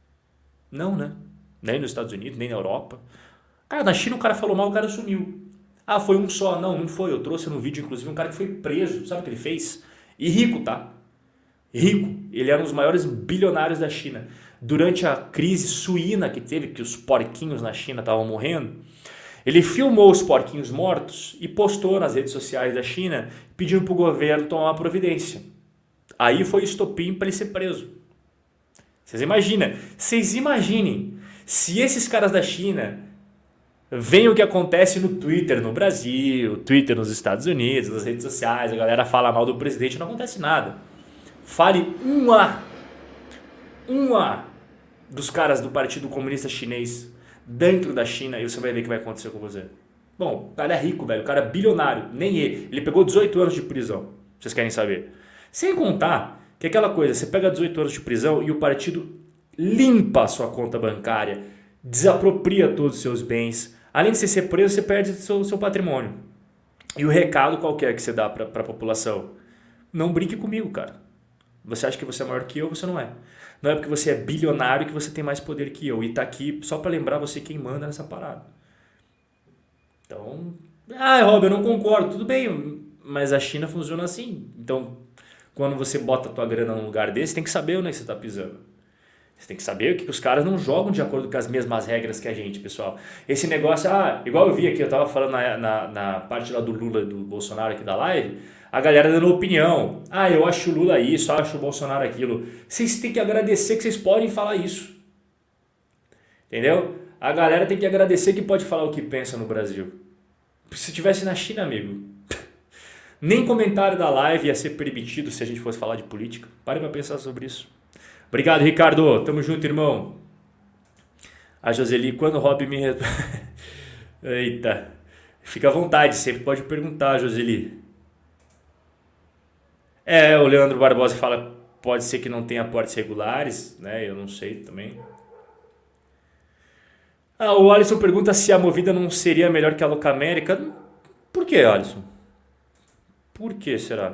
Não, né? Nem nos Estados Unidos, nem na Europa. Cara, na China o cara falou mal, o cara sumiu. Ah, foi um só. Não, não foi. Eu trouxe no vídeo, inclusive, um cara que foi preso. Sabe o que ele fez? E rico, tá? Rico. Ele era um dos maiores bilionários da China. Durante a crise suína que teve, que os porquinhos na China estavam morrendo, ele filmou os porquinhos mortos e postou nas redes sociais da China, pedindo para o governo tomar uma providência. Aí foi estopim para ele ser preso. Vocês imaginam? Vocês imaginem se esses caras da China veem o que acontece no Twitter no Brasil, Twitter nos Estados Unidos, nas redes sociais, a galera fala mal do presidente, não acontece nada. Fale uma, uma dos caras do Partido Comunista Chinês dentro da China e você vai ver o que vai acontecer com você. Bom, o cara é rico, velho, o cara é bilionário, nem ele. Ele pegou dezoito anos de prisão, vocês querem saber. Sem contar que é aquela coisa, você pega dezoito anos de prisão e o partido limpa a sua conta bancária, desapropria todos os seus bens. Além de você ser preso, você perde o seu, seu patrimônio. E o recado qualquer que você dá para a população? Não brinque comigo, cara. Você acha que você é maior que eu, você não é. Não é porque você é bilionário que você tem mais poder que eu. E tá aqui só para lembrar você quem manda nessa parada. Então, ah, Rob, eu não concordo. Tudo bem, mas a China funciona assim. Então, quando você bota a tua grana num lugar desse, tem que saber onde você está pisando. Você tem que saber que os caras não jogam de acordo com as mesmas regras que a gente, pessoal. Esse negócio, ah, igual eu vi aqui, eu tava falando na, na, na parte lá do Lula e do Bolsonaro aqui da live, a galera dando opinião. Ah, eu acho o Lula isso, eu acho o Bolsonaro aquilo. Vocês têm que agradecer que vocês podem falar isso. Entendeu? A galera tem que agradecer que pode falar o que pensa no Brasil. Se tivesse na China, amigo, nem comentário da live ia ser permitido se a gente fosse falar de política. Pare para pensar sobre isso. Obrigado, Ricardo. Tamo junto, irmão. A Joseli, quando o Rob me... Eita. Fica à vontade, sempre pode perguntar, Joseli. É, o Leandro Barbosa fala, pode ser que não tenha aportes regulares, né? Eu não sei também. Ah, o Alisson pergunta se a Movida não seria melhor que a Locamérica. Por que, Alisson? Por que será?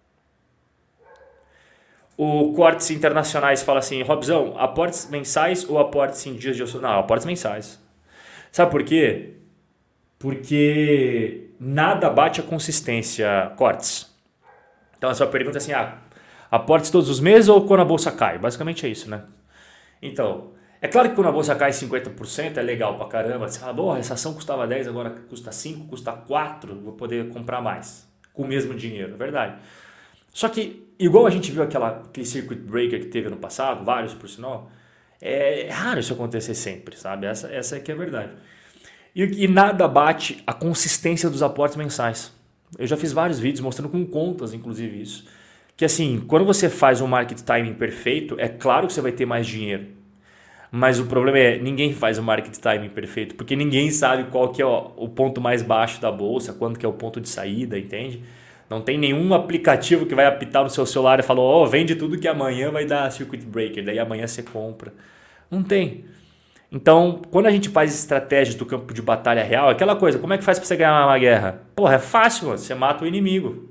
O Cortes Internacionais fala assim, Robzão, aportes mensais ou aportes em dias de oscilação? Não, aportes mensais. Sabe por quê? Porque nada bate a consistência, Cortes. Então a sua pergunta é assim, ah, aportes todos os meses ou quando a bolsa cai? Basicamente é isso, né? Então, é claro que quando a bolsa cai cinquenta por cento é legal pra caramba. Você fala, bom, essa ação custava dez, agora custa cinco, custa quatro, vou poder comprar mais com o mesmo dinheiro, é verdade. Só que, igual a gente viu aquela, aquele circuit breaker que teve ano passado, vários por sinal, é raro isso acontecer sempre, sabe? Essa, essa é que é a verdade. E, e nada bate a consistência dos aportes mensais. Eu já fiz vários vídeos mostrando com contas, inclusive, isso. Que assim, quando você faz um market timing perfeito, é claro que você vai ter mais dinheiro. Mas o problema é, ninguém faz o market timing perfeito, porque ninguém sabe qual que é o, o ponto mais baixo da bolsa, quando que é o ponto de saída, entende? Não tem nenhum aplicativo que vai apitar no seu celular e falar, ó, oh, vende tudo que amanhã vai dar circuit breaker, daí amanhã você compra. Não tem. Então, quando a gente faz estratégias do campo de batalha real, aquela coisa, como é que faz para você ganhar uma guerra? Porra, é fácil, mano, você mata o inimigo.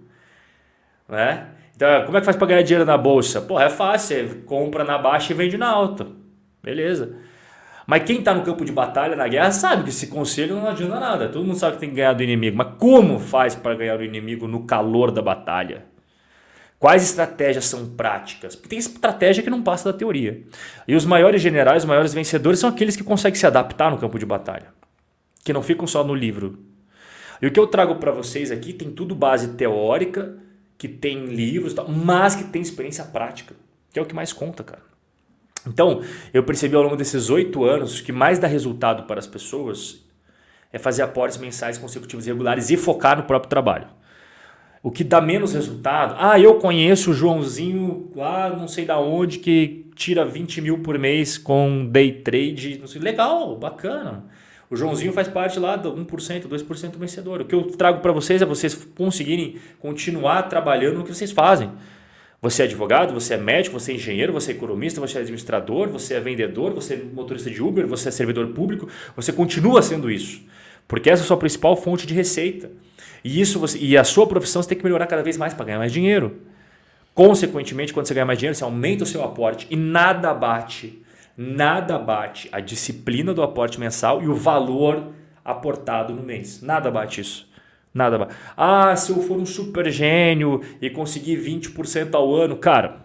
Né? Então, como é que faz para ganhar dinheiro na bolsa? Porra, é fácil, você compra na baixa e vende na alta. Beleza. Mas quem está no campo de batalha, na guerra, sabe que esse conselho não adianta nada. Todo mundo sabe que tem que ganhar do inimigo. Mas como faz para ganhar do inimigo no calor da batalha? Quais estratégias são práticas? Porque tem estratégia que não passa da teoria. E os maiores generais, os maiores vencedores são aqueles que conseguem se adaptar no campo de batalha. Que não ficam só no livro. E o que eu trago para vocês aqui tem tudo base teórica, que tem livros, mas que tem experiência prática. Que é o que mais conta, cara. Então, eu percebi ao longo desses oito anos que mais dá resultado para as pessoas é fazer aportes mensais consecutivos regulares e focar no próprio trabalho. O que dá menos resultado... Ah, eu conheço o Joãozinho lá não sei da onde que tira vinte mil por mês com day trade. Não sei, legal, bacana. O Joãozinho faz parte lá do um por cento, dois por cento vencedor. O que eu trago para vocês é vocês conseguirem continuar trabalhando no que vocês fazem. Você é advogado, você é médico, você é engenheiro, você é economista, você é administrador, você é vendedor, você é motorista de Uber, você é servidor público, você continua sendo isso. Porque essa é a sua principal fonte de receita. E, isso você, e a sua profissão você tem que melhorar cada vez mais para ganhar mais dinheiro. Consequentemente, quando você ganhar mais dinheiro, você aumenta o seu aporte e nada bate, nada bate a disciplina do aporte mensal e o valor aportado no mês. Nada bate isso. Nada. Ah, se eu for um super gênio e conseguir vinte por cento ao ano, cara.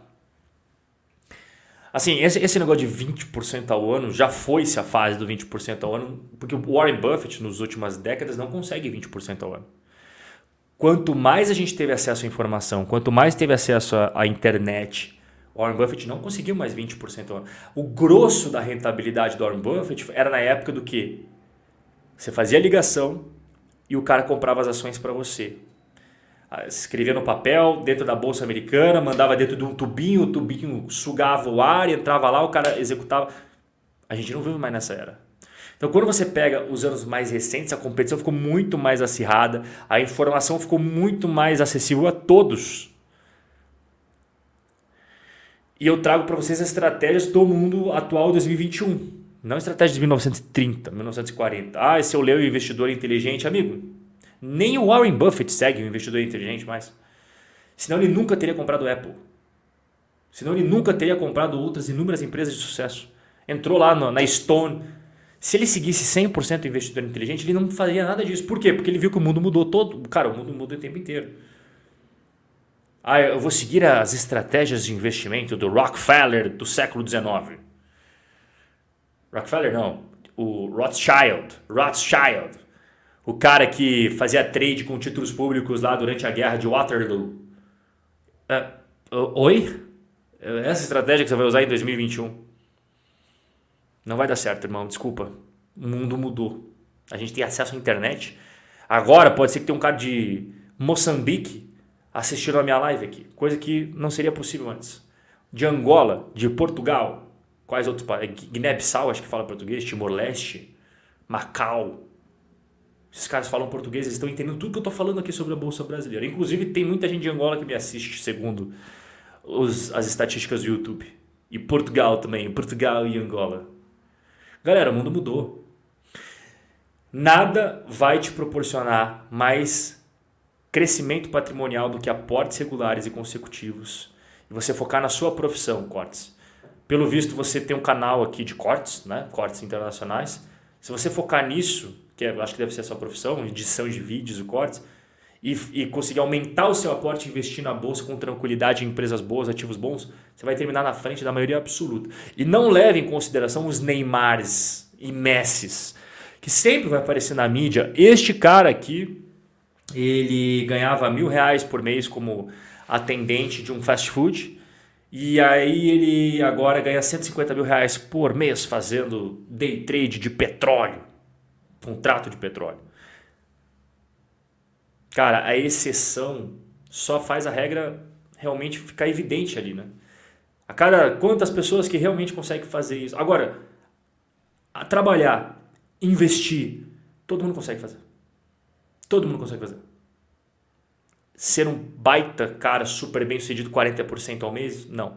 Assim, esse, esse negócio de vinte por cento ao ano já foi-se a fase do vinte por cento ao ano, porque o Warren Buffett nas últimas décadas não consegue vinte por cento ao ano. Quanto mais a gente teve acesso à informação, quanto mais teve acesso à, à internet, o Warren Buffett não conseguiu mais vinte por cento ao ano. O grosso da rentabilidade do Warren Buffett era na época do que você fazia a ligação e o cara comprava as ações para você. Escrevia no papel, dentro da bolsa americana, mandava dentro de um tubinho, o tubinho sugava o ar, entrava lá, o cara executava. A gente não vive mais nessa era. Então, quando você pega os anos mais recentes, a competição ficou muito mais acirrada, a informação ficou muito mais acessível a todos. E eu trago para vocês as estratégias do mundo atual dois mil e vinte e um. Não estratégia de mil novecentos e trinta, mil novecentos e quarenta. Ah, esse eu leio o Investidor Inteligente. Amigo, nem o Warren Buffett segue o Investidor Inteligente mais. Senão ele nunca teria comprado Apple. Senão ele nunca teria comprado outras inúmeras empresas de sucesso. Entrou lá no, na Stone. Se ele seguisse cem por cento o Investidor Inteligente, ele não faria nada disso. Por quê? Porque ele viu que o mundo mudou todo. Cara, o mundo muda o tempo inteiro. Ah, eu vou seguir as estratégias de investimento do Rockefeller do século dezenove. Rockefeller não, o Rothschild, Rothschild, o cara que fazia trade com títulos públicos lá durante a guerra de Waterloo. Uh, oi? Essa estratégia que você vai usar em dois mil e vinte e um? Não vai dar certo, irmão, desculpa. O mundo mudou. A gente tem acesso à internet. Agora pode ser que tenha um cara de Moçambique assistindo a minha live aqui, coisa que não seria possível antes. De Angola, de Portugal. Quais outros países? Guiné-Bissau, acho que fala português, Timor-Leste, Macau. Esses caras falam português, eles estão entendendo tudo que eu estou falando aqui sobre a Bolsa Brasileira. Inclusive, tem muita gente de Angola que me assiste, segundo os, as estatísticas do YouTube. E Portugal também, Portugal e Angola. Galera, o mundo mudou. Nada vai te proporcionar mais crescimento patrimonial do que aportes regulares e consecutivos. E você focar na sua profissão, Cortes. Pelo visto, você tem um canal aqui de cortes, né? Cortes internacionais. Se você focar nisso, que eu acho que deve ser a sua profissão, edição de vídeos e cortes, e, e conseguir aumentar o seu aporte e investir na bolsa com tranquilidade em empresas boas, ativos bons, você vai terminar na frente da maioria absoluta. E não leve em consideração os Neymars e Messis, que sempre vai aparecer na mídia. Este cara aqui, ele ganhava mil reais por mês como atendente de um fast food. E aí ele agora ganha cento e cinquenta mil reais por mês fazendo day trade de petróleo. Contrato de petróleo. Cara, a exceção só faz a regra realmente ficar evidente ali, né? A cada quantas pessoas que realmente conseguem fazer isso. Agora, a trabalhar, investir, todo mundo consegue fazer. Todo mundo consegue fazer. Ser um baita cara super bem sucedido quarenta por cento ao mês? Não.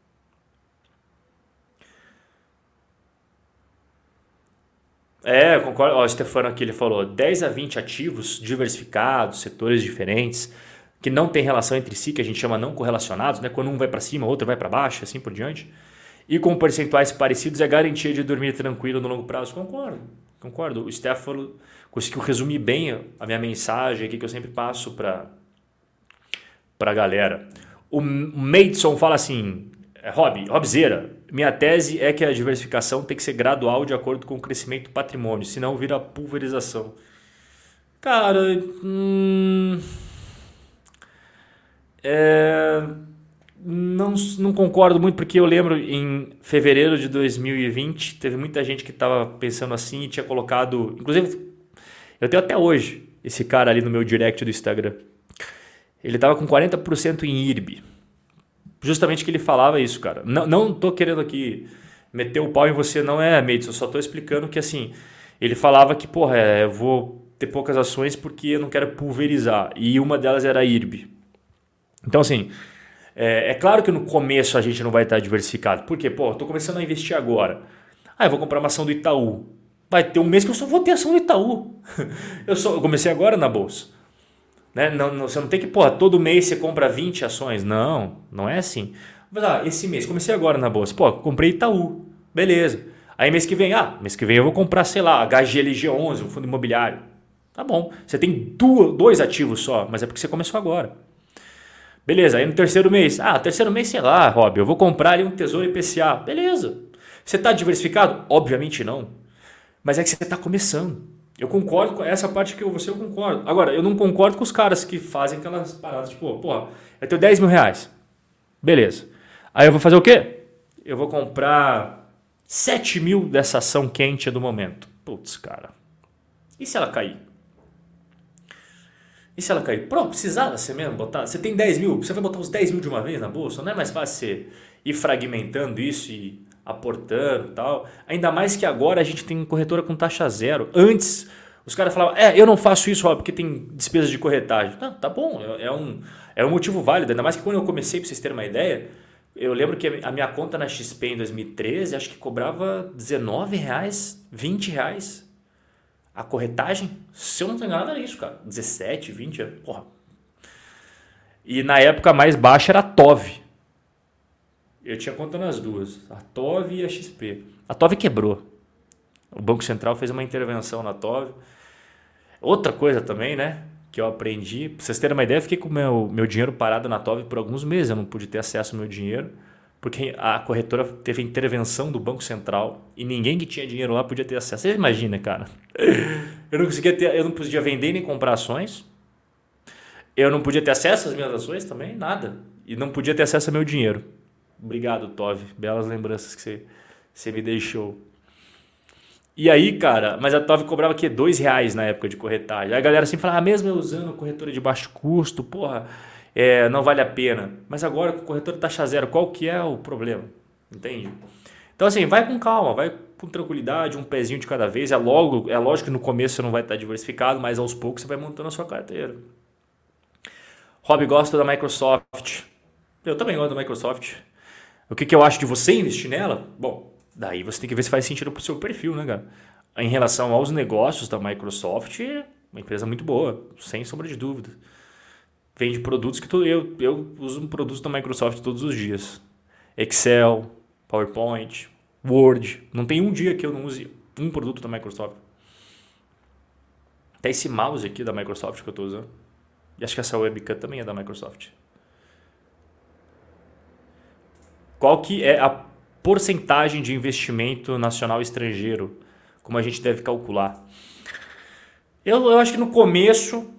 É, eu concordo. Ó, o Stefano aqui ele falou dez a vinte ativos diversificados, setores diferentes, que não tem relação entre si, que a gente chama não correlacionados, né? Quando um vai para cima, o outro vai para baixo, assim por diante. E com percentuais parecidos é garantia de dormir tranquilo no longo prazo. Concordo, concordo. O Stefano conseguiu resumir bem a minha mensagem aqui que eu sempre passo para a galera. O Maidson fala assim, Rob, Robzeira, minha tese é que a diversificação tem que ser gradual de acordo com o crescimento do patrimônio, senão vira pulverização. Cara, hum, é, não, não concordo muito, porque eu lembro em fevereiro de dois mil e vinte, teve muita gente que estava pensando assim e tinha colocado, inclusive, eu tenho até hoje esse cara ali no meu direct do Instagram. Ele estava com quarenta por cento em I R B. Justamente que ele falava isso, cara. Não, não tô querendo aqui meter o pau em você, não é, Mates. Eu só tô explicando que, assim, ele falava que, porra, é, eu vou ter poucas ações porque eu não quero pulverizar. E uma delas era a I R B. Então, assim, é, é claro que no começo a gente não vai estar diversificado. Por quê? Pô, eu tô começando a investir agora. Ah, eu vou comprar uma ação do Itaú. Vai ter um mês que eu só vou ter ação do Itaú. eu, só, eu comecei agora na bolsa. Né? Não, não, você não tem que, porra, todo mês você compra vinte ações. Não, não é assim. Mas, ah, esse mês, comecei agora na bolsa. Pô, comprei Itaú. Beleza. Aí mês que vem, ah, mês que vem eu vou comprar, sei lá, H G L G onze, um fundo imobiliário. Tá bom. Você tem duas, dois ativos só, mas é porque você começou agora. Beleza. Aí no terceiro mês, ah, terceiro mês, sei lá, Rob, eu vou comprar ali um Tesouro I P C A. Beleza. Você está diversificado? Obviamente não. Mas é que você está começando. Eu concordo com essa parte que você eu concordo. Agora, eu não concordo com os caras que fazem aquelas paradas, tipo, pô, eu tenho dez mil reais. Beleza. Aí eu vou fazer o quê? Eu vou comprar sete mil dessa ação quente do momento. Putz, cara. E se ela cair? E se ela cair? Pronto, precisava você mesmo botar. Você tem dez mil, você vai botar os dez mil de uma vez na bolsa? Não é mais fácil você ir fragmentando isso e aportando e tal. Ainda mais que agora a gente tem corretora com taxa zero. Antes, os caras falavam, é, eu não faço isso, ó, porque tem despesas de corretagem. Não, tá bom, é, é, um, é um motivo válido. Ainda mais que quando eu comecei, pra vocês terem uma ideia, eu lembro que a minha conta na X P em dois mil e treze, acho que cobrava dezenove reais, vinte reais. A corretagem, se eu não tenho nada, era isso, cara. dezessete, vinte, porra. E na época mais baixa era a T O V. Eu tinha conta nas duas, a T O V e a X P. A T O V quebrou. O Banco Central fez uma intervenção na T O V. Outra coisa também, né, que eu aprendi, pra vocês terem uma ideia, eu fiquei com o meu, meu dinheiro parado na T O V por alguns meses. Eu não pude ter acesso ao meu dinheiro, porque a corretora teve a intervenção do Banco Central e ninguém que tinha dinheiro lá podia ter acesso. Você imagina, cara. Eu não conseguia ter, eu não podia vender nem comprar ações. Eu não podia ter acesso às minhas ações também, nada. E não podia ter acesso ao meu dinheiro. Obrigado, T O V. Belas lembranças que você, você me deixou. E aí, cara, mas a T O V cobrava que dois reais na época de corretagem. Aí a galera assim fala, ah, mesmo eu usando corretora de baixo custo, porra, é, não vale a pena. Mas agora com corretora taxa zero, qual que é o problema? Entende? Então assim, vai com calma, vai com tranquilidade, um pezinho de cada vez. É, logo, é lógico que no começo você não vai estar diversificado, mas aos poucos você vai montando a sua carteira. Rob, gosta da Microsoft. Eu também gosto da Microsoft. O que, que eu acho de você investir nela? Bom, daí você tem que ver se faz sentido para o seu perfil, né, cara? Em relação aos negócios da Microsoft, é uma empresa muito boa, sem sombra de dúvida. Vende produtos que tu, eu, eu uso um produto da Microsoft todos os dias. Excel, PowerPoint, Word. Não tem um dia que eu não use um produto da Microsoft. Até esse mouse aqui da Microsoft que eu estou usando. E acho que essa webcam também é da Microsoft. Qual que é a porcentagem de investimento nacional e estrangeiro? Como a gente deve calcular? Eu, eu acho que no começo,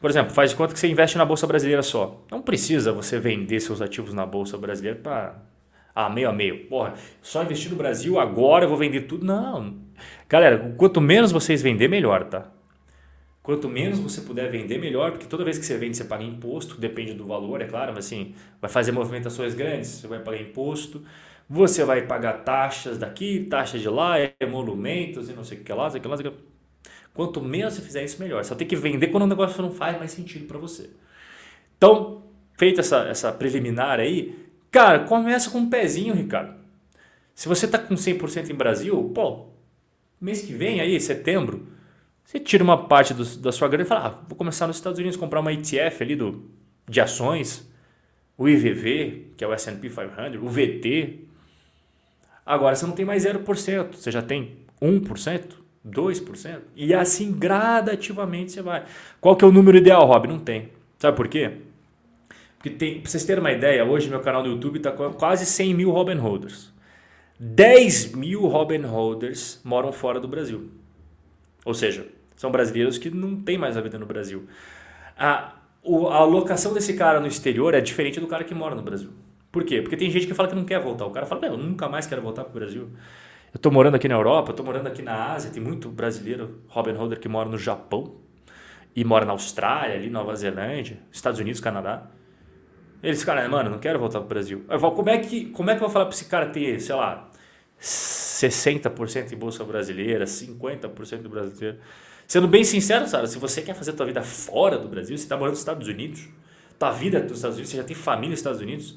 Por exemplo, faz de conta que você investe na Bolsa Brasileira só. Não precisa você vender seus ativos na Bolsa Brasileira para ah, meio a meio. Porra, só investir no Brasil, agora eu vou vender tudo. Não. Galera, quanto menos vocês vender, melhor, tá? Quanto menos você puder vender, melhor, porque toda vez que você vende, você paga imposto, depende do valor, é claro, mas assim, vai fazer movimentações grandes, você vai pagar imposto, você vai pagar taxas daqui, taxas de lá, emolumentos e não sei o que lá, sei o que lá, sei o que lá. Quanto menos você fizer isso, melhor. Você tem que vender quando o negócio não faz mais sentido para você. Então, feita essa, essa preliminar aí, cara, começa com um pezinho, Ricardo. Se você tá com cem por cento em Brasil, pô, mês que vem aí, setembro, você tira uma parte do, da sua grana e fala, ah, vou começar nos Estados Unidos, comprar uma E T F ali do, de ações, o I V V, que é o S and P quinhentos, o V T. Agora você não tem mais zero por cento, você já tem um por cento, dois por cento. E assim gradativamente você vai. Qual que é o número ideal, Rob? Não tem. Sabe por quê? Porque tem, pra vocês terem uma ideia, hoje meu canal no YouTube está com quase cem mil Robin Holders. dez mil Robin Holders moram fora do Brasil. Ou seja, são brasileiros que não têm mais a vida no Brasil. A, o, a alocação desse cara no exterior é diferente do cara que mora no Brasil. Por quê? Porque tem gente que fala que não quer voltar. O cara fala, eu nunca mais quero voltar para o Brasil. Eu estou morando aqui na Europa, eu estou morando aqui na Ásia, tem muito brasileiro Robin Holder que mora no Japão e mora na Austrália, ali Nova Zelândia, Estados Unidos, Canadá. Eles, cara, mano, não quero voltar para o Brasil. Eu falo, como é que, como é que eu vou falar para esse cara ter, sei lá, sessenta por cento em bolsa brasileira, cinquenta por cento do brasileiro? Sendo bem sincero, Sara, se você quer fazer a tua vida fora do Brasil, você está morando nos Estados Unidos, tua vida é dos Estados Unidos, você já tem família nos Estados Unidos,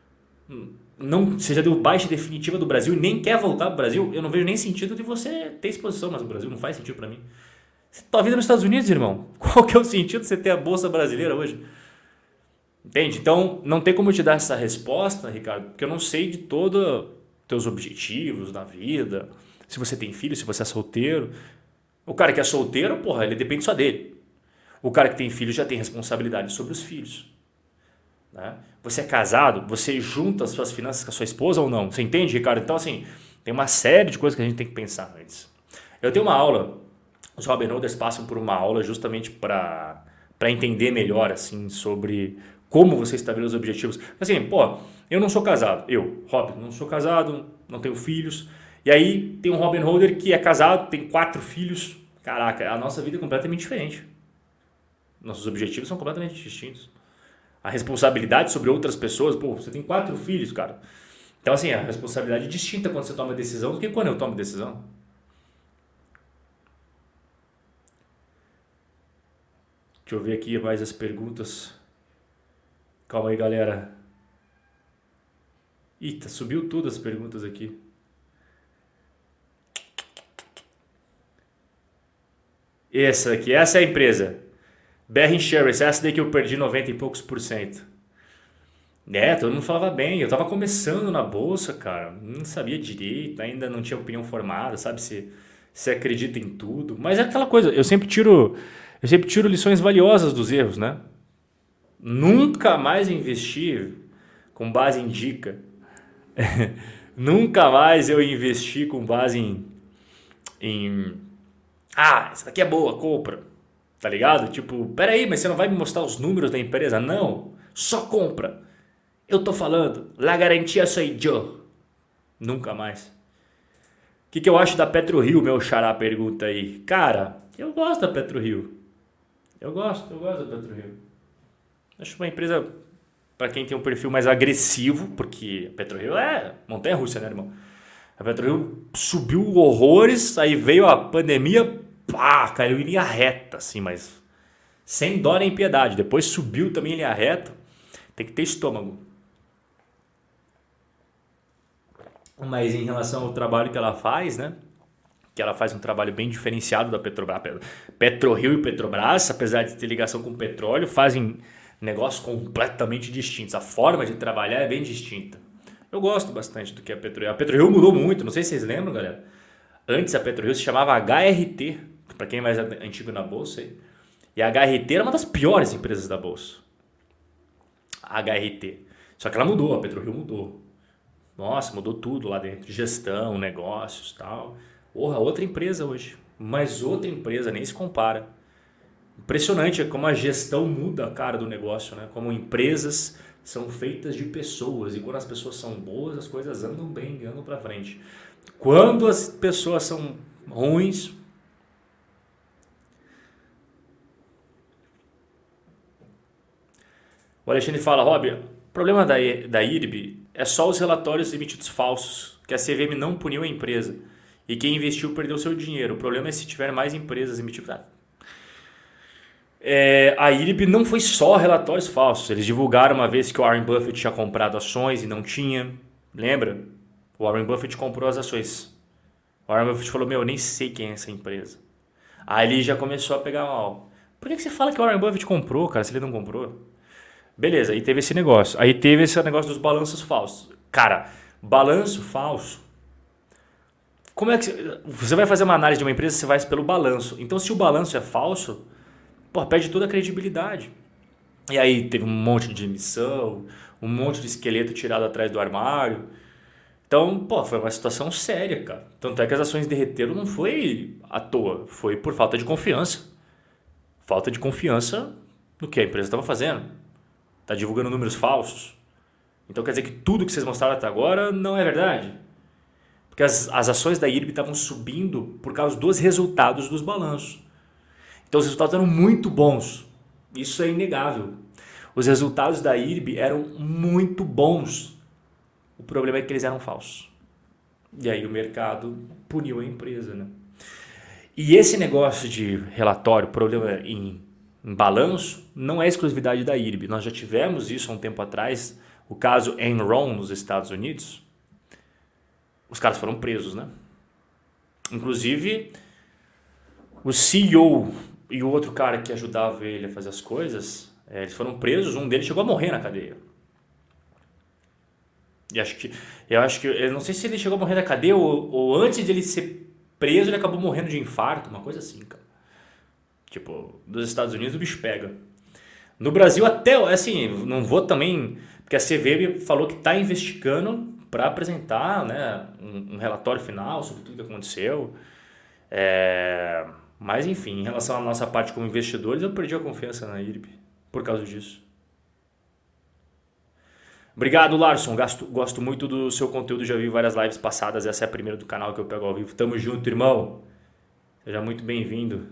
não, você já deu baixa definitiva do Brasil e nem quer voltar para o Brasil, eu não vejo nem sentido de você ter exposição mais no Brasil, não faz sentido para mim. Tua vida é nos Estados Unidos, irmão, qual que é o sentido de você ter a bolsa brasileira hoje? Entende? Então, não tem como eu te dar essa resposta, Ricardo, porque eu não sei de todos os teus objetivos na vida, se você tem filho, se você é solteiro. O cara que é solteiro, porra, ele depende só dele. O cara que tem filho já tem responsabilidade sobre os filhos. Né? Você é casado, você junta as suas finanças com a sua esposa ou não? Você entende, Ricardo? Então, assim, tem uma série de coisas que a gente tem que pensar antes. Eu tenho uma aula, os Robin Holders passam por uma aula justamente para para entender melhor, assim, sobre como você estabelece os objetivos. Assim, pô, eu não sou casado, eu, Robin, não sou casado, não tenho filhos. E aí tem um Robin Holder que é casado, tem quatro filhos. Caraca, a nossa vida é completamente diferente. Nossos objetivos são completamente distintos. A responsabilidade sobre outras pessoas, pô, você tem quatro filhos, cara. Então, assim, a responsabilidade é distinta quando você toma decisão do que quando eu tomo decisão. Deixa eu ver aqui mais as perguntas. Calma aí, galera. Eita, subiu tudo as perguntas aqui. Essa aqui, essa é a empresa. B R Insurance, essa daí que eu perdi noventa e poucos por cento. É, todo mundo falava bem. Eu tava começando na bolsa, cara. Não sabia direito, ainda não tinha opinião formada, sabe? Se, se acredita em tudo. Mas é aquela coisa, eu sempre tiro, eu sempre tiro lições valiosas dos erros, né? Nunca mais investi com base em dica. Nunca mais eu investi com base em, em ah, essa daqui é boa, compra. Tá ligado? Tipo, peraí, mas você não vai me mostrar os números da empresa? Não, só compra. Eu tô falando, la garantia soy yo. Nunca mais. O que, que eu acho da PetroRio, meu xará pergunta aí. Cara, eu gosto da PetroRio. Eu gosto, eu gosto da PetroRio. Acho uma empresa para quem tem um perfil mais agressivo, porque a PetroRio é montanha-russa, né, irmão? A PetroRio subiu horrores, aí veio a pandemia, pá, caiu em linha reta, assim, mas sem dó nem piedade. Depois subiu também em linha reta. Tem que ter estômago. Mas em relação ao trabalho que ela faz, né? Que ela faz um trabalho bem diferenciado da Petrobras. PetroRio e Petrobras, apesar de ter ligação com o petróleo, fazem negócios completamente distintos. A forma de trabalhar é bem distinta. Eu gosto bastante do que a PetroRio. A PetroRio mudou muito, não sei se vocês lembram, galera. Antes a PetroRio se chamava H R T, para quem é mais antigo na bolsa. Aí. E a H R T era uma das piores empresas da bolsa. A H R T. Só que ela mudou, a PetroRio mudou. Nossa, mudou tudo lá dentro. Gestão, negócios e tal. Porra, outra empresa hoje. Mas outra empresa, nem se compara. Impressionante como a gestão muda a cara do negócio, né? Como empresas são feitas de pessoas e quando as pessoas são boas, as coisas andam bem, andam para frente. Quando as pessoas são ruins, o Alexandre fala, Rob, o problema da, da I R B é só os relatórios emitidos falsos, que a C V M não puniu a empresa e quem investiu perdeu seu dinheiro. O problema é se tiver mais empresas emitidas. Ah, É, a I R B não foi só relatórios falsos. Eles divulgaram uma vez que o Warren Buffett tinha comprado ações e não tinha. Lembra? O Warren Buffett comprou as ações. O Warren Buffett falou, meu, eu nem sei quem é essa empresa. Aí ele já começou a pegar mal. Por que, que você fala que o Warren Buffett comprou, cara, se ele não comprou? Beleza, aí teve esse negócio. Aí teve esse negócio dos balanços falsos. Cara, balanço falso... Como é que você, você vai fazer uma análise de uma empresa, você vai pelo balanço. Então, se o balanço é falso... Pô, perde toda a credibilidade. E aí teve um monte de emissão, um monte de esqueleto tirado atrás do armário. Então, pô, foi uma situação séria, cara. Tanto é que as ações derreteram não foi à toa, foi por falta de confiança. Falta de confiança no que a empresa estava fazendo. Está divulgando números falsos. Então quer dizer que tudo que vocês mostraram até agora não é verdade. Porque as, as ações da I R B estavam subindo por causa dos resultados dos balanços. Então os resultados eram muito bons. Isso é inegável. Os resultados da I R B eram muito bons. O problema é que eles eram falsos. E aí o mercado puniu a empresa, né? E esse negócio de relatório, problema em, em balanço, não é exclusividade da I R B. Nós já tivemos isso há um tempo atrás. O caso Enron nos Estados Unidos. Os caras foram presos, né? Inclusive, o C E O e o outro cara que ajudava ele a fazer as coisas, é, eles foram presos, um deles chegou a morrer na cadeia. E acho que, eu acho que, eu não sei se ele chegou a morrer na cadeia ou, ou antes de ele ser preso ele acabou morrendo de infarto, uma coisa assim, cara. Tipo, nos Estados Unidos o bicho pega. No Brasil até, assim, não vou também, porque a C V M falou que está investigando para apresentar, né, um, um relatório final sobre tudo que aconteceu. É... Mas, enfim, em relação à nossa parte como investidores, eu perdi a confiança na I R B por causa disso. Obrigado, Larson. Gosto, gosto muito do seu conteúdo. Já vi várias lives passadas. Essa é a primeira do canal que eu pego ao vivo. Tamo junto, irmão. Seja muito bem-vindo.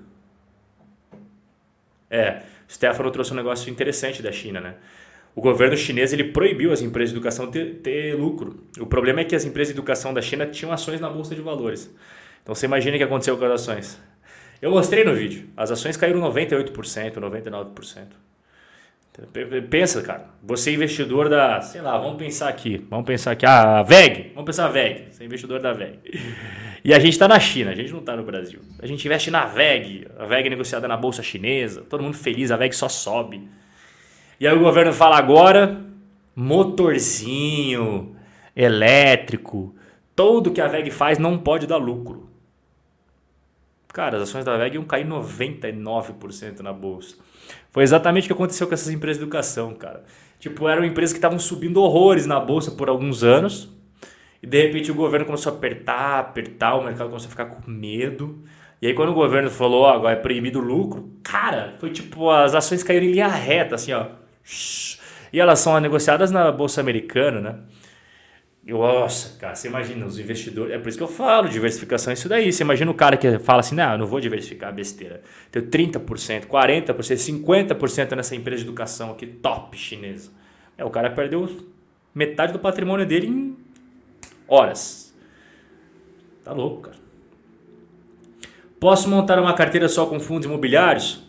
É, o Stefano trouxe um negócio interessante da China, né? O governo chinês ele proibiu as empresas de educação ter, ter lucro. O problema é que as empresas de educação da China tinham ações na bolsa de valores. Então você imagina o que aconteceu com as ações. Eu mostrei no vídeo. As ações caíram noventa e oito por cento, noventa e nove por cento. Pensa, cara. Você é investidor da... Sei lá, vamos pensar aqui. Vamos pensar aqui. Ah, a V E G. Vamos pensar a V E G. Você é investidor da V E G. E a gente está na China. A gente não está no Brasil. A gente investe na V E G. A V E G é negociada na bolsa chinesa. Todo mundo feliz. A V E G só sobe. E aí o governo fala agora... Motorzinho... Elétrico... Tudo que a V E G faz não pode dar lucro. Cara, as ações da V E G iam cair noventa e nove por cento na bolsa. Foi exatamente o que aconteceu com essas empresas de educação, cara. Tipo, eram empresas que estavam subindo horrores na bolsa por alguns anos. E de repente o governo começou a apertar, apertar, o mercado começou a ficar com medo. E aí quando o governo falou, ó, agora é proibido o lucro, cara, foi tipo, as ações caíram em linha reta, assim, ó. E elas são negociadas na bolsa americana, né? Nossa, cara, você imagina os investidores, é por isso que eu falo, diversificação é isso daí. Você imagina o cara que fala assim, não, eu não vou diversificar, besteira. Tenho trinta por cento, quarenta por cento, cinquenta por cento nessa empresa de educação aqui, top chinesa. É, o cara perdeu metade do patrimônio dele em horas. Tá louco, cara. Posso montar uma carteira só com fundos imobiliários?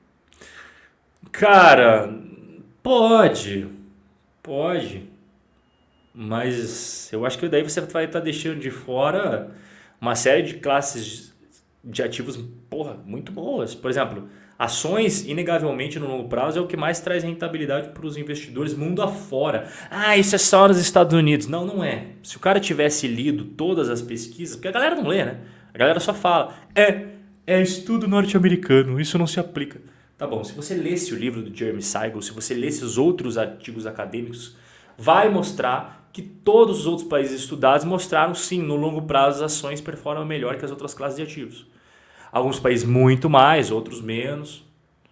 Cara, pode, pode. Mas eu acho que daí você vai estar deixando de fora uma série de classes de ativos, porra, muito boas. Por exemplo, ações, inegavelmente, no longo prazo, é o que mais traz rentabilidade para os investidores mundo afora. Ah, isso é só nos Estados Unidos. Não, não é. Se o cara tivesse lido todas as pesquisas, porque a galera não lê, né? A galera só fala, é, é estudo norte-americano, isso não se aplica. Tá bom, se você lesse o livro do Jeremy Siegel, se você lesse os outros artigos acadêmicos, vai mostrar que todos os outros países estudados mostraram sim, no longo prazo as ações performam melhor que as outras classes de ativos. Alguns países muito mais, outros menos.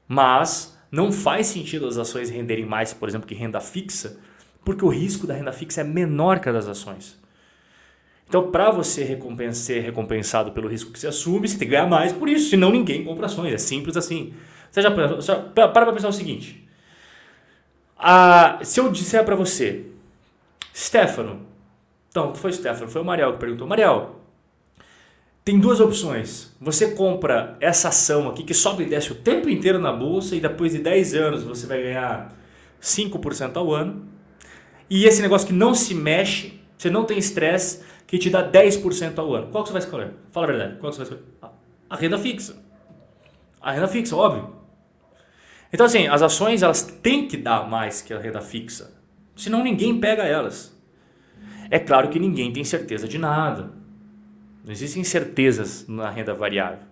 Mas não faz sentido as ações renderem mais, por exemplo, que renda fixa, porque o risco da renda fixa é menor que a das ações. Então, para você recompen- ser recompensado pelo risco que você assume, você tem que ganhar mais por isso, senão ninguém compra ações. É simples assim. Você já, já para para pensar o seguinte. A, se eu disser para você, Stefano, então, não foi o Stefano, foi o Mariel que perguntou. Mariel, tem duas opções. Você compra essa ação aqui que sobe e desce o tempo inteiro na bolsa e depois de dez anos você vai ganhar cinco por cento ao ano. E esse negócio que não se mexe, você não tem estresse, que te dá dez por cento ao ano. Qual que você vai escolher? Fala a verdade. Qual que você vai escolher? A renda fixa. A renda fixa, óbvio. Então assim, as ações elas têm que dar mais que a renda fixa. Senão ninguém pega elas. É claro que ninguém tem certeza de nada. Não existem certezas na renda variável.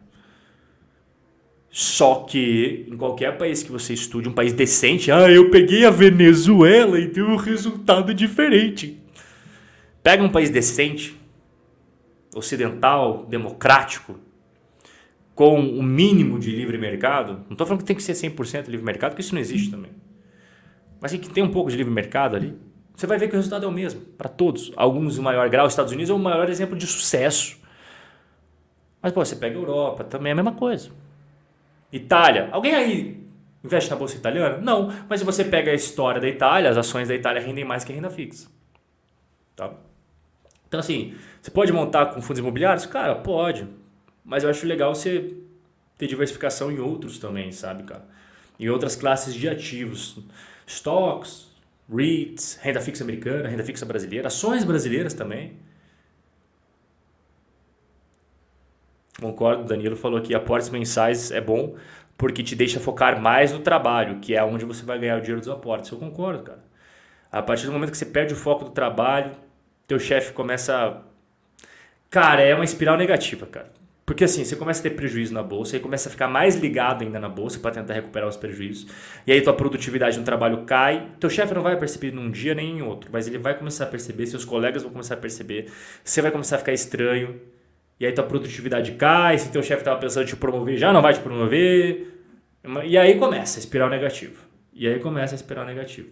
Só que em qualquer país que você estude, um país decente, ah, eu peguei a Venezuela e deu um resultado diferente. Pega um país decente, ocidental, democrático, com o mínimo de livre mercado. Não estou falando que tem que ser cem por cento livre mercado, porque isso não existe também. Mas que tem um pouco de livre mercado ali, você vai ver que o resultado é o mesmo para todos. Alguns em maior grau, os Estados Unidos é o maior exemplo de sucesso. Mas pô, você pega a Europa, também é a mesma coisa. Itália, alguém aí investe na bolsa italiana? Não, mas se você pega a história da Itália, as ações da Itália rendem mais que a renda fixa. Tá? Então assim, você pode montar com fundos imobiliários? Cara, pode. Mas eu acho legal você ter diversificação em outros também, sabe, cara? Em outras classes de ativos. Stocks, REITs, renda fixa americana, renda fixa brasileira, ações brasileiras também. Concordo, o Danilo falou aqui, aportes mensais é bom porque te deixa focar mais no trabalho, que é onde você vai ganhar o dinheiro dos aportes. Eu concordo, cara. A partir do momento que você perde o foco do trabalho, teu chefe começa a... Cara, é uma espiral negativa, cara. Porque assim, você começa a ter prejuízo na bolsa, aí começa a ficar mais ligado ainda na bolsa para tentar recuperar os prejuízos. E aí tua produtividade no trabalho cai. Teu chefe não vai perceber num dia nem em outro, mas ele vai começar a perceber, seus colegas vão começar a perceber, você vai começar a ficar estranho. E aí tua produtividade cai, se teu chefe estava pensando em te promover, já não vai te promover. E aí começa a espiral negativa. E aí começa a espiral negativa.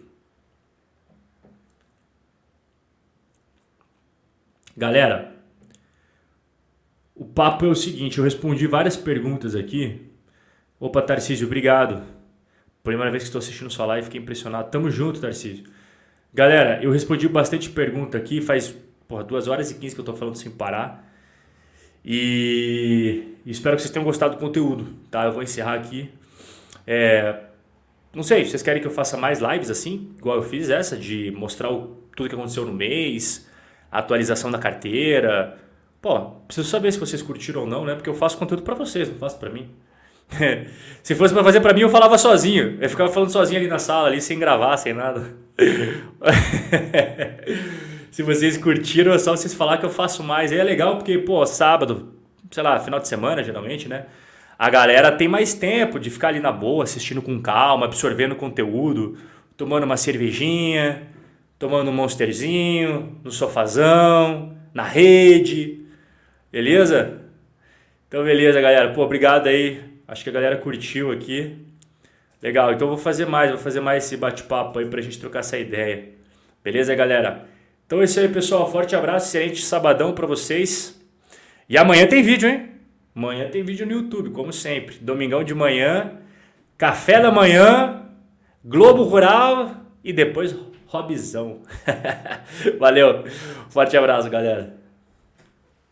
Galera, o papo é o seguinte, eu respondi várias perguntas aqui. Opa, Tarcísio, obrigado. Primeira vez que estou assistindo sua live, fiquei impressionado. Tamo junto, Tarcísio. Galera, eu respondi bastante pergunta aqui, faz porra, duas horas e quinze que eu tô falando sem parar. E espero que vocês tenham gostado do conteúdo, tá? Eu vou encerrar aqui. É... Não sei, vocês querem que eu faça mais lives assim, igual eu fiz essa, de mostrar o, tudo que aconteceu no mês, a atualização da carteira. Pô, preciso saber se vocês curtiram ou não, né? Porque eu faço conteúdo pra vocês, não faço pra mim. Se fosse pra fazer pra mim, eu falava sozinho. Eu ficava falando sozinho ali na sala, ali, sem gravar, sem nada. Se vocês curtiram, é só vocês falar que eu faço mais. Aí é legal porque, pô, sábado, sei lá, final de semana, geralmente, né? A galera tem mais tempo de ficar ali na boa, assistindo com calma, absorvendo conteúdo, tomando uma cervejinha, tomando um monsterzinho, no sofazão, na rede. Beleza? Então, beleza, galera. Pô, obrigado aí. Acho que a galera curtiu aqui. Legal, então eu vou fazer mais, vou fazer mais esse bate-papo aí pra gente trocar essa ideia. Beleza, galera? Então é isso aí, pessoal. Forte abraço, excelente sabadão pra vocês. E amanhã tem vídeo, hein? Amanhã tem vídeo no YouTube, como sempre. Domingão de manhã, café da manhã, Globo Rural e depois Robizão. Valeu, forte abraço, galera.